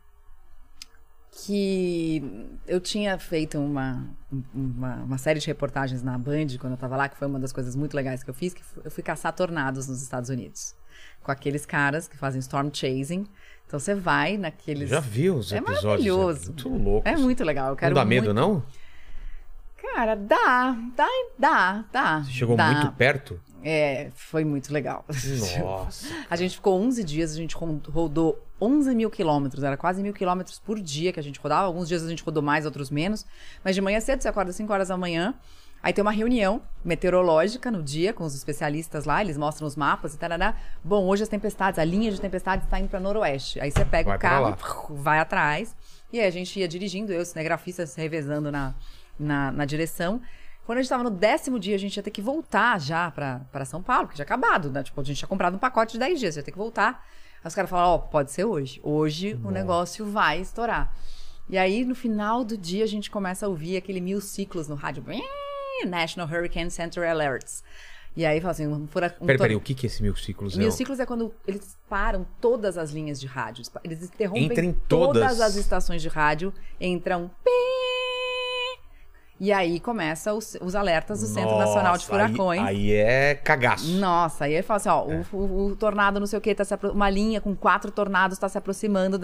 Que eu tinha feito uma série de reportagens na Band quando eu tava lá, que foi uma das coisas muito legais que eu fiz, que eu fui caçar tornados nos Estados Unidos. Com aqueles caras que fazem storm chasing. Então você vai naqueles... Já vi os episódios. É maravilhoso. Muito louco. É muito legal. Eu quero não dá medo, não? Cara, dá. Você chegou muito perto? Foi muito legal. Nossa. A gente ficou 11 dias, a gente rodou 11 mil quilômetros, era quase 1.000 quilômetros por dia que a gente rodava. Alguns dias a gente rodou mais, outros menos. Mas de manhã cedo, você acorda às 5 horas da manhã, aí tem uma reunião meteorológica no dia com os especialistas lá, eles mostram os mapas e tal. Bom, hoje as tempestades, a linha de tempestades está indo para noroeste. Aí você pega o carro, vai atrás, e aí a gente ia dirigindo, eu e os cinegrafistas revezando na direção. Quando a gente tava no 10º dia, a gente ia ter que voltar já pra São Paulo, porque tinha acabado, né? Tipo, a gente tinha comprado um pacote de 10 dias, ia ter que voltar. Aí os caras falaram, pode ser hoje. Hoje o negócio vai estourar. E aí, no final do dia, a gente começa a ouvir aquele 1000 ciclos no rádio. National Hurricane Center Alerts. E aí, fala assim... Peraí, o que é esse 1000 ciclos? 1000 ciclos é quando eles param todas as linhas de rádio. Eles interrompem todas as estações de rádio, entram... E aí começa os alertas do Centro Nacional de Furacões. Aí é cagaço. Nossa, aí ele fala assim, ó, o tornado não sei o que, uma linha com 4 tornados tá se aproximando,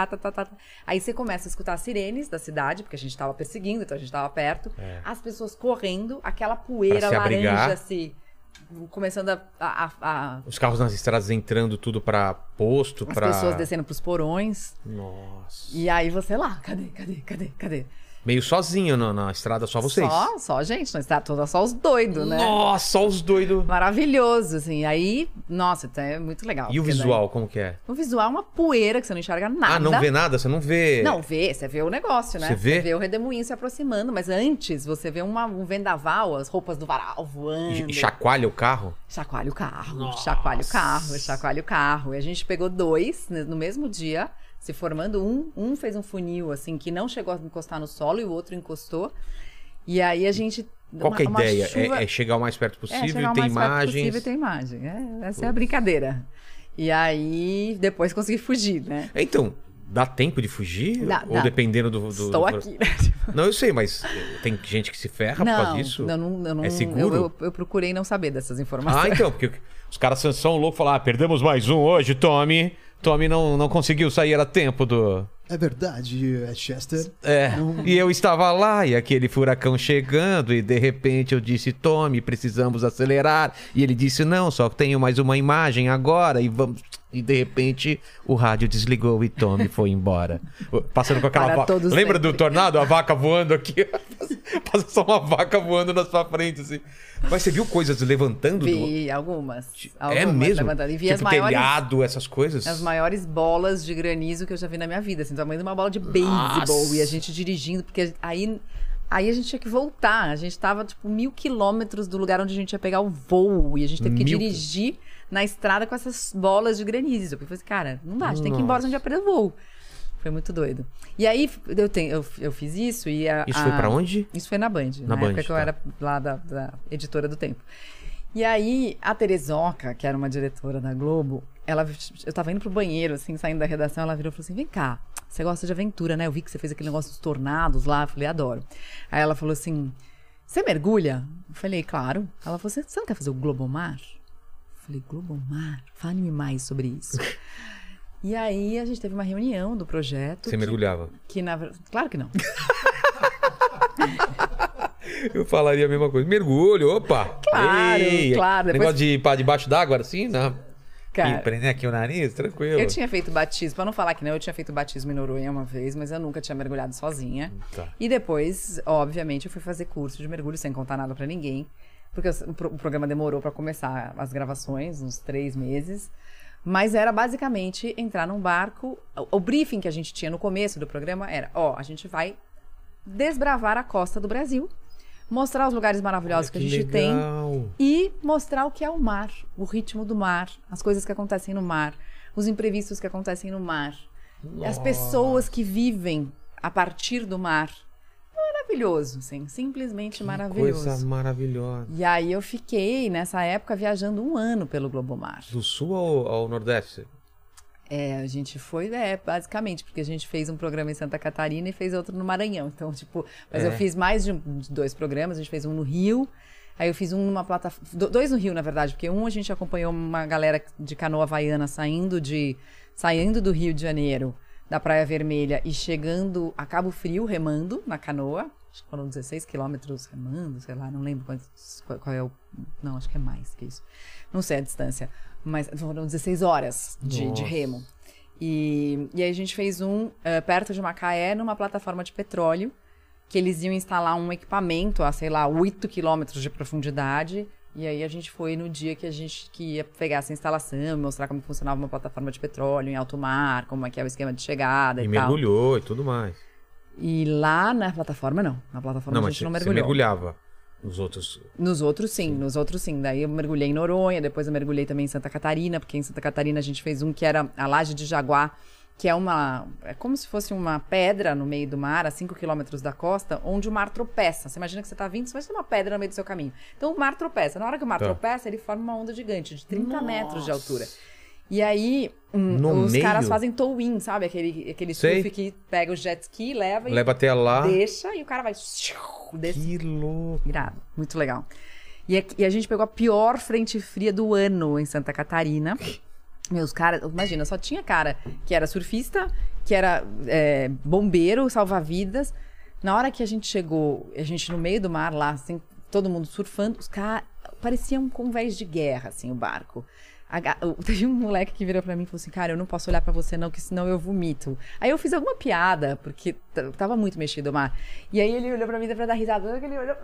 Aí você começa a escutar as sirenes da cidade, porque a gente tava perseguindo, então a gente tava perto. As pessoas correndo, aquela poeira laranja assim, começando a... Os carros nas estradas entrando tudo pra posto, as pessoas descendo pros porões. Nossa. E aí você lá, cadê? Meio sozinho na estrada, só vocês. Só gente, na estrada toda, só os doidos, né? Nossa, só os doidos. Maravilhoso, assim. Aí, nossa, é muito legal. E o visual, como que é? O visual é uma poeira que você não enxerga nada. Ah, não vê nada? Você não vê... Não, você vê o negócio, né? Você vê o redemoinho se aproximando, mas antes você vê um vendaval, as roupas do varal voando. E chacoalha o carro? Chacoalha o carro, Nossa. chacoalha o carro. E a gente pegou 2 no mesmo dia, se formando. Um fez um funil, assim, que não chegou a encostar no solo e o outro encostou. E aí a gente... Qual que é a ideia? Chuva... É chegar o mais perto possível e ter imagens? Perto possível e ter imagem. Essa é a brincadeira. E aí, depois consegui fugir, né? Então, dá tempo de fugir? Dá. Dependendo do... Estou aqui, né? Não, eu sei, mas tem gente que se ferra por causa disso? Não, é seguro? Eu procurei não saber dessas informações. Ah, então, porque os caras são loucos e falam, perdemos mais um hoje, Tommy não conseguiu sair a tempo do... É verdade, Chester. E eu estava lá, e aquele furacão chegando, e de repente eu disse, Tommy, precisamos acelerar. E ele disse, não, só tenho mais uma imagem agora, e vamos... E de repente o rádio desligou e Tommy foi embora. Passando com aquela vaca. Lembra do tornado? A vaca voando aqui. Passa só uma vaca voando na sua frente, assim. Mas você viu coisas levantando? Vi algumas mesmo? Levantando. E vi tipo as maiores, telhado, essas coisas? As maiores bolas de granizo que eu já vi na minha vida. Assim, do tamanho de uma bola de beisebol. E a gente dirigindo, porque aí a gente tinha que voltar. A gente tava, tipo, 1000 quilômetros do lugar onde a gente ia pegar o voo. E a gente teve que dirigir na estrada com essas bolas de granizo. Porque eu falei assim, cara, não dá, a gente tem que ir embora, senão a gente vai perder o voo. Foi muito doido. E aí, eu fiz isso e... Isso foi pra onde? Isso foi na Band. Na Band, época que eu era lá da editora do Tempo. E aí, a Terezoca, que era uma diretora da Globo, eu tava indo pro banheiro, assim, saindo da redação, ela virou e falou assim, vem cá, você gosta de aventura, né? Eu vi que você fez aquele negócio dos tornados lá, eu falei, adoro. Aí ela falou assim, você mergulha? Eu falei, claro. Ela falou, você não quer fazer o Globomar? Eu falei, Globomar? Fale-me mais sobre isso. E aí, a gente teve uma reunião do projeto. Você mergulhava? Claro que não. Eu falaria a mesma coisa. Mergulho, opa! Claro, claro. Negócio de ir pra debaixo d'água, assim, não. Cara, Prender aqui o nariz, tranquilo. eu tinha feito batismo, pra não falar que não, eu tinha feito batismo em Noronha uma vez, mas eu nunca tinha mergulhado sozinha. Tá. E depois, obviamente, eu fui fazer curso de mergulho sem contar nada pra ninguém, porque o programa demorou pra começar as gravações, uns 3 meses. Mas era basicamente entrar num barco. O briefing que a gente tinha no começo do programa era, a gente vai desbravar a costa do Brasil, mostrar os lugares maravilhosos que a gente tem e mostrar o que é o mar, o ritmo do mar, as coisas que acontecem no mar, os imprevistos que acontecem no mar, as pessoas que vivem a partir do mar. Maravilhoso, assim, simplesmente maravilhoso. Coisa maravilhosa. E aí eu fiquei, nessa época, viajando 1 ano pelo Globomar. Do sul ao nordeste? A gente foi, basicamente, porque a gente fez um programa em Santa Catarina e fez outro no Maranhão. Então, mas eu fiz mais de 2 programas, a gente fez um no Rio, aí eu fiz um numa plataforma, 2 no Rio, na verdade, porque um a gente acompanhou uma galera de canoa havaiana saindo do Rio de Janeiro, da Praia Vermelha, e chegando a Cabo Frio, remando na canoa, acho que foram 16 quilômetros remando, sei lá, não lembro qual é o... Não, acho que é mais que isso. Não sei a distância. Mas foram 16 horas de remo. E aí a gente fez perto de Macaé, numa plataforma de petróleo, que eles iam instalar um equipamento a, sei lá, 8 quilômetros de profundidade. E aí a gente foi no dia que ia pegar essa instalação, mostrar como funcionava uma plataforma de petróleo em alto mar, como é que é o esquema de chegada e tal. E mergulhou e tudo mais. E lá na plataforma, não. Na plataforma a gente não mergulhou. Você mergulhava. Nos outros? Nos outros, sim. Daí eu mergulhei em Noronha, depois eu mergulhei também em Santa Catarina, porque em Santa Catarina a gente fez um que era a Laje de Jaguá, que é como se fosse uma pedra no meio do mar, a 5 quilômetros da costa, onde o mar tropeça. Você imagina que você tá vindo, você vai ter uma pedra no meio do seu caminho. Então o mar tropeça. Na hora que o mar tropeça, ele forma uma onda gigante, de 30 metros de altura. E aí, os caras fazem tow-in, sabe? Aquele surf que pega o jet ski, leva até lá, deixa e o cara vai... Que louco! Irado, muito legal. E a gente pegou a pior frente fria do ano em Santa Catarina. Meus caras, imagina, só tinha cara que era surfista, que era bombeiro, salva-vidas. Na hora que a gente chegou, a gente no meio do mar lá, assim, todo mundo surfando, os caras pareciam um convés de guerra, assim, o barco. Teve um moleque que virou pra mim e falou assim, cara, eu não posso olhar pra você não, que senão eu vomito. Aí eu fiz alguma piada, porque tava muito mexido o mar. E aí ele olhou pra mim pra dar risada, ele olhou...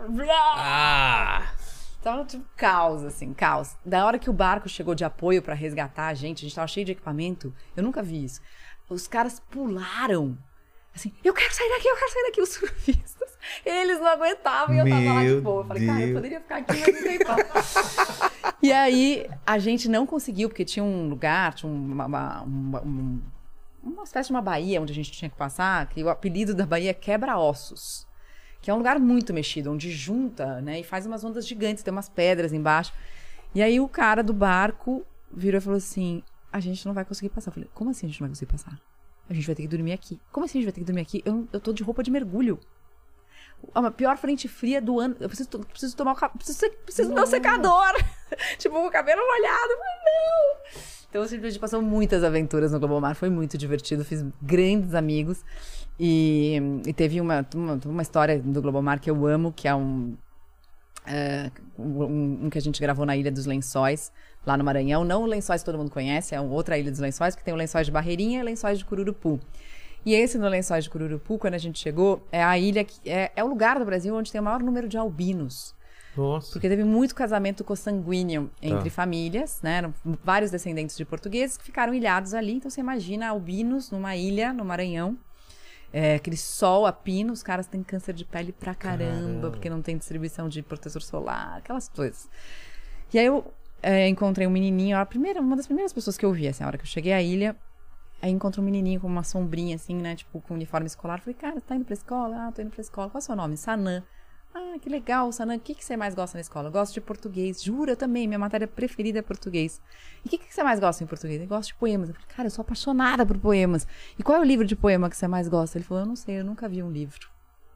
Tava tipo caos, assim, caos. Da hora que o barco chegou de apoio pra resgatar a gente tava cheio de equipamento, eu nunca vi isso. Os caras pularam, assim, eu quero sair daqui, os surfistas. Eles não aguentavam e eu tava lá de boa. Eu falei, cara, eu poderia ficar aqui, mas não tem como. E aí, a gente não conseguiu, porque tinha um lugar, tinha uma espécie de uma baía onde a gente tinha que passar, que o apelido da baía é Quebra-Ossos, que é um lugar muito mexido, onde junta, né, e faz umas ondas gigantes, tem umas pedras embaixo. E aí o cara do barco virou e falou assim, a gente não vai conseguir passar. Eu falei, como assim a gente não vai conseguir passar? A gente vai ter que dormir aqui. Como assim a gente vai ter que dormir aqui? Eu tô de roupa de mergulho. A pior frente fria do ano. Eu preciso tomar preciso do meu secador. Tipo, o cabelo molhado. Mas não! Então, a gente passou muitas aventuras no Globomar. Foi muito divertido. Fiz grandes amigos. E teve uma história do Globomar que eu amo, que é um que a gente gravou na Ilha dos Lençóis, lá no Maranhão. Não o Lençóis que todo mundo conhece, é outra Ilha dos Lençóis, que tem o Lençóis de Barreirinha e o Lençóis de Cururupu. E esse no Lençóis de Cururupu, quando a gente chegou, é a ilha que é o lugar do Brasil onde tem o maior número de albinos. Nossa. Porque teve muito casamento consanguíneo entre famílias, né? Eram vários descendentes de portugueses que ficaram ilhados ali. Então você imagina albinos numa ilha, no Maranhão. Aquele sol a pino, os caras têm câncer de pele pra caramba, porque não tem distribuição de protetor solar, aquelas coisas. E aí eu encontrei um menininho, uma das primeiras pessoas que eu vi, assim, a hora que eu cheguei à ilha. Aí encontro um menininho com uma sombrinha, assim, né? Tipo, com uniforme escolar. Falei, cara, tá indo pra escola? Ah, tô indo pra escola. Qual é o seu nome? Sanã. Ah, que legal, Sanã. O que você mais gosta na escola? Eu gosto de português. Jura, eu também. Minha matéria preferida é português. E o que você mais gosta em português? Eu gosto de poemas. Eu falei, cara, eu sou apaixonada por poemas. E qual é o livro de poema que você mais gosta? Ele falou, eu não sei, eu nunca vi um livro.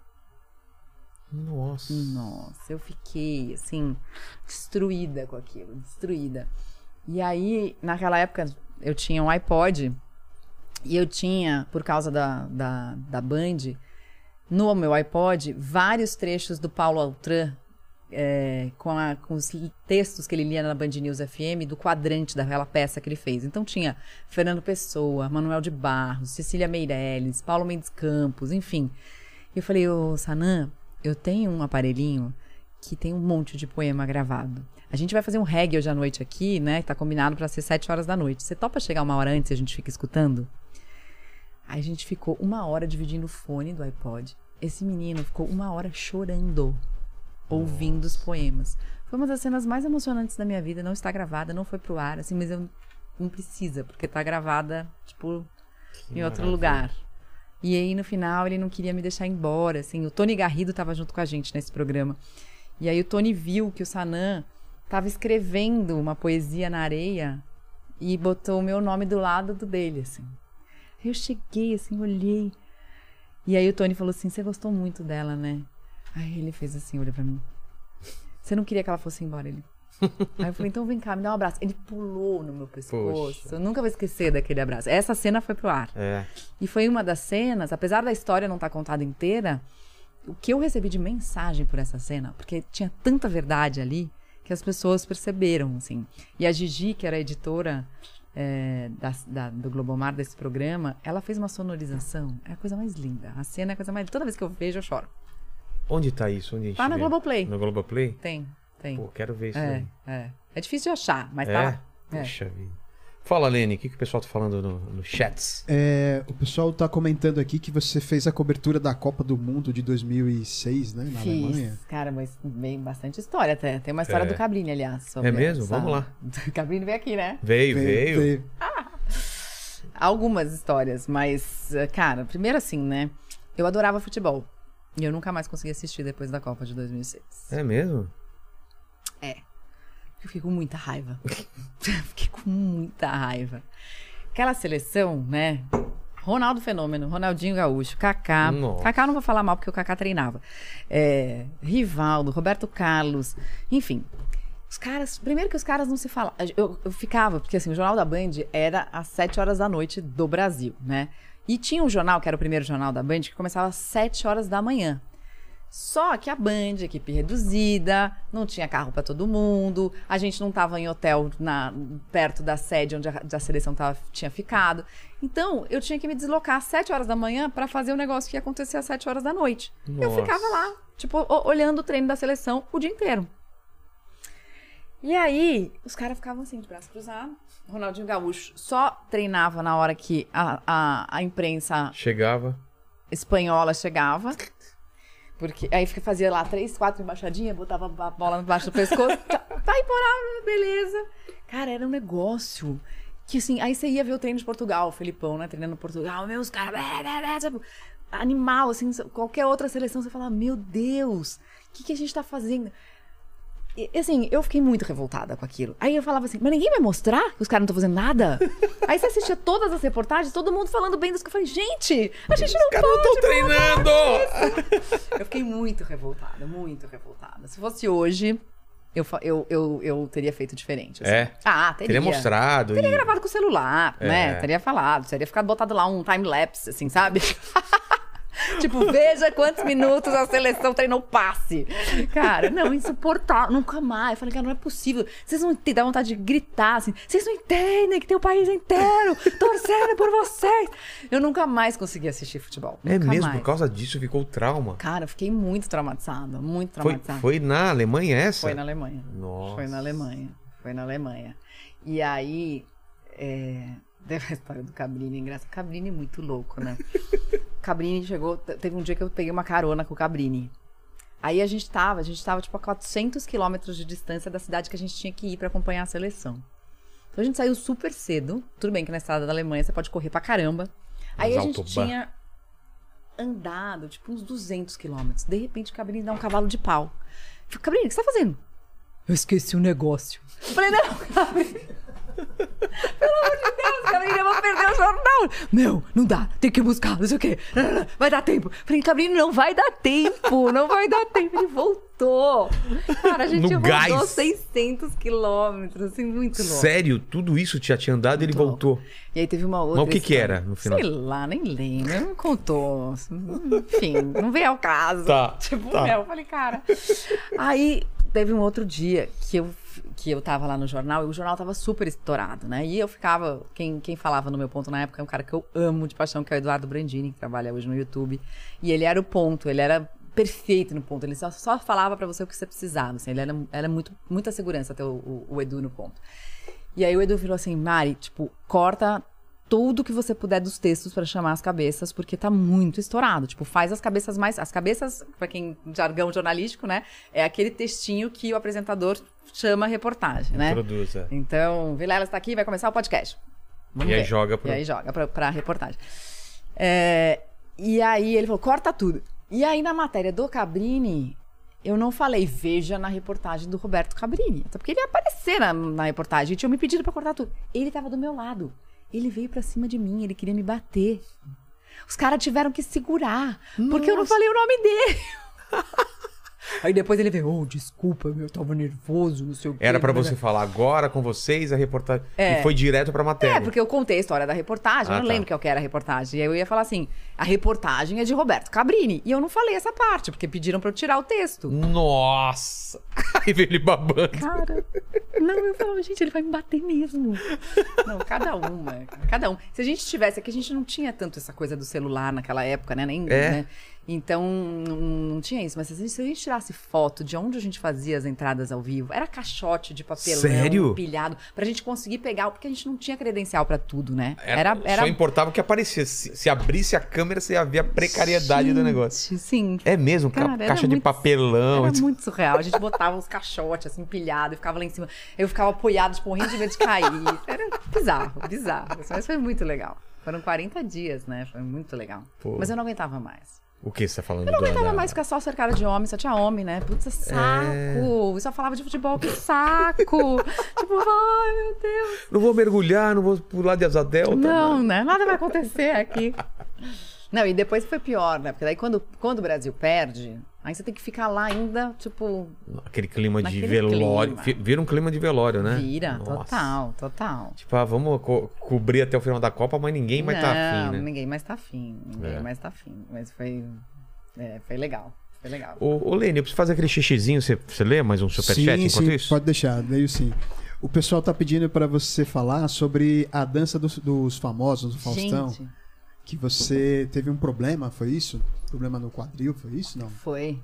Nossa. Nossa, eu fiquei, assim, destruída com aquilo. Destruída. E aí, naquela época, eu tinha um iPod. E eu tinha, por causa da Band... No meu iPod, vários trechos do Paulo Altran, com os textos que ele lia na Band News FM, do quadrante daquela peça que ele fez. Então tinha Fernando Pessoa, Manuel de Barros, Cecília Meirelles, Paulo Mendes Campos, enfim. E eu falei, ô Sanã, eu tenho um aparelhinho que tem um monte de poema gravado. A gente vai fazer um reggae hoje à noite aqui, né? Tá combinado para ser 7 horas da noite. Você topa chegar 1 hora antes e a gente fica escutando? Aí a gente ficou 1 hora dividindo o fone do iPod. Esse menino ficou 1 hora chorando, ouvindo os poemas. Foi uma das cenas mais emocionantes da minha vida. Não está gravada, não foi pro ar, assim, mas eu não precisa, porque tá gravada, tipo, em outro lugar. E aí, no final, ele não queria me deixar embora, assim. O Tony Garrido tava junto com a gente nesse programa. E aí o Tony viu que o Sanã tava escrevendo uma poesia na areia e botou o meu nome do lado do dele, assim. Aí eu cheguei, assim, olhei. E aí o Tony falou assim, você gostou muito dela, né? Aí ele fez assim, olhou pra mim. Você não queria que ela fosse embora? Ele... Aí eu falei, então vem cá, me dá um abraço. Ele pulou no meu pescoço. Poxa. Eu nunca vou esquecer daquele abraço. Essa cena foi pro ar. E foi uma das cenas, apesar da história não estar contada inteira, o que eu recebi de mensagem por essa cena, porque tinha tanta verdade ali, que as pessoas perceberam, assim. E a Gigi, que era a editora... do Globomar, desse programa, ela fez uma sonorização, é a coisa mais linda. A cena é a coisa mais... Toda vez que eu vejo, eu choro. Onde tá isso? Onde a gente Tá na vê? Globoplay. No Globoplay? Tem. Pô, quero ver isso aí. É difícil de achar, mas tá lá. Puxa vida. Fala, Lene, o que o pessoal tá falando no chats? O pessoal tá comentando aqui que você fez a cobertura da Copa do Mundo de 2006, né, na Alemanha. Cara, mas veio bastante história até. Tem uma história do Cabrini, aliás. Sobre É mesmo? Vamos lá. O Cabrini veio aqui, né? Veio. Algumas histórias, mas, cara, primeiro assim, né? Eu adorava futebol. E eu nunca mais consegui assistir depois da Copa de 2006. É mesmo? Eu fiquei com muita raiva. Fiquei com muita raiva. Aquela seleção, né? Ronaldo Fenômeno, Ronaldinho Gaúcho, Kaká. Nossa. Kaká não vou falar mal porque o Kaká treinava. Rivaldo, Roberto Carlos, enfim. Os caras, primeiro que os caras não se falavam. Eu ficava, porque assim, o Jornal da Band era às 7 horas da noite do Brasil, né? E tinha um jornal, que era o primeiro jornal da Band, que começava às 7 horas da manhã. Só que a Band, equipe reduzida, não tinha carro para todo mundo, a gente não estava em hotel perto da sede onde a seleção tinha ficado. Então, eu tinha que me deslocar às 7 horas da manhã para fazer o negócio que ia acontecer às 7 horas da noite. Nossa. Eu ficava lá, tipo, olhando o treino da seleção o dia inteiro. E aí, os caras ficavam assim, de braço cruzado. Ronaldinho Gaúcho só treinava na hora que a imprensa Chegava. espanhola chegava. Porque aí fazia lá 3, 4 embaixadinhas, botava a bola embaixo do pescoço. Vai embora, beleza. Cara, era um negócio que assim, aí você ia ver o treino de Portugal, o Felipão, né, treinando Portugal, meus caras, tipo, animal, assim, qualquer outra seleção, você fala, meu Deus, o que a gente tá fazendo? E, assim, eu fiquei muito revoltada com aquilo. Aí eu falava assim, mas ninguém vai mostrar que os caras não estão fazendo nada? Aí você assistia todas as reportagens, todo mundo falando bem dos que eu falei, gente, a gente não pode. Os caras não estão treinando! Eu fiquei muito revoltada, muito revoltada. Se fosse hoje, eu teria feito diferente. Assim. Teria mostrado. Teria gravado com o celular, né? Teria falado, teria ficado botado lá um time-lapse, assim, sabe? Tipo, veja quantos minutos a seleção treinou passe. Cara, não, insuportável, nunca mais. Eu falei, cara, não é possível. Vocês não dá vontade de gritar, assim. Vocês não entendem que tem o país inteiro torcendo por vocês. Eu nunca mais consegui assistir futebol. É nunca mesmo? mais. Por causa disso ficou trauma? Cara, eu fiquei muito traumatizada, muito traumatizada. Foi na Alemanha essa? Foi na Alemanha. Nossa. Foi na Alemanha. E aí, teve a história do Cabrini, engraçado. Cabrini é muito louco, né? Cabrini chegou, teve um dia que eu peguei uma carona com o Cabrini. Aí a gente tava tipo a 400 quilômetros de distância da cidade que a gente tinha que ir pra acompanhar a seleção. Então a gente saiu super cedo, tudo bem que na estrada da Alemanha você pode correr pra caramba. Aí a gente tinha andado, tipo, uns 200 quilômetros. De repente, o Cabrini dá um cavalo de pau. Eu falei, Cabrini, o que você tá fazendo? Eu esqueci o negócio. Eu falei, não, Cabrini. Pelo amor de Deus, Cabrini, eu vou perder o jornal. Meu, não dá, tem que buscar, não sei o quê. Vai dar tempo. Eu falei, Cabrini, não vai dar tempo, não vai dar tempo. Ele voltou. Cara, a gente No rodou gás. 600 quilômetros, assim, muito louco. Sério? Tudo isso tinha te andado e ele Muito voltou. E aí teve uma outra Mas o que história. era no final? Sei lá, nem lembro. Ele não contou. Enfim, não veio ao caso. Tá, Tipo, tá. eu falei, cara. Aí teve um outro dia que eu tava lá no jornal e o jornal tava super estourado, né? E eu ficava. Quem falava no meu ponto na época é um cara que eu amo de paixão, que é o Eduardo Brandini, que trabalha hoje no YouTube. E ele era o ponto, ele era perfeito no ponto. Ele só falava pra você o que você precisava. Assim, ele era muita segurança ter o Edu no ponto. E aí o Edu falou assim, Mari, tipo, corta tudo que você puder dos textos pra chamar as cabeças, porque tá muito estourado. Tipo, faz as cabeças mais... As cabeças, pra quem... Jargão jornalístico, né? É aquele textinho que o apresentador chama reportagem, né? Produza. Então, Vilela está aqui, vai começar o podcast. Vamos E aí ver. joga pro... E aí joga pra reportagem. E aí ele falou, corta tudo. E aí na matéria do Cabrini, eu não falei, veja na reportagem do Roberto Cabrini. Até porque ele ia aparecer na reportagem. E tinham me pedido pra cortar tudo. Ele tava do meu lado. Ele veio pra cima de mim, ele queria me bater. Os caras tiveram que segurar, porque eu não falei o nome dele. Aí depois ele veio, desculpa, eu tava nervoso, não sei o quê. Era pra você falar agora com vocês a reportagem. É. E foi direto pra matéria. Porque eu contei a história da reportagem, eu não tá. lembro qual que era a reportagem. E aí eu ia falar assim, a reportagem é de Roberto Cabrini. E eu não falei essa parte, porque pediram pra eu tirar o texto. Nossa! Aí veio ele babando. Cara, não, eu falava, gente, ele vai me bater mesmo. Não, cada um. Se a gente tivesse, aqui a gente não tinha tanto essa coisa do celular naquela época, né? Nem, né? Então, não tinha isso. Mas se a gente tirasse foto de onde a gente fazia as entradas ao vivo, era caixote de papelão, Sério? empilhado, pra gente conseguir pegar, porque a gente não tinha credencial pra tudo, né? Só importava o que aparecesse. Se abrisse a câmera, você ia ver a precariedade do negócio. Sim. É mesmo, Cara, era caixa de muito- papelão. Era muito surreal. A gente botava os caixotes assim, empilhados, e ficava lá em cima. Eu ficava apoiado, tipo, morrendo de medo de cair. Era bizarro. Mas foi muito legal. Foram 40 dias, né? Foi muito legal. Pô. Mas eu não aguentava mais. O que você tá falando? Eu não aguentava mais ficar só cercada de homem, só tinha homem, né? Putz, saco. Eu só falava de futebol, que saco. Tipo, ai, meu Deus. Não vou mergulhar, não vou pular de asa delta. Não, né? Nada vai acontecer aqui. Não, e depois foi pior, né? Porque daí quando o Brasil perde, aí você tem que ficar lá ainda, tipo... Aquele clima de Naquele velório. clima. Vira um clima de velório, né? Vira, Nossa. total. Tipo, vamos cobrir até o final da Copa, mas ninguém vai estar afim, né? Ninguém mais tá afim. Mas foi legal. Foi legal. Ô, Lene, eu preciso fazer aquele xixizinho. Você lê mais um superchat enquanto sim, isso? pode deixar, leio sim. O pessoal tá pedindo pra você falar sobre a dança dos famosos, do Faustão. Gente, Que você teve um problema, foi isso? Problema no quadril, foi isso? Não. foi.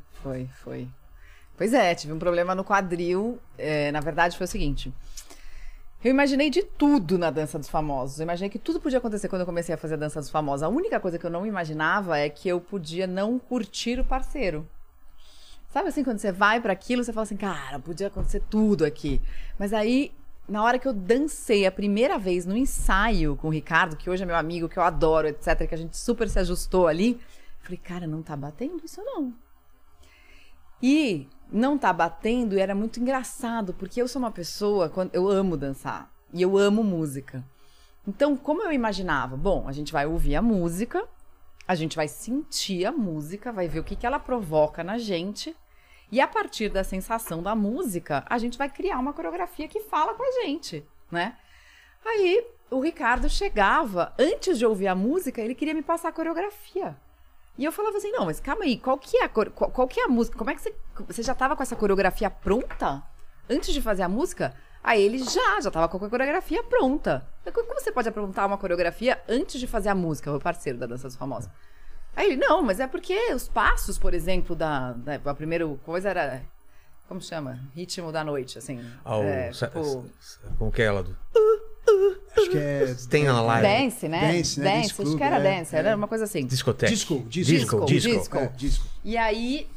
Pois é, tive um problema no quadril. Na verdade, foi o seguinte. Eu imaginei de tudo na Dança dos Famosos. Eu imaginei que tudo podia acontecer quando eu comecei a fazer a Dança dos Famosos. A única coisa que eu não imaginava é que eu podia não curtir o parceiro. Sabe assim, quando você vai pra aquilo, você fala assim, cara, podia acontecer tudo aqui. Mas aí, na hora que eu dancei a primeira vez no ensaio com o Ricardo, que hoje é meu amigo, que eu adoro, etc., que a gente super se ajustou ali, eu falei, cara, não tá batendo isso não. E não tá batendo, e era muito engraçado, porque eu sou uma pessoa, eu amo dançar, e eu amo música. Então, como eu imaginava? Bom, a gente vai ouvir a música, a gente vai sentir a música, vai ver o que ela provoca na gente, e a partir da sensação da música, a gente vai criar uma coreografia que fala com a gente, né? Aí, o Ricardo chegava, antes de ouvir a música, ele queria me passar a coreografia. E eu falava assim, não, mas calma aí, qual que é a música? Como é que você já tava com essa coreografia pronta? Antes de fazer a música? Aí ele já tava com a coreografia pronta. Como você pode aprontar uma coreografia antes de fazer a música, o parceiro da Dança dos Famosos? Aí ele, não, mas é porque os passos, por exemplo, a primeira coisa era, como chama? Ritmo da noite, assim. Como que é ela? Acho que é... Tem ela lá. Dance, né? Dance, né? Dance acho que Club, era é. dance, era uma coisa assim. Discoteca. Disco. Disco. É, disco. E aí,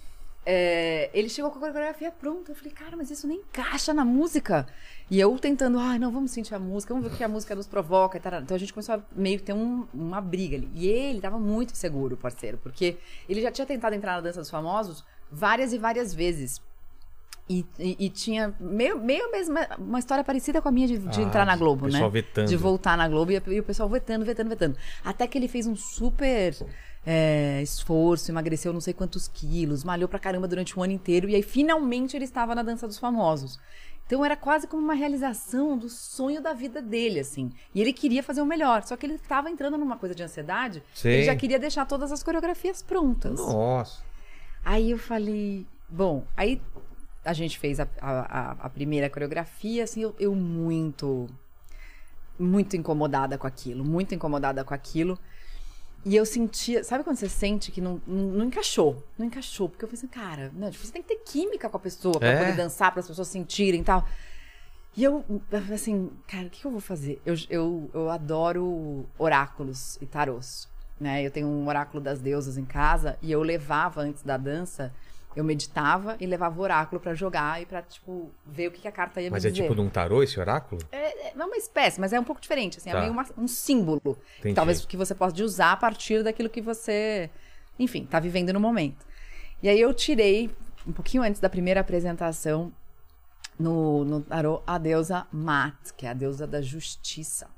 ele chegou com a coreografia pronta. Eu falei, cara, mas isso nem encaixa na música. E eu tentando, não, vamos sentir a música, vamos ver o que a música nos provoca. E tal. Então a gente começou a meio que ter uma briga ali. E ele tava muito inseguro, parceiro, porque ele já tinha tentado entrar na Dança dos Famosos várias e várias vezes. E tinha meio mesma, uma história parecida com a minha de entrar na Globo, o pessoal né? vetando. De voltar na Globo e o pessoal vetando. Até que ele fez um super esforço, emagreceu não sei quantos quilos, malhou pra caramba durante um ano inteiro. E aí, finalmente, ele estava na Dança dos Famosos. Então, era quase como uma realização do sonho da vida dele, assim. E ele queria fazer o melhor. Só que ele estava entrando numa coisa de ansiedade. Sim. Ele já queria deixar todas as coreografias prontas. Nossa. Aí eu falei... Bom, aí a gente fez a primeira coreografia, assim, eu muito incomodada com aquilo. Muito incomodada com aquilo. E eu sentia... Sabe quando você sente que não encaixou? Não encaixou. Porque eu falei assim, cara, não, você tem que ter química com a pessoa pra poder dançar, para as pessoas sentirem e tal. E eu assim, cara, o que eu vou fazer? Eu adoro oráculos e tarôs, né? Eu tenho um oráculo das deusas em casa e eu levava antes da dança... Eu meditava e levava o oráculo pra jogar e pra, tipo, ver o que a carta ia me dizer. Mas é tipo num tarô esse oráculo? É uma espécie, mas é um pouco diferente, assim. Tá. É meio um símbolo. Entendi. Talvez que você possa usar a partir daquilo que você, enfim, tá vivendo no momento. E aí eu tirei, um pouquinho antes da primeira apresentação, no tarô, a deusa Mat, que é a deusa da justiça.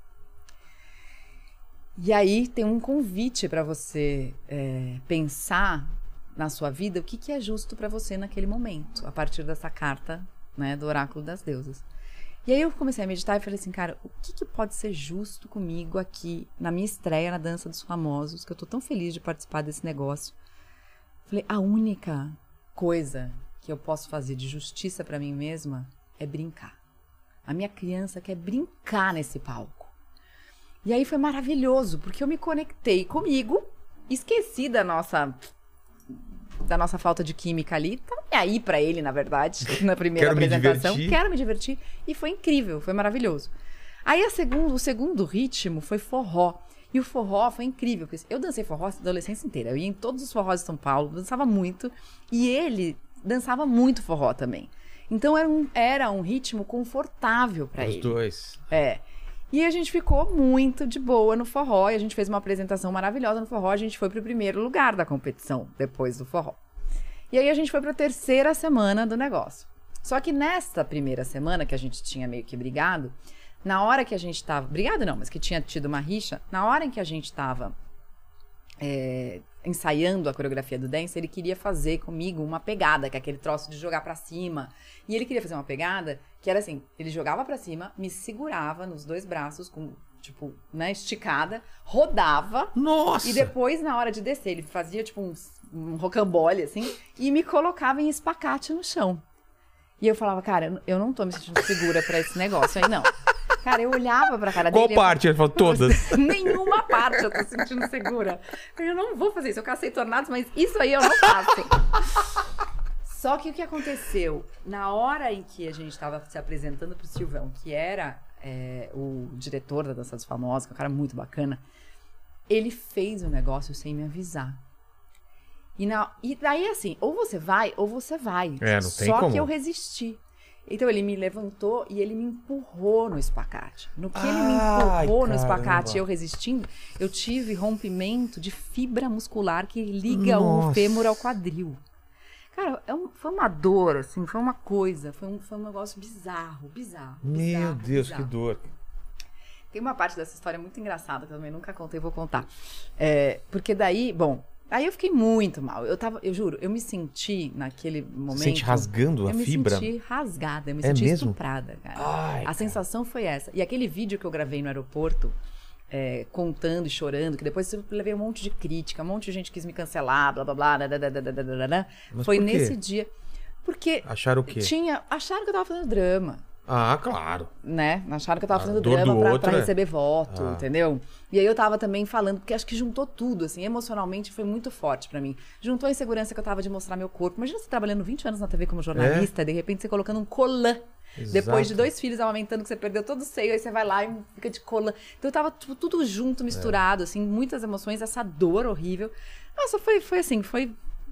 E aí tem um convite pra você pensar... na sua vida, o que é justo pra você naquele momento, a partir dessa carta, né, do oráculo das deusas. E aí eu comecei a meditar e falei assim, cara, o que pode ser justo comigo aqui, na minha estreia na Dança dos Famosos, que eu tô tão feliz de participar desse negócio. Falei, a única coisa que eu posso fazer de justiça pra mim mesma é brincar. A minha criança quer brincar nesse palco. E aí foi maravilhoso, porque eu me conectei comigo, esqueci da nossa falta de química ali, tá aí pra ele, na verdade, na primeira apresentação. Quero me divertir. E foi incrível, foi maravilhoso. Aí o segundo ritmo foi forró. E o forró foi incrível, porque eu dancei forró a adolescência inteira. Eu ia em todos os forrós de São Paulo, dançava muito. E ele dançava muito forró também. Então era um ritmo confortável pra ele. Os dois. E a gente ficou muito de boa no forró. E a gente fez uma apresentação maravilhosa no forró. A gente foi pro primeiro lugar da competição, depois do forró. E aí a gente foi pra terceira semana do negócio. Só que nesta primeira semana, que a gente tinha meio que brigado, na hora que a gente tava... Brigado não, mas que tinha tido uma rixa. Na hora em que a gente tava ensaiando a coreografia do dance, ele queria fazer comigo uma pegada, que é aquele troço de jogar pra cima. E ele queria fazer uma pegada que era assim, ele jogava pra cima, me segurava nos dois braços, com, tipo, né, esticada, rodava. Nossa! E depois, na hora de descer, ele fazia, tipo, um rocambole, assim, e me colocava em espacate no chão. E eu falava, cara, eu não tô me sentindo segura pra esse negócio aí, não. Cara, eu olhava pra cara dele... Qual parte? Ele falou, todas. Nenhuma parte eu tô sentindo segura. Eu não vou fazer isso, eu cacei tornados, mas isso aí eu não faço. Só que o que aconteceu? Na hora em que a gente estava se apresentando pro Silvão, que era o diretor da Dança dos Famosos, que é um cara muito bacana, ele fez o negócio sem me avisar. E daí, assim, ou você vai, ou você vai. Não tem Só como. que eu resisti. Então, ele me levantou e ele me empurrou no espacate. No que ele me empurrou no espacate e eu resistindo, eu tive rompimento de fibra muscular que liga o fêmur ao quadril. Cara, foi uma dor, assim, foi uma coisa, foi um negócio bizarro. Meu Deus, bizarro. que dor. Tem uma parte dessa história muito engraçada que eu também nunca contei, vou contar. Porque daí, bom, aí eu fiquei muito mal. Eu juro, eu me senti naquele momento... Sente rasgando a fibra? Eu me senti rasgada, eu me senti mesmo? estuprada, cara. Ai, a sensação foi essa. E aquele vídeo que eu gravei no aeroporto, contando e chorando, que depois eu levei um monte de crítica, um monte de gente quis me cancelar, blá, blá, blá, Mas foi por quê? nesse dia. Porque... Acharam o quê? Acharam que eu tava fazendo drama. Ah, claro. Né? Acharam que eu tava fazendo dor drama do pra outro, receber voto, entendeu? E aí eu tava também falando, porque acho que juntou tudo, assim, emocionalmente foi muito forte pra mim. Juntou a insegurança que eu tava de mostrar meu corpo. Imagina você trabalhando 20 anos na TV como jornalista, de repente você colocando um colã. Exato. Depois de 2 filhos amamentando que você perdeu todo o seio, aí você vai lá e fica de colã. Então tava tipo, tudo junto, misturado, assim, muitas emoções, essa dor horrível. Nossa, foi assim, foi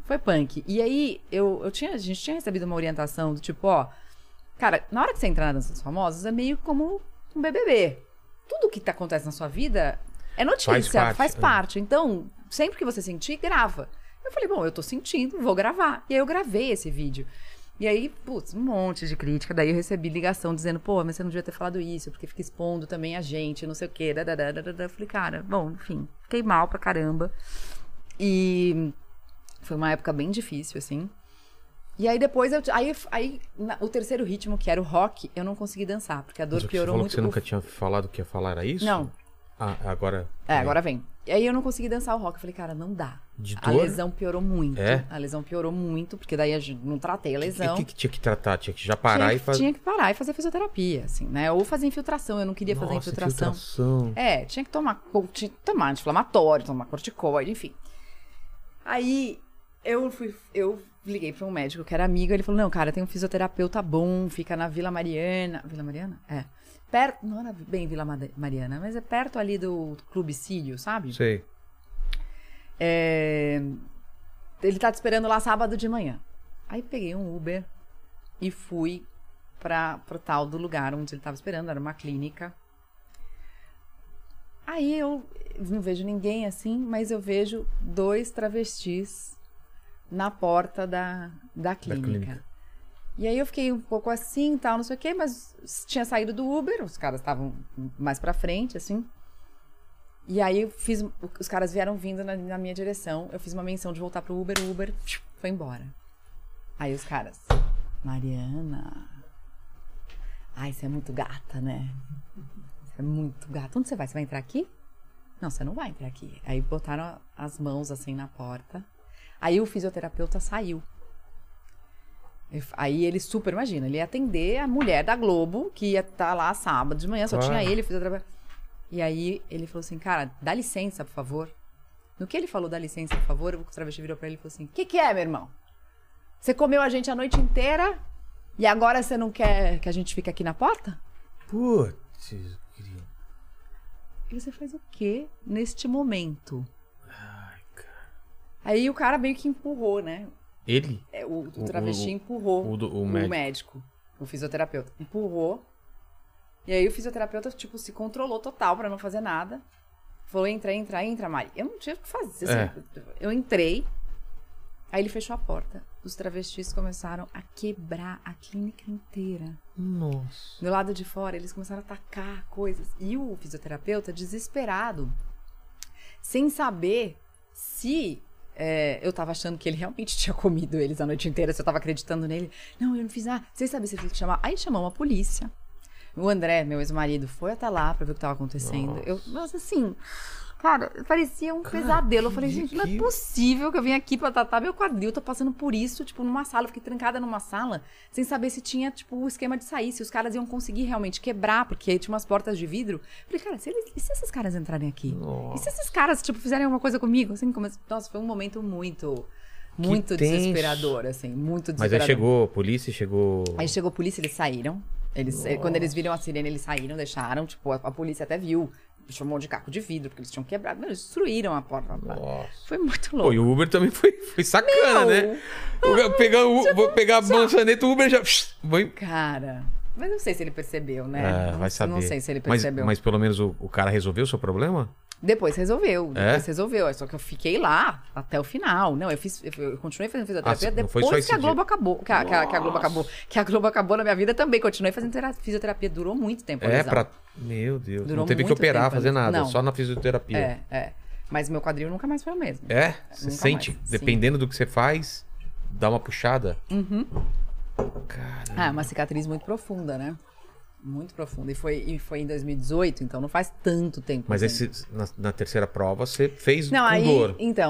Foi punk. E aí, a gente tinha recebido uma orientação do tipo, ó... Cara, na hora que você entrar na Dança dos Famosos, é meio como um BBB. Tudo que acontece na sua vida é notícia, faz parte. Então, sempre que você sentir, grava. Eu falei, bom, eu tô sentindo, vou gravar. E aí eu gravei esse vídeo. E aí, putz, um monte de crítica. Daí eu recebi ligação dizendo, pô, mas você não devia ter falado isso, porque fica expondo também a gente, não sei o quê. Eu falei, cara, bom, enfim, fiquei mal pra caramba. E foi uma época bem difícil, assim. E aí depois, o terceiro ritmo, que era o rock, eu não consegui dançar, porque a dor piorou muito. Você nunca tinha falado que ia falar, era isso? Não. Ah, agora... agora vem. E aí eu não consegui dançar o rock. Eu falei, cara, não dá. De A dor? lesão piorou muito. É? A lesão piorou muito, porque daí eu não tratei a lesão. O que tinha que tratar? Tinha que já parar e fazer... Tinha que parar e fazer fisioterapia, assim, né? Ou fazer infiltração. Eu não queria fazer infiltração. Tinha que tomar anti-inflamatório, tomar corticoide, enfim. Aí eu liguei pra um médico que era amigo, ele falou, não, cara, tem um fisioterapeuta bom, fica na Vila Mariana. Vila Mariana? Perto, não era bem Vila Mariana, mas é perto ali do Clube Cílio, sabe? Sei. Ele tá te esperando lá sábado de manhã. Aí peguei um Uber e fui pro tal do lugar onde ele tava esperando, era uma clínica. Aí eu não vejo ninguém assim, mas eu vejo 2 travestis na porta da clínica. E aí eu fiquei um pouco assim, tal, não sei o quê, mas tinha saído do Uber, os caras estavam mais pra frente, assim. E aí os caras vieram vindo na minha direção, eu fiz uma menção de voltar pro Uber, o Uber foi embora. Aí os caras, Mariana, ai, você é muito gata, né? Você é muito gata. Onde você vai? Você vai entrar aqui? Não, você não vai entrar aqui. Aí botaram as mãos assim na porta. Aí o fisioterapeuta saiu. Aí ele imagina, ele ia atender a mulher da Globo, que ia estar lá sábado de manhã, só tinha ele, fisioterapeuta. E aí ele falou assim, cara, dá licença, por favor. No que ele falou, dá licença, por favor, o travesti virou pra ele e falou assim, o que é, meu irmão? Você comeu a gente a noite inteira e agora você não quer que a gente fique aqui na porta? Putz, e você faz o quê neste momento? Ai, cara. Aí o cara meio que empurrou, né? Ele? O travesti empurrou o médico, o fisioterapeuta. Empurrou. E aí o fisioterapeuta, tipo, se controlou total pra não fazer nada. Falou, entra, Mari. Eu não tinha o que fazer. Assim, eu entrei. Aí ele fechou a porta. Os travestis começaram a quebrar a clínica inteira. Nossa. Do lado de fora, eles começaram a atacar coisas. E o fisioterapeuta, desesperado, sem saber se... eu tava achando que ele realmente tinha comido eles a noite inteira, se eu tava acreditando nele. Não, eu não fiz nada. Sem saber se ele tinha que chamar. Aí chamou uma polícia. O André, meu ex-marido, foi até lá pra ver o que tava acontecendo. Mas assim, cara, parecia um pesadelo. Eu falei, gente, não é possível que eu vim aqui pra tratar meu quadril, tô passando por isso, tipo, numa sala. Eu fiquei trancada numa sala, sem saber se tinha, tipo, o esquema de sair, se os caras iam conseguir realmente quebrar, porque tinha umas portas de vidro. Eu falei, cara, e se esses caras entrarem aqui? Nossa. E se esses caras, tipo, fizerem alguma coisa comigo? Assim, nossa, foi um momento muito desesperador, assim, muito desesperador. Mas aí chegou a polícia, Aí chegou a polícia, eles saíram. Quando eles viram a sirene, eles saíram, deixaram. Tipo, a polícia até viu. Chamou de caco de vidro, porque eles tinham quebrado. Eles destruíram a porta. Nossa. Foi muito louco. Pô, e o Uber também foi sacana, né? Vou pegar a maçaneta, o Uber já... Cara, mas não sei se ele percebeu, né? Vai saber. Não sei se ele percebeu. Mas pelo menos o cara resolveu o seu problema? Depois resolveu. Só que eu fiquei lá até o final. Não, eu continuei fazendo fisioterapia depois que a Globo acabou. Que a Globo acabou na minha vida também. Continuei fazendo fisioterapia. Durou muito tempo. Meu Deus. Durou não teve que muito operar, tempo, fazer nada. não. Só na fisioterapia. Mas meu quadril nunca mais foi o mesmo. Você sente, mais, dependendo do que você faz, dá uma puxada. Uhum. Caramba. É uma cicatriz muito profunda, né? Muito profunda. E foi em 2018, então não faz tanto tempo. Mas assim. na terceira prova você fez com dor. Então,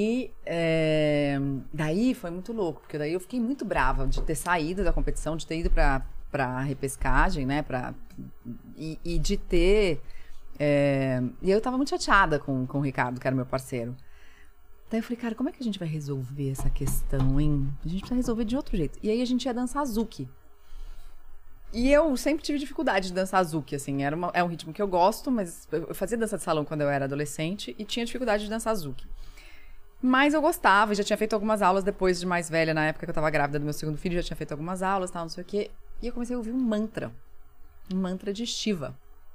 daí foi muito louco, porque daí eu fiquei muito brava de ter saído da competição, de ter ido pra repescagem, né? E de ter... E eu tava muito chateada com o Ricardo, que era meu parceiro. Daí eu falei, cara, como é que a gente vai resolver essa questão, hein? A gente precisa resolver de outro jeito. E aí a gente ia dançar Azuki. E eu sempre tive dificuldade de dançar Azuki, assim. É um ritmo que eu gosto, mas eu fazia dança de salão quando eu era adolescente e tinha dificuldade de dançar Azuki. Mas eu gostava, já tinha feito algumas aulas depois de mais velha, na época que eu tava grávida do meu segundo filho, já tinha feito algumas aulas, tal, não sei o quê. E eu comecei a ouvir um mantra de Shiva.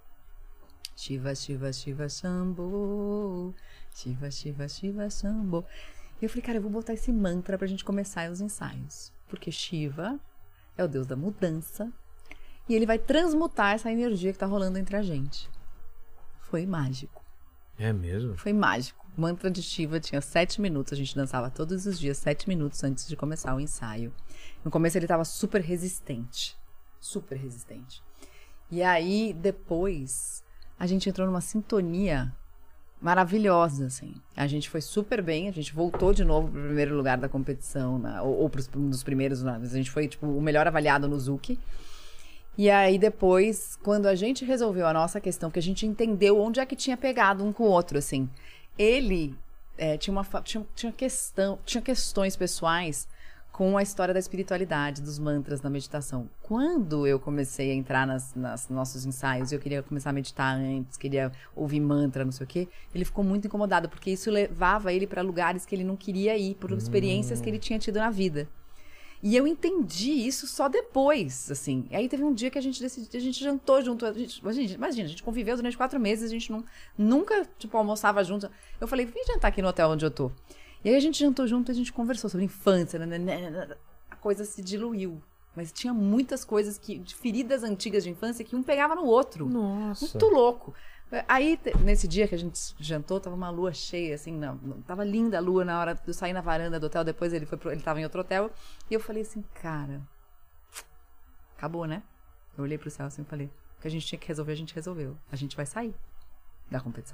Shiva, Shiva, Shiva, Shambho. Shiva, Shiva, Shiva, Shambho. E eu falei, cara, eu vou botar esse mantra pra gente começar os ensaios. Porque Shiva é o deus da mudança. E ele vai transmutar essa energia que tá rolando entre a gente. Foi mágico. É mesmo? Foi mágico. O mantra de Shiva tinha 7 minutos. A gente dançava todos os dias, 7 minutos antes de começar o ensaio. No começo ele tava super resistente. Super resistente. E aí, depois, a gente entrou numa sintonia maravilhosa, assim. A gente foi super bem, a gente voltou de novo pro primeiro lugar da competição, ou um dos primeiros, a gente foi, tipo, o melhor avaliado no Zuki. E aí, depois, quando a gente resolveu a nossa questão, que a gente entendeu onde é que tinha pegado um com o outro, assim. Ele tinha questões pessoais com a história da espiritualidade, dos mantras, da meditação. Quando eu comecei a entrar nos nossos ensaios, eu queria começar a meditar antes, queria ouvir mantra, não sei o quê, ele ficou muito incomodado, porque isso levava ele para lugares que ele não queria ir, por experiências que ele tinha tido na vida. E eu entendi isso só depois, assim. E aí teve um dia que a gente decidiu, a gente jantou junto. Imagina, a gente conviveu durante 4 meses, a gente nunca, tipo, almoçava junto. Eu falei, vem jantar aqui no hotel onde eu tô. E aí a gente jantou junto e a gente conversou sobre infância, a coisa se diluiu. Mas tinha muitas coisas de feridas antigas de infância que um pegava no outro. Nossa. Muito louco. Aí, nesse dia que a gente jantou, tava uma lua cheia, assim, tava linda a lua na hora de eu sair na varanda do hotel, depois ele tava em outro hotel, e eu falei assim, cara, acabou, né? Eu olhei pro céu assim e falei, o que a gente tinha que resolver, a gente resolveu. A gente vai sair da competição.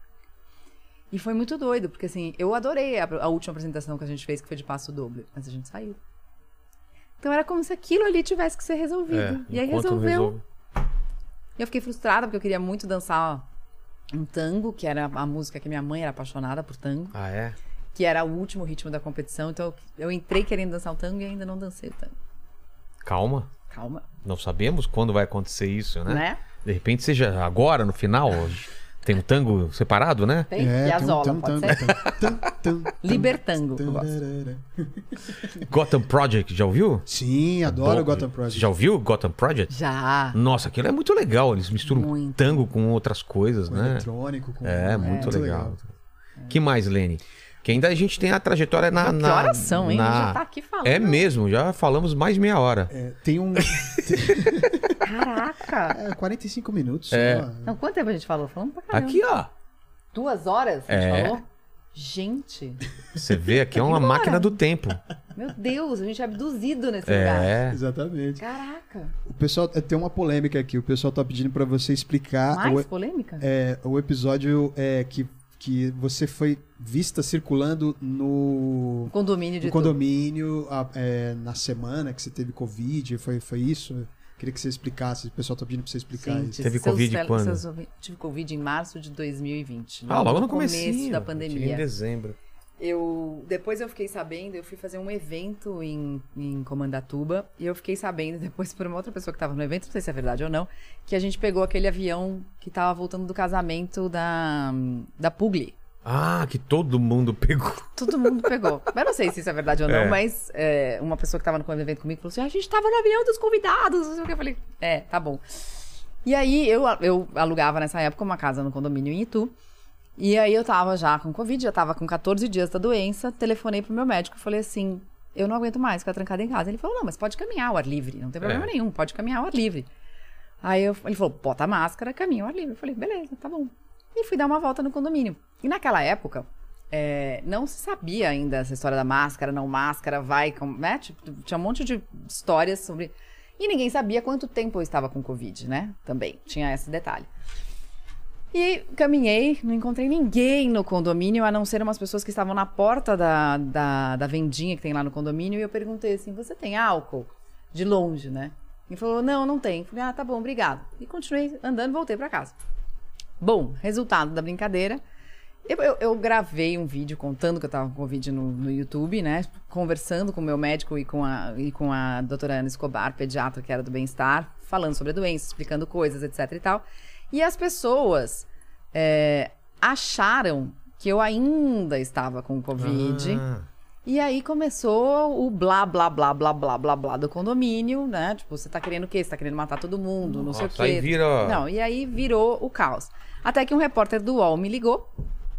E foi muito doido, porque assim, eu adorei a última apresentação que a gente fez, que foi de passo doble, mas a gente saiu. Então era como se aquilo ali tivesse que ser resolvido. E aí resolveu. E eu fiquei frustrada, porque eu queria muito dançar um tango, que era a música que minha mãe era apaixonada por tango. Ah, é? Que era o último ritmo da competição. Então eu entrei querendo dançar o tango e ainda não dancei o tango. Calma. Calma. Não sabemos quando vai acontecer isso, né? De repente seja agora, no final. Tem um tango separado, né? Tem? Piazzolla, pode ser? Libertango, eu gosto. Gotham Project, já ouviu? Sim, adoro o Gotham Project. Você já ouviu Gotham Project? Já. Nossa, aquilo é muito legal. Eles misturam tango com outras coisas, né? Eletrônico. Muito legal. Que mais, Lene? Que ainda a gente tem a trajetória na... Que horas são, hein? Já tá aqui falando. É mesmo, já falamos mais meia hora. Tem um... Caraca! 45 minutos só. Então, quanto tempo a gente falou? Falamos pra caramba. Aqui, ó. 2 horas a gente falou? Gente. Você vê, aqui é uma máquina do tempo. Meu Deus, a gente é abduzido nesse lugar. Exatamente. Caraca. O pessoal, tem uma polêmica aqui, o pessoal tá pedindo pra você explicar... Mais polêmica? O episódio que você foi vista circulando no condomínio de condomínio na semana que você teve Covid, foi isso? Queria que você explicasse, o pessoal tá pedindo pra você explicar isso. Teve Covid quando? Tive Covid em março de 2020. Logo no começo da pandemia. Em dezembro. Depois eu fiquei sabendo, eu fui fazer um evento em Comandatuba, e eu fiquei sabendo depois por uma outra pessoa que tava no evento, não sei se é verdade ou não, que a gente pegou aquele avião que tava voltando do casamento da Pugli. Ah, que todo mundo pegou. Todo mundo pegou. Mas não sei se isso é verdade ou não, mas uma pessoa que tava no evento comigo falou assim, a gente tava no avião dos convidados, não sei o que. Eu falei, tá bom. E aí eu alugava nessa época uma casa no condomínio em Itu, e aí eu tava já com Covid, já tava com 14 dias da doença, telefonei pro meu médico e falei assim, eu não aguento mais ficar trancada em casa. Ele falou, não, mas pode caminhar ao ar livre, não tem problema nenhum, pode caminhar ao ar livre. Aí ele falou, bota a máscara, caminha ao ar livre. Eu falei, beleza, tá bom. E fui dar uma volta no condomínio. E naquela época, não se sabia ainda essa história da máscara, não máscara, né? Tipo, tinha um monte de histórias sobre... E ninguém sabia quanto tempo eu estava com Covid, né? Também, tinha esse detalhe. E caminhei, não encontrei ninguém no condomínio, a não ser umas pessoas que estavam na porta da vendinha que tem lá no condomínio. E eu perguntei assim, você tem álcool? De longe, né? Ele falou, não tem. Eu falei, tá bom, obrigado. E continuei andando e voltei pra casa. Bom, resultado da brincadeira, eu gravei um vídeo contando que eu tava com Covid no YouTube, né? Conversando com o meu médico e com a doutora Ana Escobar, pediatra que era do bem-estar, falando sobre a doença, explicando coisas, etc e tal. E as pessoas acharam que eu ainda estava com Covid. Ah, E aí começou o blá, blá, blá, blá, blá, blá, blá do condomínio, né? Tipo, você tá querendo o quê? Você tá querendo matar todo mundo, não sei o Nossa, quê. aí vira- Não, e aí virou o caos. Até que um repórter do UOL me ligou.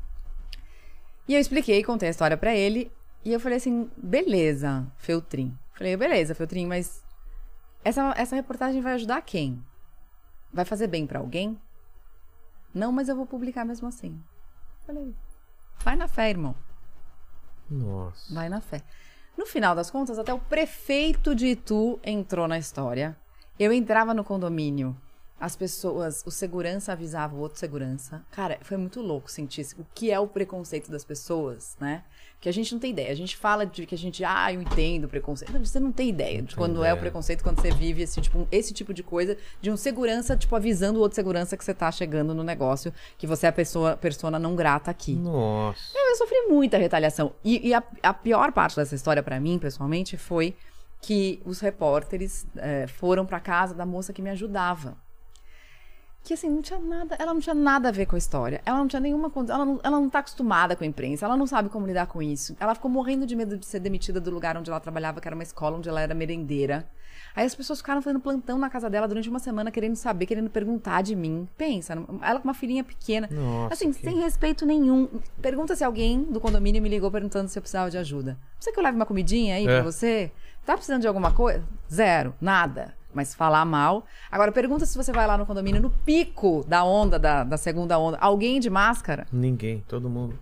E eu expliquei, contei a história pra ele. E eu falei assim, beleza, Feltrin. Falei, beleza, Feltrin, mas essa reportagem vai ajudar quem? Vai fazer bem pra alguém? Não, mas eu vou publicar mesmo assim. Falei, vai na fé, irmão. nossa. Vai na fé. No final das contas, até o prefeito de Itu entrou na história. Eu entrava no condomínio, as pessoas, o segurança avisava o outro segurança. Cara, foi muito louco sentir o que é o preconceito das pessoas, né? Que a gente não tem ideia. A gente fala de que a gente, eu entendo o preconceito. Não, você não tem ideia de quando é o preconceito, quando você vive esse tipo de coisa, de um segurança, tipo, avisando o outro segurança que você tá chegando no negócio, que você é a persona não grata aqui. Nossa. Eu sofri muita retaliação. E a pior parte dessa história pra mim, pessoalmente, foi que os repórteres foram pra casa da moça que me ajudava. Que assim, não tinha nada, ela não tinha nada a ver com a história. Ela não tinha nenhuma condição, ela não tá acostumada com a imprensa, ela não sabe como lidar com isso. Ela ficou morrendo de medo de ser demitida do lugar onde ela trabalhava, que era uma escola onde ela era merendeira. Aí as pessoas ficaram fazendo plantão na casa dela durante uma semana, querendo saber, querendo perguntar de mim. Pensa, ela com uma filhinha pequena. Nossa, assim, sem respeito nenhum. Pergunta se alguém do condomínio me ligou perguntando se eu precisava de ajuda. Você que eu leve uma comidinha aí pra você? Tá precisando de alguma coisa? Zero, nada. Mas falar mal. Agora, pergunta se você vai lá no condomínio, no pico da onda, da segunda onda. Alguém de máscara? Ninguém, todo mundo.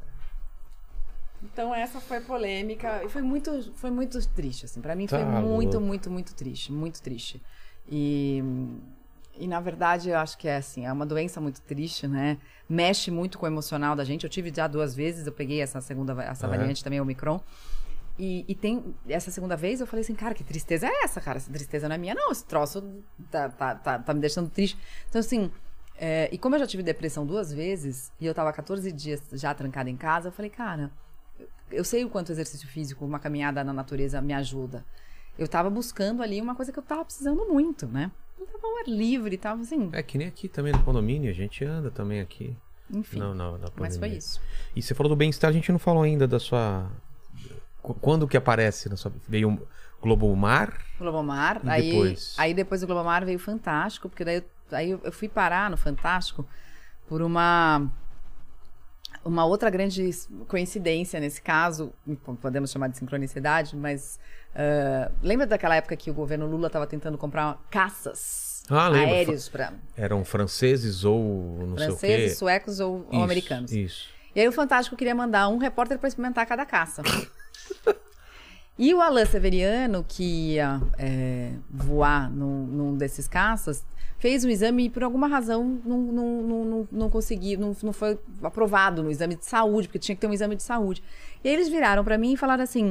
Então, essa foi polêmica. E foi muito triste, assim. Pra mim, Tá foi muito, louco. muito, muito triste. Muito triste. E, na verdade, eu acho que é uma doença muito triste, né? Mexe muito com o emocional da gente. Eu tive já 2 vezes, eu peguei essa variante também, Omicron. E tem essa segunda vez eu falei assim, cara, que tristeza é essa, cara? Essa tristeza não é minha, não. Esse troço tá me deixando triste. Então, assim, e como eu já tive depressão 2 vezes, e eu tava 14 dias já trancada em casa, eu falei, cara, eu sei o quanto o exercício físico, uma caminhada na natureza me ajuda. Eu tava buscando ali uma coisa que eu tava precisando muito, né? Eu tava ao ar livre, tava assim, É que nem aqui também no condomínio, a gente anda também aqui. enfim. Não, na Mas foi pandemia. isso. E você falou do bem-estar, a gente não falou ainda da sua... Quando que aparece na sua... Veio o Globomar? Globomar, E aí depois? depois do Globomar veio o Fantástico, porque daí eu fui parar no Fantástico por uma outra grande coincidência nesse caso, podemos chamar de sincronicidade, mas lembra daquela época que o governo Lula estava tentando comprar caças Lembro. aéreos para Eram franceses ou não sei o quê? franceses, suecos ou americanos. Isso. E aí o Fantástico queria mandar um repórter para experimentar cada caça. E o Alain Severiano, que ia voar num desses caças, fez um exame e por alguma razão não conseguiu, não foi aprovado no exame de saúde, porque tinha que ter um exame de saúde. E aí eles viraram para mim e falaram assim,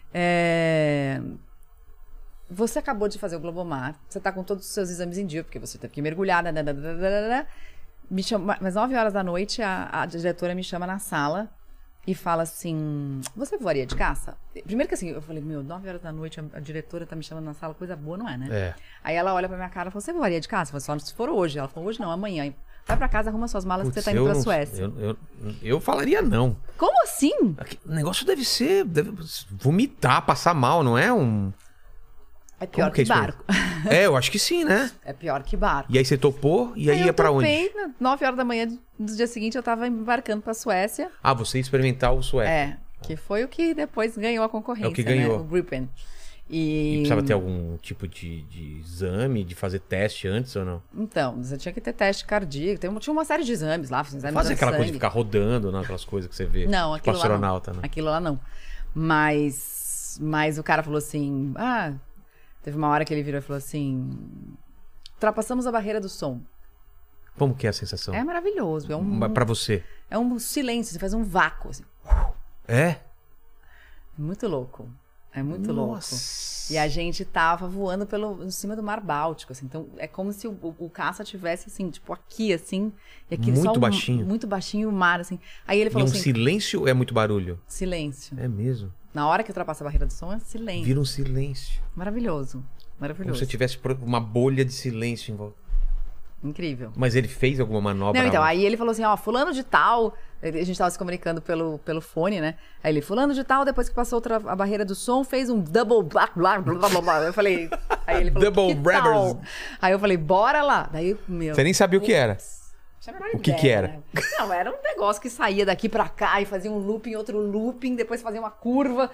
você acabou de fazer o Globomar, você tá com todos os seus exames em dia, porque você teve que mergulhar, me chama, mas 9 horas da noite a diretora me chama na sala e fala assim, você voaria de caça? Primeiro que assim, eu falei, 9 horas da noite a diretora tá me chamando na sala, coisa boa, não é, né? É. Aí ela olha pra minha cara e falou, você voaria de caça? Eu falei, só se for hoje. Ela falou, hoje não, amanhã. Vai pra casa, arruma suas malas que você tá indo pra Suécia. Eu falaria não. Como assim? O negócio deve vomitar, passar mal, não é um... É pior Como que é isso aí? barco. Eu acho que sim, né? É pior que barco. E aí você topou e aí eu ia pra onde? topei, 9 horas da manhã do dia seguinte eu tava embarcando pra Suécia. Ah, você ia experimentar o sueco. Que foi o que depois ganhou a concorrência, É o que ganhou. né? O Gripen. E precisava ter algum tipo de exame, de fazer teste antes ou não? Então, você tinha que ter teste cardíaco, tinha uma série de exames lá, exames Fazer de aquela coisa de sangue. ficar rodando, não? Aquelas coisas que você vê. Não, tipo aquilo lá astronauta, não. né? Aquilo lá não. Mas o cara falou assim, teve uma hora que ele virou e falou assim, ultrapassamos a barreira do som. Como que é a sensação? É maravilhoso, Pra você? é um silêncio, você faz um vácuo, assim. É? Muito louco. É muito Nossa. louco. E a gente tava voando em cima do Mar Báltico, assim. Então, é como se o caça tivesse, assim, tipo, aqui, assim. E aqui Muito só baixinho. Muito baixinho o mar, assim. Aí ele E falou um assim, silêncio é muito barulho? silêncio. É mesmo. Na hora que ultrapassa a barreira do som, é silêncio. Vira um silêncio. Maravilhoso. Como Maravilhoso. se tivesse uma bolha de silêncio em volta. Incrível. Mas ele fez alguma manobra? Não, então, aí ele falou assim, ó, fulano de tal, a gente tava se comunicando pelo fone, né? Aí ele, fulano de tal, depois que passou a barreira do som, fez um double blá, blá, blá, blá, blá. Eu falei, aí ele falou, Double que Brabbers. tal? Aí eu falei, bora lá. Daí, meu... Você nem sabia o que era. O que era? Né? Não, era um negócio que saía daqui pra cá e fazia um looping, outro looping, depois fazia uma curva.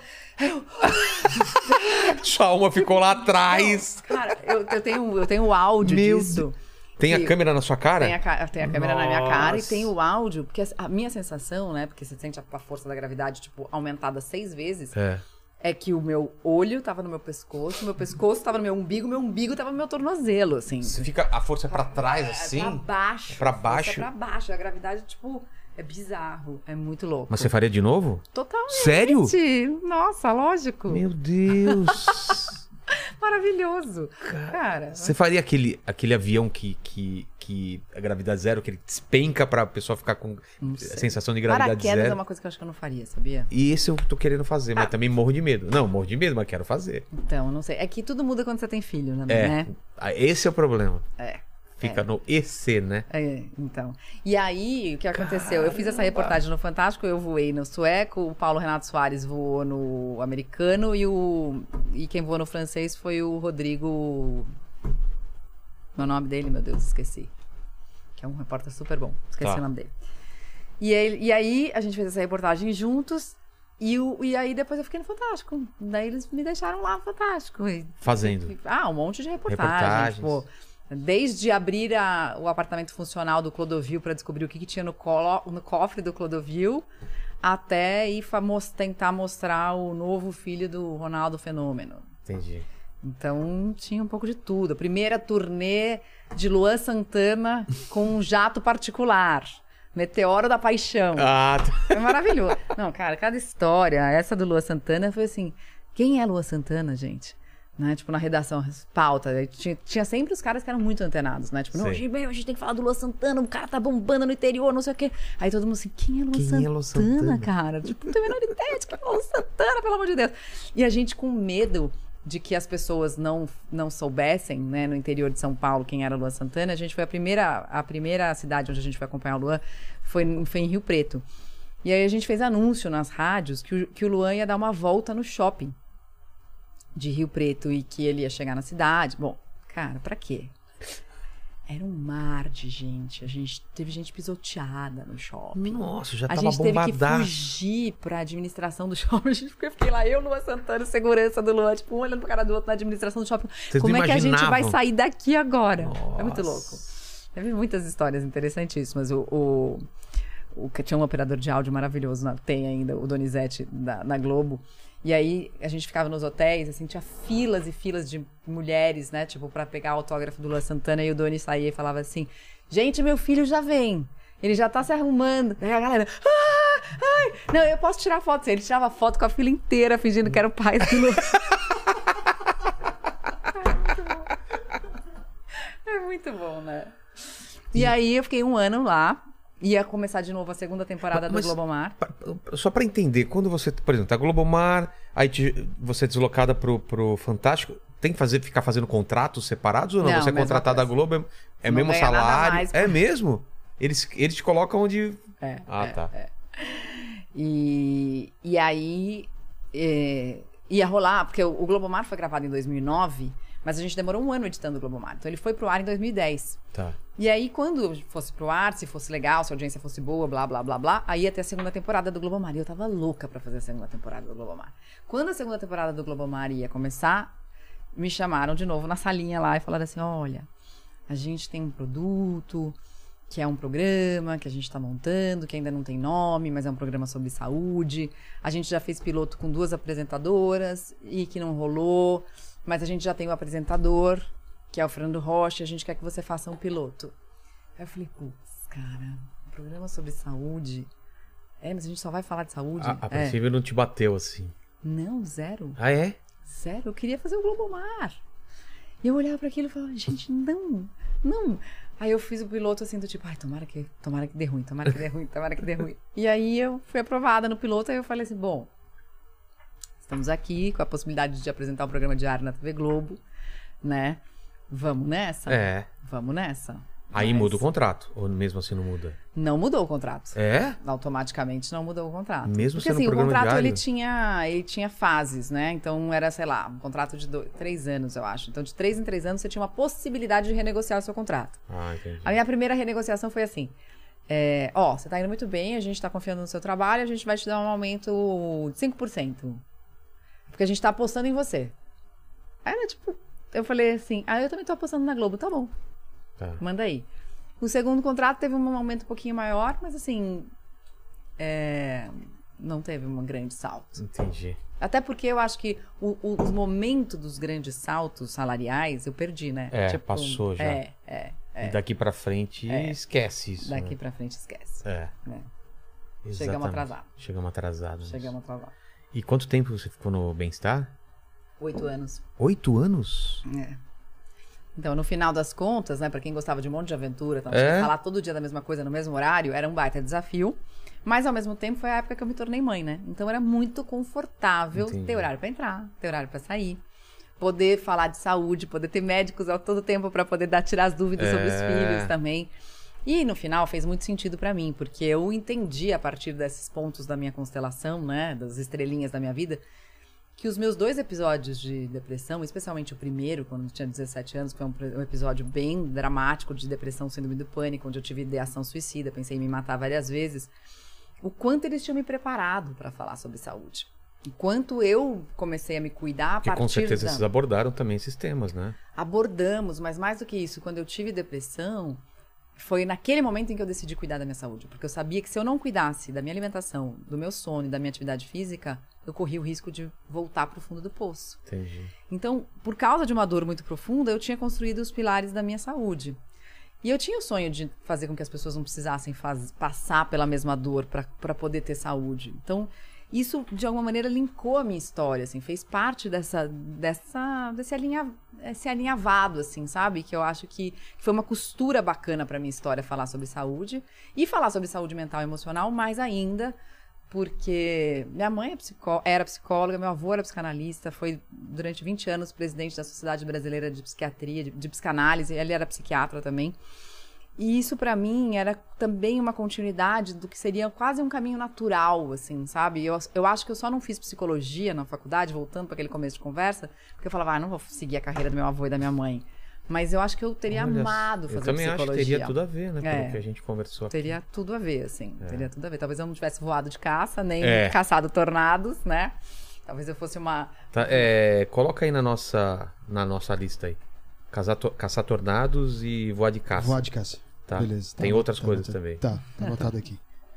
Sua alma ficou lá atrás. Não, cara, eu tenho o áudio disso. Tem a câmera na sua cara? Tem a câmera na minha cara e tem o áudio, porque a minha sensação, né, porque você sente a força da gravidade, tipo, aumentada 6 vezes, é que o meu olho tava no meu pescoço tava no meu umbigo tava no meu tornozelo, assim. Você fica a força pra trás, assim? Pra baixo. Pra baixo? Pra baixo. A gravidade, tipo, é bizarro. É muito louco. Mas você faria de novo? Totalmente. Sério? Nossa, lógico. Meu Deus. Maravilhoso. Cara. Você faria aquele avião que a gravidade zero, que ele despenca pra pessoa ficar com a sensação de gravidade Paraquedas zero? é uma coisa que eu acho que eu não faria, sabia? E esse eu tô querendo fazer, mas também morro de medo. Não, morro de medo, mas quero fazer. Então, não sei. É que tudo muda quando você tem filho, né? Esse é o problema. Fica É. no EC, né? Então. E aí, o que aconteceu? Eu fiz essa reportagem no Fantástico, eu voei no sueco, o Paulo Renato Soares voou no americano e quem voou no francês foi o Rodrigo... O nome dele, meu Deus, esqueci. Que é um repórter super bom. Esqueci o nome dele. E aí, a gente fez essa reportagem juntos e aí depois eu fiquei no Fantástico. Daí eles me deixaram lá no Fantástico. Fazendo. Um monte de reportagens. Tipo, desde abrir o apartamento funcional do Clodovil para descobrir o que tinha no cofre do Clodovil, até ir tentar mostrar o novo filho do Ronaldo Fenômeno. Entendi. Então tinha um pouco de tudo. A primeira turnê de Luan Santana com um jato particular. Meteoro da Paixão. É maravilhoso. Não, cara, cada história, essa do Luan Santana foi assim, quem é Luan Santana, gente? Né? Tipo, na redação, pauta, tinha sempre os caras que eram muito antenados, né? Tipo, não, a gente tem que falar do Luan Santana, o cara tá bombando no interior, não sei o quê. Aí todo mundo assim, quem é Luan Santana, cara? Tipo, não tem a menor ideia de quem é Luan Santana, pelo amor de Deus. E a gente com medo de que as pessoas não soubessem, né, no interior de São Paulo, quem era Luan Santana, a gente foi a primeira cidade onde a gente foi acompanhar o Luan, foi em Rio Preto. E aí a gente fez anúncio nas rádios que o Luan ia dar uma volta no shopping de Rio Preto e que ele ia chegar na cidade. Bom, cara, pra quê? Era um mar de gente. Teve gente pisoteada no shopping. Nossa, já a tava gente teve que bombadaço. fugir pra administração do shopping. Eu fiquei lá, eu, Luan Santana, segurança do Luan, tipo, um olhando pro cara do outro na administração do shopping. Vocês Como não é que a gente vai imaginavam? sair daqui agora? Nossa. É muito louco. Teve muitas histórias interessantíssimas. Que tinha um operador de áudio maravilhoso, tem ainda, o Donizete, na Globo. E aí, a gente ficava nos hotéis, assim, tinha filas e filas de mulheres, né? Tipo, pra pegar o autógrafo do Luan Santana. E o Doni saía e falava assim, gente, meu filho já vem. Ele já tá se arrumando. Aí a galera, ai, não, eu posso tirar foto. Ele tirava foto com a fila inteira, fingindo que era o pai do Luan. É muito bom, né? E aí, eu fiquei um ano lá. Ia começar de novo a segunda temporada do Globomar. Só pra entender, quando você, por exemplo, tá Globomar, aí você é deslocada pro Fantástico, tem que ficar fazendo contratos separados ou não? Você é contratada da Globo, é Não mesmo ganha nada salário? mais, É mesmo? Eles te colocam onde... Tá. E aí ia rolar, porque o Globomar foi gravado em 2009, mas a gente demorou um ano editando o Globomar. Então ele foi pro ar em 2010. Tá. E aí, quando fosse pro ar, se fosse legal, se a audiência fosse boa, blá, blá, blá, blá, aí ia ter a segunda temporada do Globomar. E eu tava louca pra fazer a segunda temporada do Globomar. Quando a segunda temporada do Globomar ia começar, me chamaram de novo na salinha lá e falaram assim, olha, a gente tem um produto, que é um programa que a gente tá montando, que ainda não tem nome, mas é um programa sobre saúde. A gente já fez piloto com 2 apresentadoras e que não rolou, mas a gente já tem o apresentador, que é o Fernando Rocha, a gente quer que você faça um piloto. Aí eu falei, putz, cara, um programa sobre saúde? Mas a gente só vai falar de saúde? A princípio não te bateu assim. Não, zero. Ah, é? Zero, eu queria fazer o Globomar. E eu olhava para aquilo e falava, gente, não. Aí eu fiz o piloto assim, do tipo, ai, tomara que dê ruim, tomara que dê ruim. E aí eu fui aprovada no piloto, aí eu falei assim, bom, estamos aqui com a possibilidade de apresentar um programa diário na TV Globo, né? Vamos nessa? É. Vamos nessa. Aí Mas muda o contrato, ou mesmo assim não muda? Não mudou o contrato. É? Automaticamente não mudou o contrato. Mesmo Porque sendo assim, o programa contrato diário? ele tinha fases, né? Então era, sei lá, um contrato de 3 anos, eu acho. Então de 3 em 3 anos você tinha uma possibilidade de renegociar o seu contrato. Ah, entendi. A minha primeira renegociação foi assim: você tá indo muito bem, a gente tá confiando no seu trabalho, a gente vai te dar um aumento de 5%. Porque a gente tá apostando em você. Aí era tipo, eu falei assim, eu também tô apostando na Globo, tá bom. Tá. Manda aí. O segundo contrato teve um aumento um pouquinho maior, mas assim, não teve um grande salto. Entendi. Até porque eu acho que os momentos dos grandes saltos salariais eu perdi, né? Passou já. E daqui pra frente, esquece isso. Daqui né? pra frente esquece. É. Né? Exatamente. Chegamos atrasados. Chegamos atrasados. Chegamos. E quanto tempo você ficou no Bem-Estar? 8 anos. 8 anos? Então, no final das contas, né, pra quem gostava de um monte de aventura, falar todo dia da mesma coisa no mesmo horário, era um baita desafio. Mas, ao mesmo tempo, foi a época que eu me tornei mãe, né? Então, era muito confortável ter horário pra entrar, ter horário pra sair. Poder falar de saúde, poder ter médicos ao todo tempo pra poder tirar as dúvidas sobre os filhos também. E, no final, fez muito sentido pra mim, porque eu entendi, a partir desses pontos da minha constelação, né, das estrelinhas da minha vida, que os meus 2 episódios de depressão, especialmente o primeiro, quando eu tinha 17 anos, foi um episódio bem dramático de depressão, síndrome do pânico, onde eu tive ideação suicida, pensei em me matar várias vezes, o quanto eles tinham me preparado para falar sobre saúde. O quanto eu comecei a me cuidar a Porque partir com certeza vocês abordaram também esses temas, né? Abordamos, mas mais do que isso, quando eu tive depressão, foi naquele momento em que eu decidi cuidar da minha saúde. Porque eu sabia que se eu não cuidasse da minha alimentação, do meu sono e da minha atividade física, eu corria o risco de voltar para o fundo do poço. Entendi. Então, por causa de uma dor muito profunda, eu tinha construído os pilares da minha saúde. E eu tinha o sonho de fazer com que as pessoas não precisassem passar pela mesma dor para poder ter saúde. Então, isso, de alguma maneira, linkou a minha história, assim, fez parte desse alinhavado, assim, sabe? Que eu acho que foi uma costura bacana pra minha história falar sobre saúde e falar sobre saúde mental e emocional, mais ainda, porque minha mãe era psicóloga, meu avô era psicanalista, foi durante 20 anos presidente da Sociedade Brasileira de Psiquiatria, de Psicanálise, ele era psiquiatra também. E isso, pra mim, era também uma continuidade do que seria quase um caminho natural, assim, sabe? Eu acho que eu só não fiz psicologia na faculdade, voltando para aquele começo de conversa, porque eu falava, não vou seguir a carreira do meu avô e da minha mãe. Mas eu acho que eu teria amado fazer psicologia. Eu também acho que teria tudo a ver, né? Pelo que a gente conversou aqui. Teria tudo a ver, assim. Teria tudo a ver. Talvez eu não tivesse voado de caça, nem caçado tornados, né? Talvez eu fosse uma... Tá, coloca aí na nossa lista aí. Caçar tornados e voar de caça. Voar de caça. Tá. Beleza. Tem outras coisas também. Tá anotado aqui.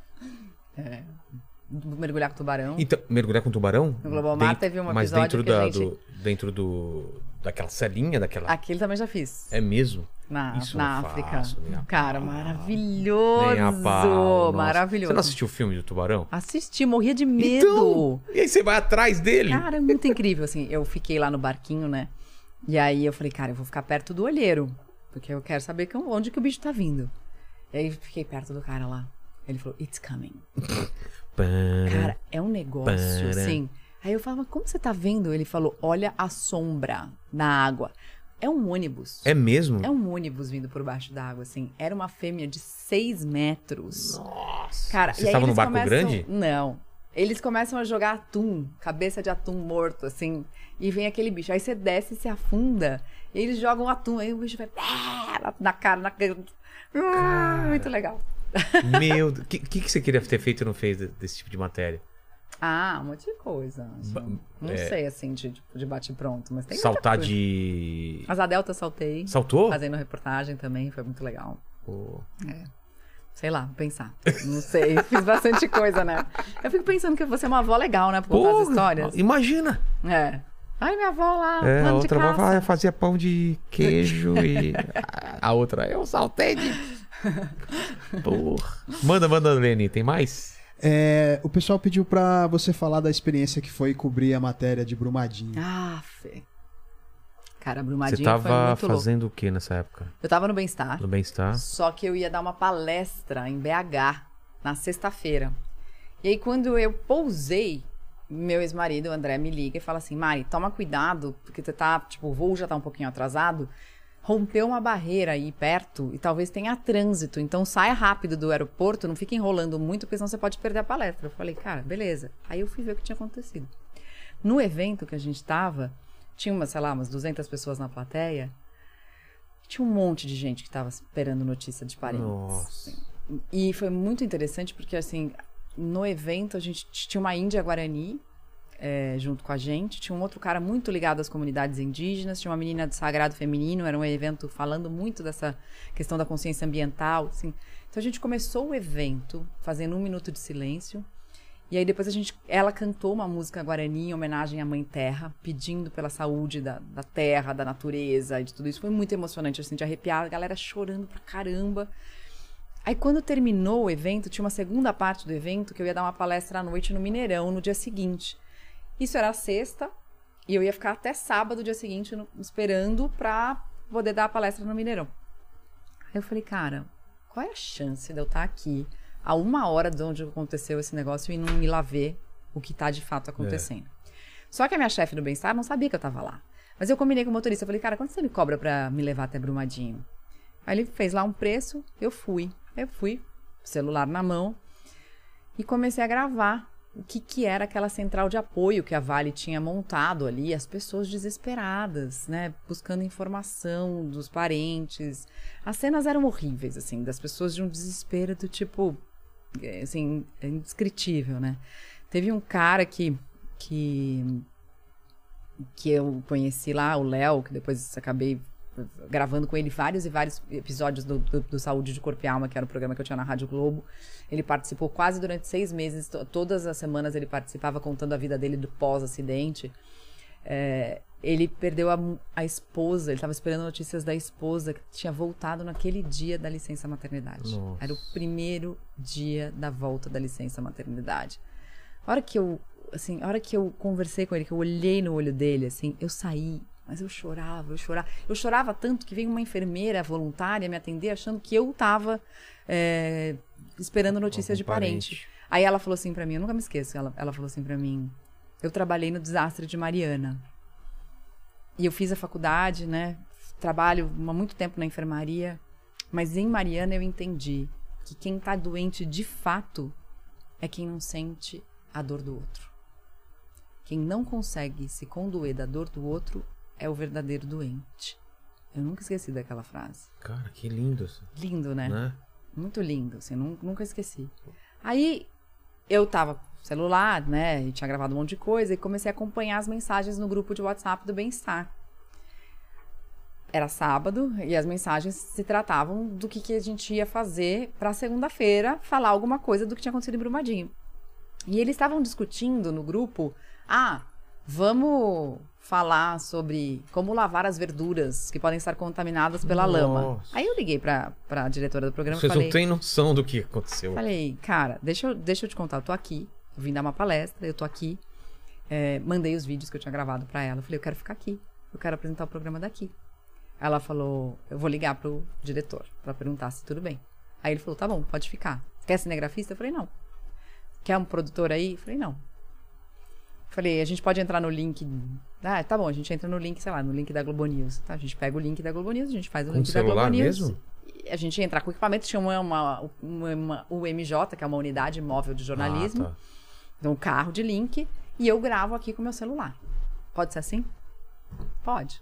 Mergulhar com tubarão. Então, mergulhar com tubarão? No Global Mar teve um mas episódio dentro daquela celinha, daquela... Aquele também já fiz. É mesmo? Na Isso não África. faço, nem a Cara, pau. maravilhoso. Nem a pau, nossa. Maravilhoso. Você não assistiu o filme do tubarão? Assisti, morria de medo. Então, e aí você vai atrás dele? Cara, é muito incrível, assim. Eu fiquei lá no barquinho, né? E aí eu falei, cara, eu vou ficar perto do olheiro. Porque eu quero saber onde que o bicho tá vindo. E aí fiquei perto do cara lá. Ele falou, it's coming. Cara, é um negócio, assim. Aí eu falava, como você tá vendo? Ele falou, olha a sombra na água. É um ônibus. É mesmo? É um ônibus vindo por baixo da água, assim. Era uma fêmea de 6 metros. Nossa. Cara, Vocês estavam num barco grande? Não. Eles começam a jogar atum, cabeça de atum morto, assim. E vem aquele bicho. Aí você desce e se afunda. E eles jogam atum. Aí o bicho vai na cara. Muito legal. Meu Deus. O que você queria ter feito e não fez desse tipo de matéria? Ah, um monte de coisa. Não sei, assim, de bate-pronto. Mas tem saltar muita coisa. de... Asa Delta saltei. Saltou? Fazendo reportagem também, foi muito legal. Pô. Sei lá, pensar. Não sei, fiz bastante coisa, né? Eu fico pensando que você é uma avó legal, né? Pra contar as histórias. Imagina! Ai, minha avó lá, A plano de outra caça. fazia pão de queijo e a outra, eu saltei de... Porra. Manda, Leni, tem mais? O pessoal pediu pra você falar da experiência que foi cobrir a matéria de Brumadinho. Fê. Cara, Brumadinho Você foi muito tava louco. fazendo o que nessa época? Eu tava no Bem-Estar. No Bem-Estar? Só que eu ia dar uma palestra em BH na sexta-feira. E aí, quando eu pousei, meu ex-marido, o André, me liga e fala assim, Mari, toma cuidado, porque você tá, tipo, o voo já tá um pouquinho atrasado, rompeu uma barreira aí perto e talvez tenha trânsito. Então saia rápido do aeroporto, não fique enrolando muito, porque senão você pode perder a palestra. Eu falei, cara, beleza. Aí eu fui ver o que tinha acontecido. No evento que a gente tava, tinha umas 200 pessoas na plateia. Tinha um monte de gente que tava esperando notícia de parentes. Nossa. Assim. E foi muito interessante porque, assim, no evento a gente tinha uma índia Guarani junto com a gente, tinha um outro cara muito ligado às comunidades indígenas, tinha uma menina do Sagrado Feminino, era um evento falando muito dessa questão da consciência ambiental, assim. Então a gente começou o evento fazendo 1 minuto de silêncio, e aí depois ela cantou uma música Guarani em homenagem à Mãe Terra, pedindo pela saúde da terra, da natureza e de tudo isso. Foi muito emocionante, assim, de arrepiar, a galera chorando pra caramba. Aí quando terminou o evento, tinha uma segunda parte do evento que eu ia dar uma palestra à noite no Mineirão no dia seguinte. Isso era sexta e eu ia ficar até sábado, dia seguinte, esperando pra poder dar a palestra no Mineirão. Aí eu falei, cara, qual é a chance de eu estar aqui a 1 hora de onde aconteceu esse negócio e não ir lá ver o que tá de fato acontecendo? Só que a minha chefe do bem-estar não sabia que eu tava lá. Mas eu combinei com o motorista, eu falei, cara, quanto você me cobra pra me levar até Brumadinho? Aí ele fez lá um preço, eu fui, celular na mão, e comecei a gravar o que era aquela central de apoio que a Vale tinha montado ali, as pessoas desesperadas, né, buscando informação dos parentes. As cenas eram horríveis, assim, das pessoas de um desespero do tipo, assim, indescritível, né. Teve um cara que eu conheci lá, o Léo, que depois acabei gravando com ele vários e vários episódios do Saúde de Corpo e Alma, que era o programa que eu tinha na Rádio Globo. Ele participou quase durante 6 meses, todas as semanas ele participava contando a vida dele do pós-acidente. Ele perdeu a esposa, ele estava esperando notícias da esposa, que tinha voltado naquele dia da licença maternidade. Nossa. Era o primeiro dia da volta da licença maternidade. A hora que eu conversei com ele, que eu olhei no olho dele, assim, eu saí. Mas eu chorava. Eu chorava tanto que veio uma enfermeira voluntária me atender achando que eu tava esperando notícias de parente. Aí ela falou assim pra mim, eu nunca me esqueço, ela falou assim pra mim, eu trabalhei no desastre de Mariana. E eu fiz a faculdade, né? Trabalho há muito tempo na enfermaria, mas em Mariana eu entendi que quem tá doente de fato é quem não sente a dor do outro. Quem não consegue se condoer da dor do outro é o verdadeiro doente. Eu nunca esqueci daquela frase. Cara, que lindo. Lindo, né? Muito lindo, assim, nunca esqueci. Aí, eu tava com o celular, né, e tinha gravado um monte de coisa, e comecei a acompanhar as mensagens no grupo de WhatsApp do Bem-Estar. Era sábado, e as mensagens se tratavam do que a gente ia fazer pra segunda-feira, falar alguma coisa do que tinha acontecido em Brumadinho. E eles estavam discutindo no grupo, vamos falar sobre como lavar as verduras que podem estar contaminadas pela lama. Aí eu liguei pra diretora do programa e falei... Vocês não têm noção do que aconteceu. Falei, cara, deixa eu te contar, eu tô aqui, eu vim dar uma palestra, eu tô aqui, mandei os vídeos que eu tinha gravado pra ela, eu falei, eu quero ficar aqui, eu quero apresentar o programa daqui. Ela falou, eu vou ligar pro diretor pra perguntar se tudo bem. Aí ele falou, tá bom, pode ficar. Quer cinegrafista? Eu falei, não. Quer um produtor aí? Eu falei, não. Falei, a gente pode entrar no link... tá bom, a gente entra no link, sei lá, no link da Globo News. Tá? A gente pega o link da Globo News, a gente faz o link da Globo News. Mesmo? A gente entra com o equipamento, tinha o MJ, que é uma unidade móvel de jornalismo. Tá. Então, um carro de link, e eu gravo aqui com o meu celular. Pode ser assim? Pode.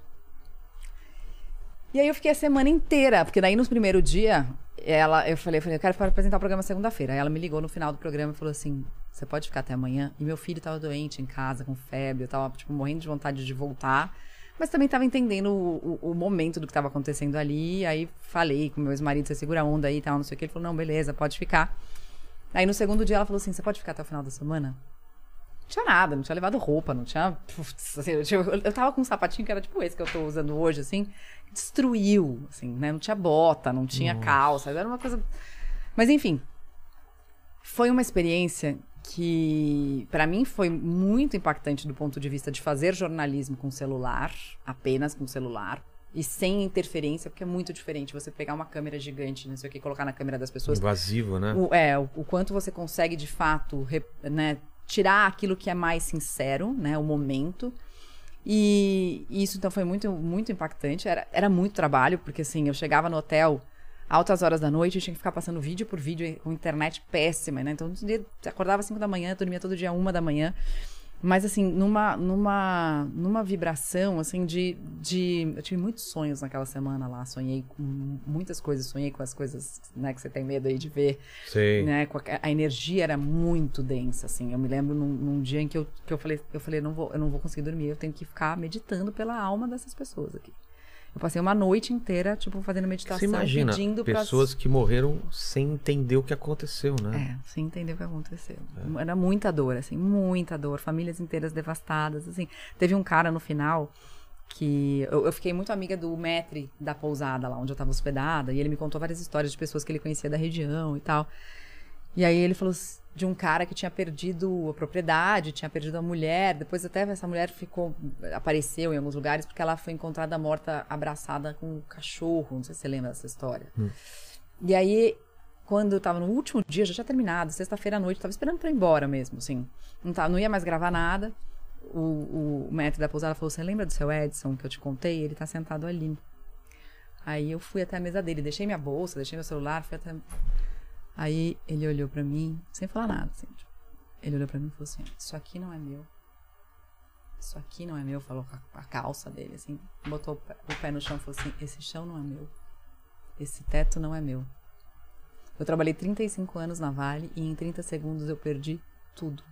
E aí eu fiquei a semana inteira, porque daí no primeiro dia, eu falei, eu quero apresentar o programa segunda-feira. Aí ela me ligou no final do programa e falou assim, você pode ficar até amanhã? E meu filho tava doente em casa, com febre, eu tava, tipo, morrendo de vontade de voltar, mas também tava entendendo o momento do que tava acontecendo ali. Aí falei com meu ex-marido, você segura a onda aí e tal, não sei o que. Ele falou, não, beleza, pode ficar. Aí no segundo dia ela falou assim, você pode ficar até o final da semana? Não tinha nada, não tinha levado roupa, não tinha... Assim, eu tava com um sapatinho que era tipo esse que eu tô usando hoje, assim, destruiu, assim, né? Não tinha bota, não tinha calça, era uma coisa... Mas enfim, foi uma experiência que pra mim foi muito impactante do ponto de vista de fazer jornalismo com celular, apenas com celular, e sem interferência, porque é muito diferente você pegar uma câmera gigante, não sei o que, colocar na câmera das pessoas. Invasivo, né? O quanto você consegue, de fato, né, tirar aquilo que é mais sincero, né, o momento, E isso então foi muito, muito impactante. Era muito trabalho, porque assim, eu chegava no hotel altas horas da noite, eu tinha que ficar passando vídeo por vídeo, com internet péssima, né? Então, eu acordava às 5 da manhã, dormia todo dia 1 da manhã. Mas assim, numa vibração, assim, eu tive muitos sonhos naquela semana lá. Sonhei com muitas coisas, sonhei com as coisas, né, que você tem medo aí de ver. Sei. Né? A energia era muito densa, assim. Eu me lembro num dia em que eu falei, eu não vou conseguir dormir, eu tenho que ficar meditando pela alma dessas pessoas aqui. Eu passei uma noite inteira, tipo, fazendo meditação, Você imagina pedindo pessoas que morreram sem entender o que aconteceu, né? Sem entender o que aconteceu. Era muita dor, assim, muita dor. Famílias inteiras devastadas, assim. Teve um cara no final que... Eu fiquei muito amiga do maître da pousada lá, onde eu estava hospedada, e ele me contou várias histórias de pessoas que ele conhecia da região e tal. E aí ele falou de um cara que tinha perdido a propriedade, tinha perdido a mulher. Depois até essa mulher apareceu em alguns lugares porque ela foi encontrada morta, abraçada com um cachorro. Não sei se você lembra dessa história. E aí, quando eu tava no último dia, já tinha terminado, sexta-feira à noite, eu tava esperando pra ir embora mesmo, assim. Não ia mais gravar nada. O maître da pousada falou, você lembra do seu Edson que eu te contei? Ele tá sentado ali. Aí eu fui até a mesa dele, deixei minha bolsa, deixei meu celular, fui até... Aí ele olhou pra mim, sem falar nada, assim. Ele olhou pra mim e falou assim, isso aqui não é meu. Isso aqui não é meu, falou com a calça dele, assim. Botou o pé no chão e falou assim, esse chão não é meu. Esse teto não é meu. Eu trabalhei 35 anos na Vale e em 30 segundos eu perdi tudo.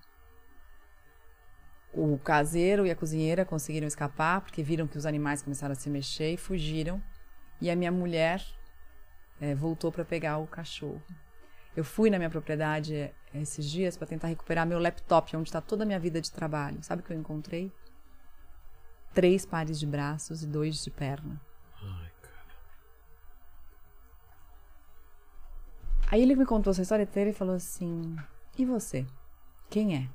O caseiro e a cozinheira conseguiram escapar porque viram que os animais começaram a se mexer e fugiram. E a minha mulher voltou pra pegar o cachorro. Eu fui na minha propriedade esses dias para tentar recuperar meu laptop, onde está toda a minha vida de trabalho. Sabe o que eu encontrei? 3 pares de braços e 2 de perna. Ai, cara. Aí ele me contou essa história inteira e falou assim, e você? Quem é?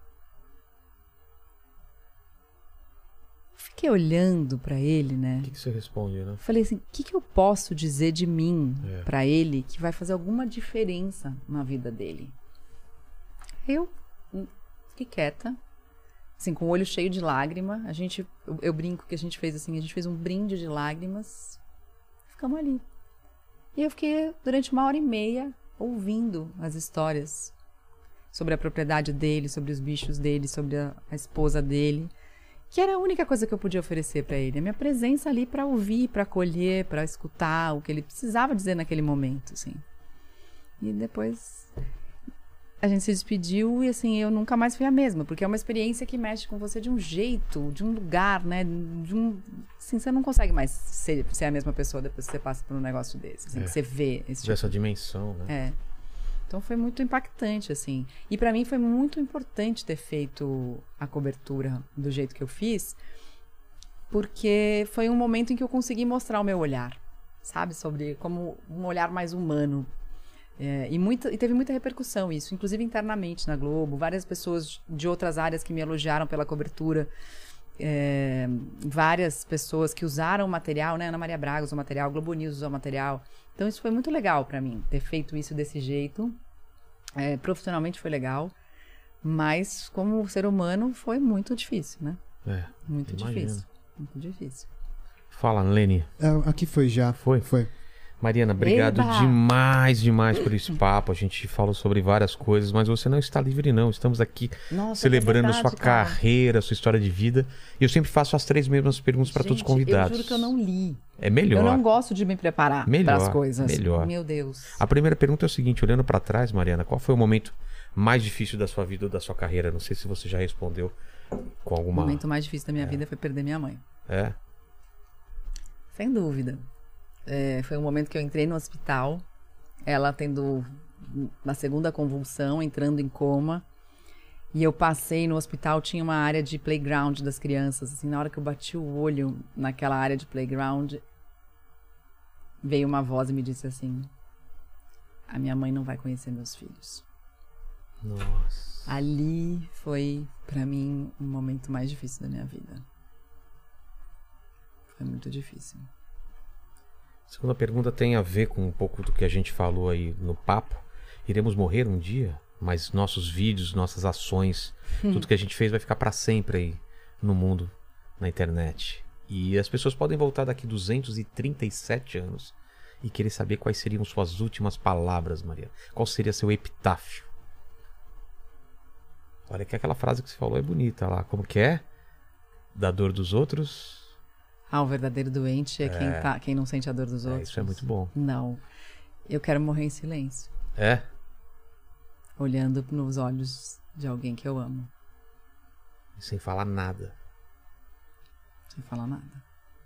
Fiquei olhando pra ele, né? O que você responde, né? Falei assim, o que eu posso dizer de mim pra ele que vai fazer alguma diferença na vida dele? Eu fiquei quieta, assim, com o olho cheio de lágrima. Eu brinco que a gente fez assim, a gente fez um brinde de lágrimas. Ficamos ali. E eu fiquei durante 1h30 ouvindo as histórias sobre a propriedade dele, sobre os bichos dele, sobre a esposa dele. Que era a única coisa que eu podia oferecer para ele. A minha presença ali para ouvir, para acolher, para escutar o que ele precisava dizer naquele momento, assim. E depois a gente se despediu e, assim, eu nunca mais fui a mesma. Porque é uma experiência que mexe com você de um jeito, de um lugar, né? Assim, você não consegue mais ser a mesma pessoa depois que você passa por um negócio desse. Assim, que você vê esse tipo. Essa dimensão, né? Então foi muito impactante, assim. E pra mim foi muito importante ter feito a cobertura do jeito que eu fiz, porque foi um momento em que eu consegui mostrar o meu olhar, sabe? Sobre como um olhar mais humano. E teve muita repercussão isso, inclusive internamente na Globo. Várias pessoas de outras áreas que me elogiaram pela cobertura. Várias pessoas que usaram o material, né? Ana Maria Braga usou o material, Globo News usou o material. Então isso foi muito legal pra mim, ter feito isso desse jeito. Profissionalmente foi legal, mas como ser humano foi muito difícil, né? Muito difícil. Muito difícil. Fala, Lene. Aqui foi já. Foi? Foi. Mariana, obrigado demais por esse papo. A gente falou sobre várias coisas, mas você não está livre, não. Estamos aqui celebrando sua carreira, sua história de vida. E eu sempre faço as 3 mesmas perguntas para todos os convidados. Eu juro que eu não li. É melhor. Eu não gosto de me preparar para as coisas. Melhor. Meu Deus. A primeira pergunta é o seguinte, olhando para trás, Mariana, qual foi o momento mais difícil da sua vida ou da sua carreira? Não sei se você já respondeu com alguma... O momento mais difícil da minha vida foi perder minha mãe. Sem dúvida. Foi um momento que eu entrei no hospital, ela tendo na segunda convulsão, entrando em coma, e eu passei no hospital, tinha uma área de playground das crianças, assim, na hora que eu bati o olho naquela área de playground, veio uma voz e me disse assim, a minha mãe não vai conhecer meus filhos. Nossa. Ali foi, pra mim, o momento mais difícil da minha vida. Foi muito difícil. A segunda pergunta tem a ver com um pouco do que a gente falou aí no papo. Iremos morrer um dia, mas nossos vídeos, nossas ações, tudo que a gente fez vai ficar para sempre aí no mundo. na internet. E as pessoas podem voltar daqui 237 anos e querer saber quais seriam suas últimas palavras, Mariana. Qual seria seu epitáfio? Olha que aquela frase que você falou é bonita lá. Como que é? Da dor dos outros? O verdadeiro doente é quem não sente a dor dos outros. Isso é muito bom. Não. Eu quero morrer em silêncio. É? Olhando nos olhos de alguém que eu amo. Sem falar nada. Sem falar nada.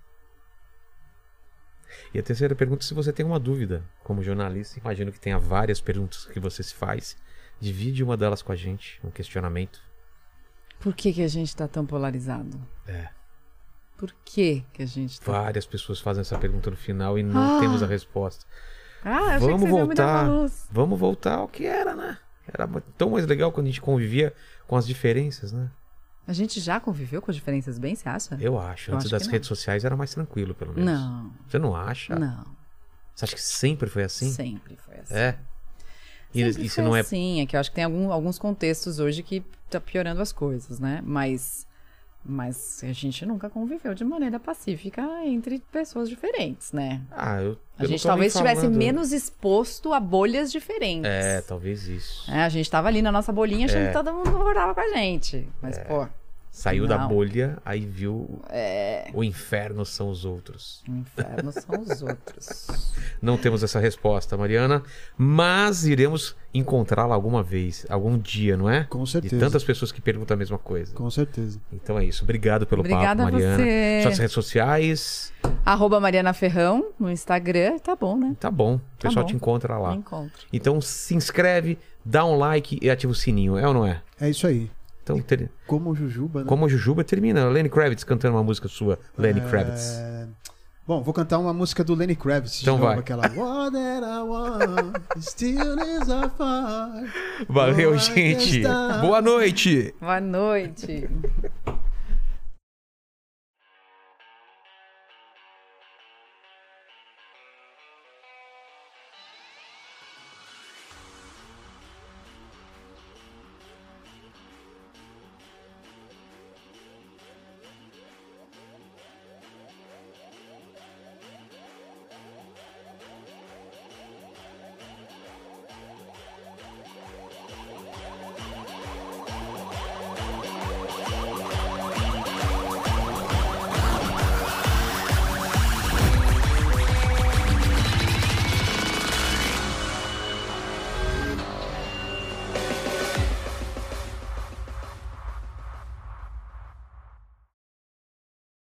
E a terceira pergunta, se você tem uma dúvida como jornalista, imagino que tenha várias perguntas que você se faz. Divide uma delas com a gente, um questionamento. Por que a gente tá tão polarizado? É. Por que a gente tá... Várias pessoas fazem essa pergunta no final e não temos a resposta. Eu achei Vamos que vocês iam me dar voltar. uma luz. Vamos voltar ao que era, né? Era tão mais legal quando a gente convivia com as diferenças, né? A gente já conviveu com diferenças bem, você acha? Eu acho. Eu Antes acho das que não. redes sociais era mais tranquilo, pelo menos. Não. Você não acha? Não. Você acha que sempre foi assim? Sempre foi assim. É? Sempre E foi se não é... assim. É que eu acho que tem alguns contextos hoje que tá piorando as coisas, né? Mas a gente nunca conviveu de maneira pacífica entre pessoas diferentes, né? Eu A gente não tô nem talvez estivesse falando- menos exposto a bolhas diferentes. É, talvez isso. A gente tava ali na nossa bolinha achando que todo mundo concordava com a gente. Mas, pô, Saiu da Não. bolha, aí viu o inferno são os outros. o inferno são os outros. Não temos essa resposta, Mariana, mas iremos encontrá-la alguma vez, algum dia, não é? Com certeza. De tantas pessoas que perguntam a mesma coisa. Com certeza. Então é isso. Obrigado pelo Obrigada a papo, Mariana. você. Suas redes sociais. @Mariana Ferrão no Instagram, tá bom, né? Tá bom. O pessoal bom. te encontra lá. Me encontro. Então se inscreve, dá um like e ativa o sininho, é ou não é? É isso aí. Então, Como o Jujuba, né? como a Jujuba termina, Lenny Kravitz cantando uma música sua, Lenny Kravitz. Bom, vou cantar uma música do Lenny Kravitz. de Então novo, vai. Aquela What that I want, still is a fire. Valeu, Oh, I gente. can't stop. Boa noite. Boa noite.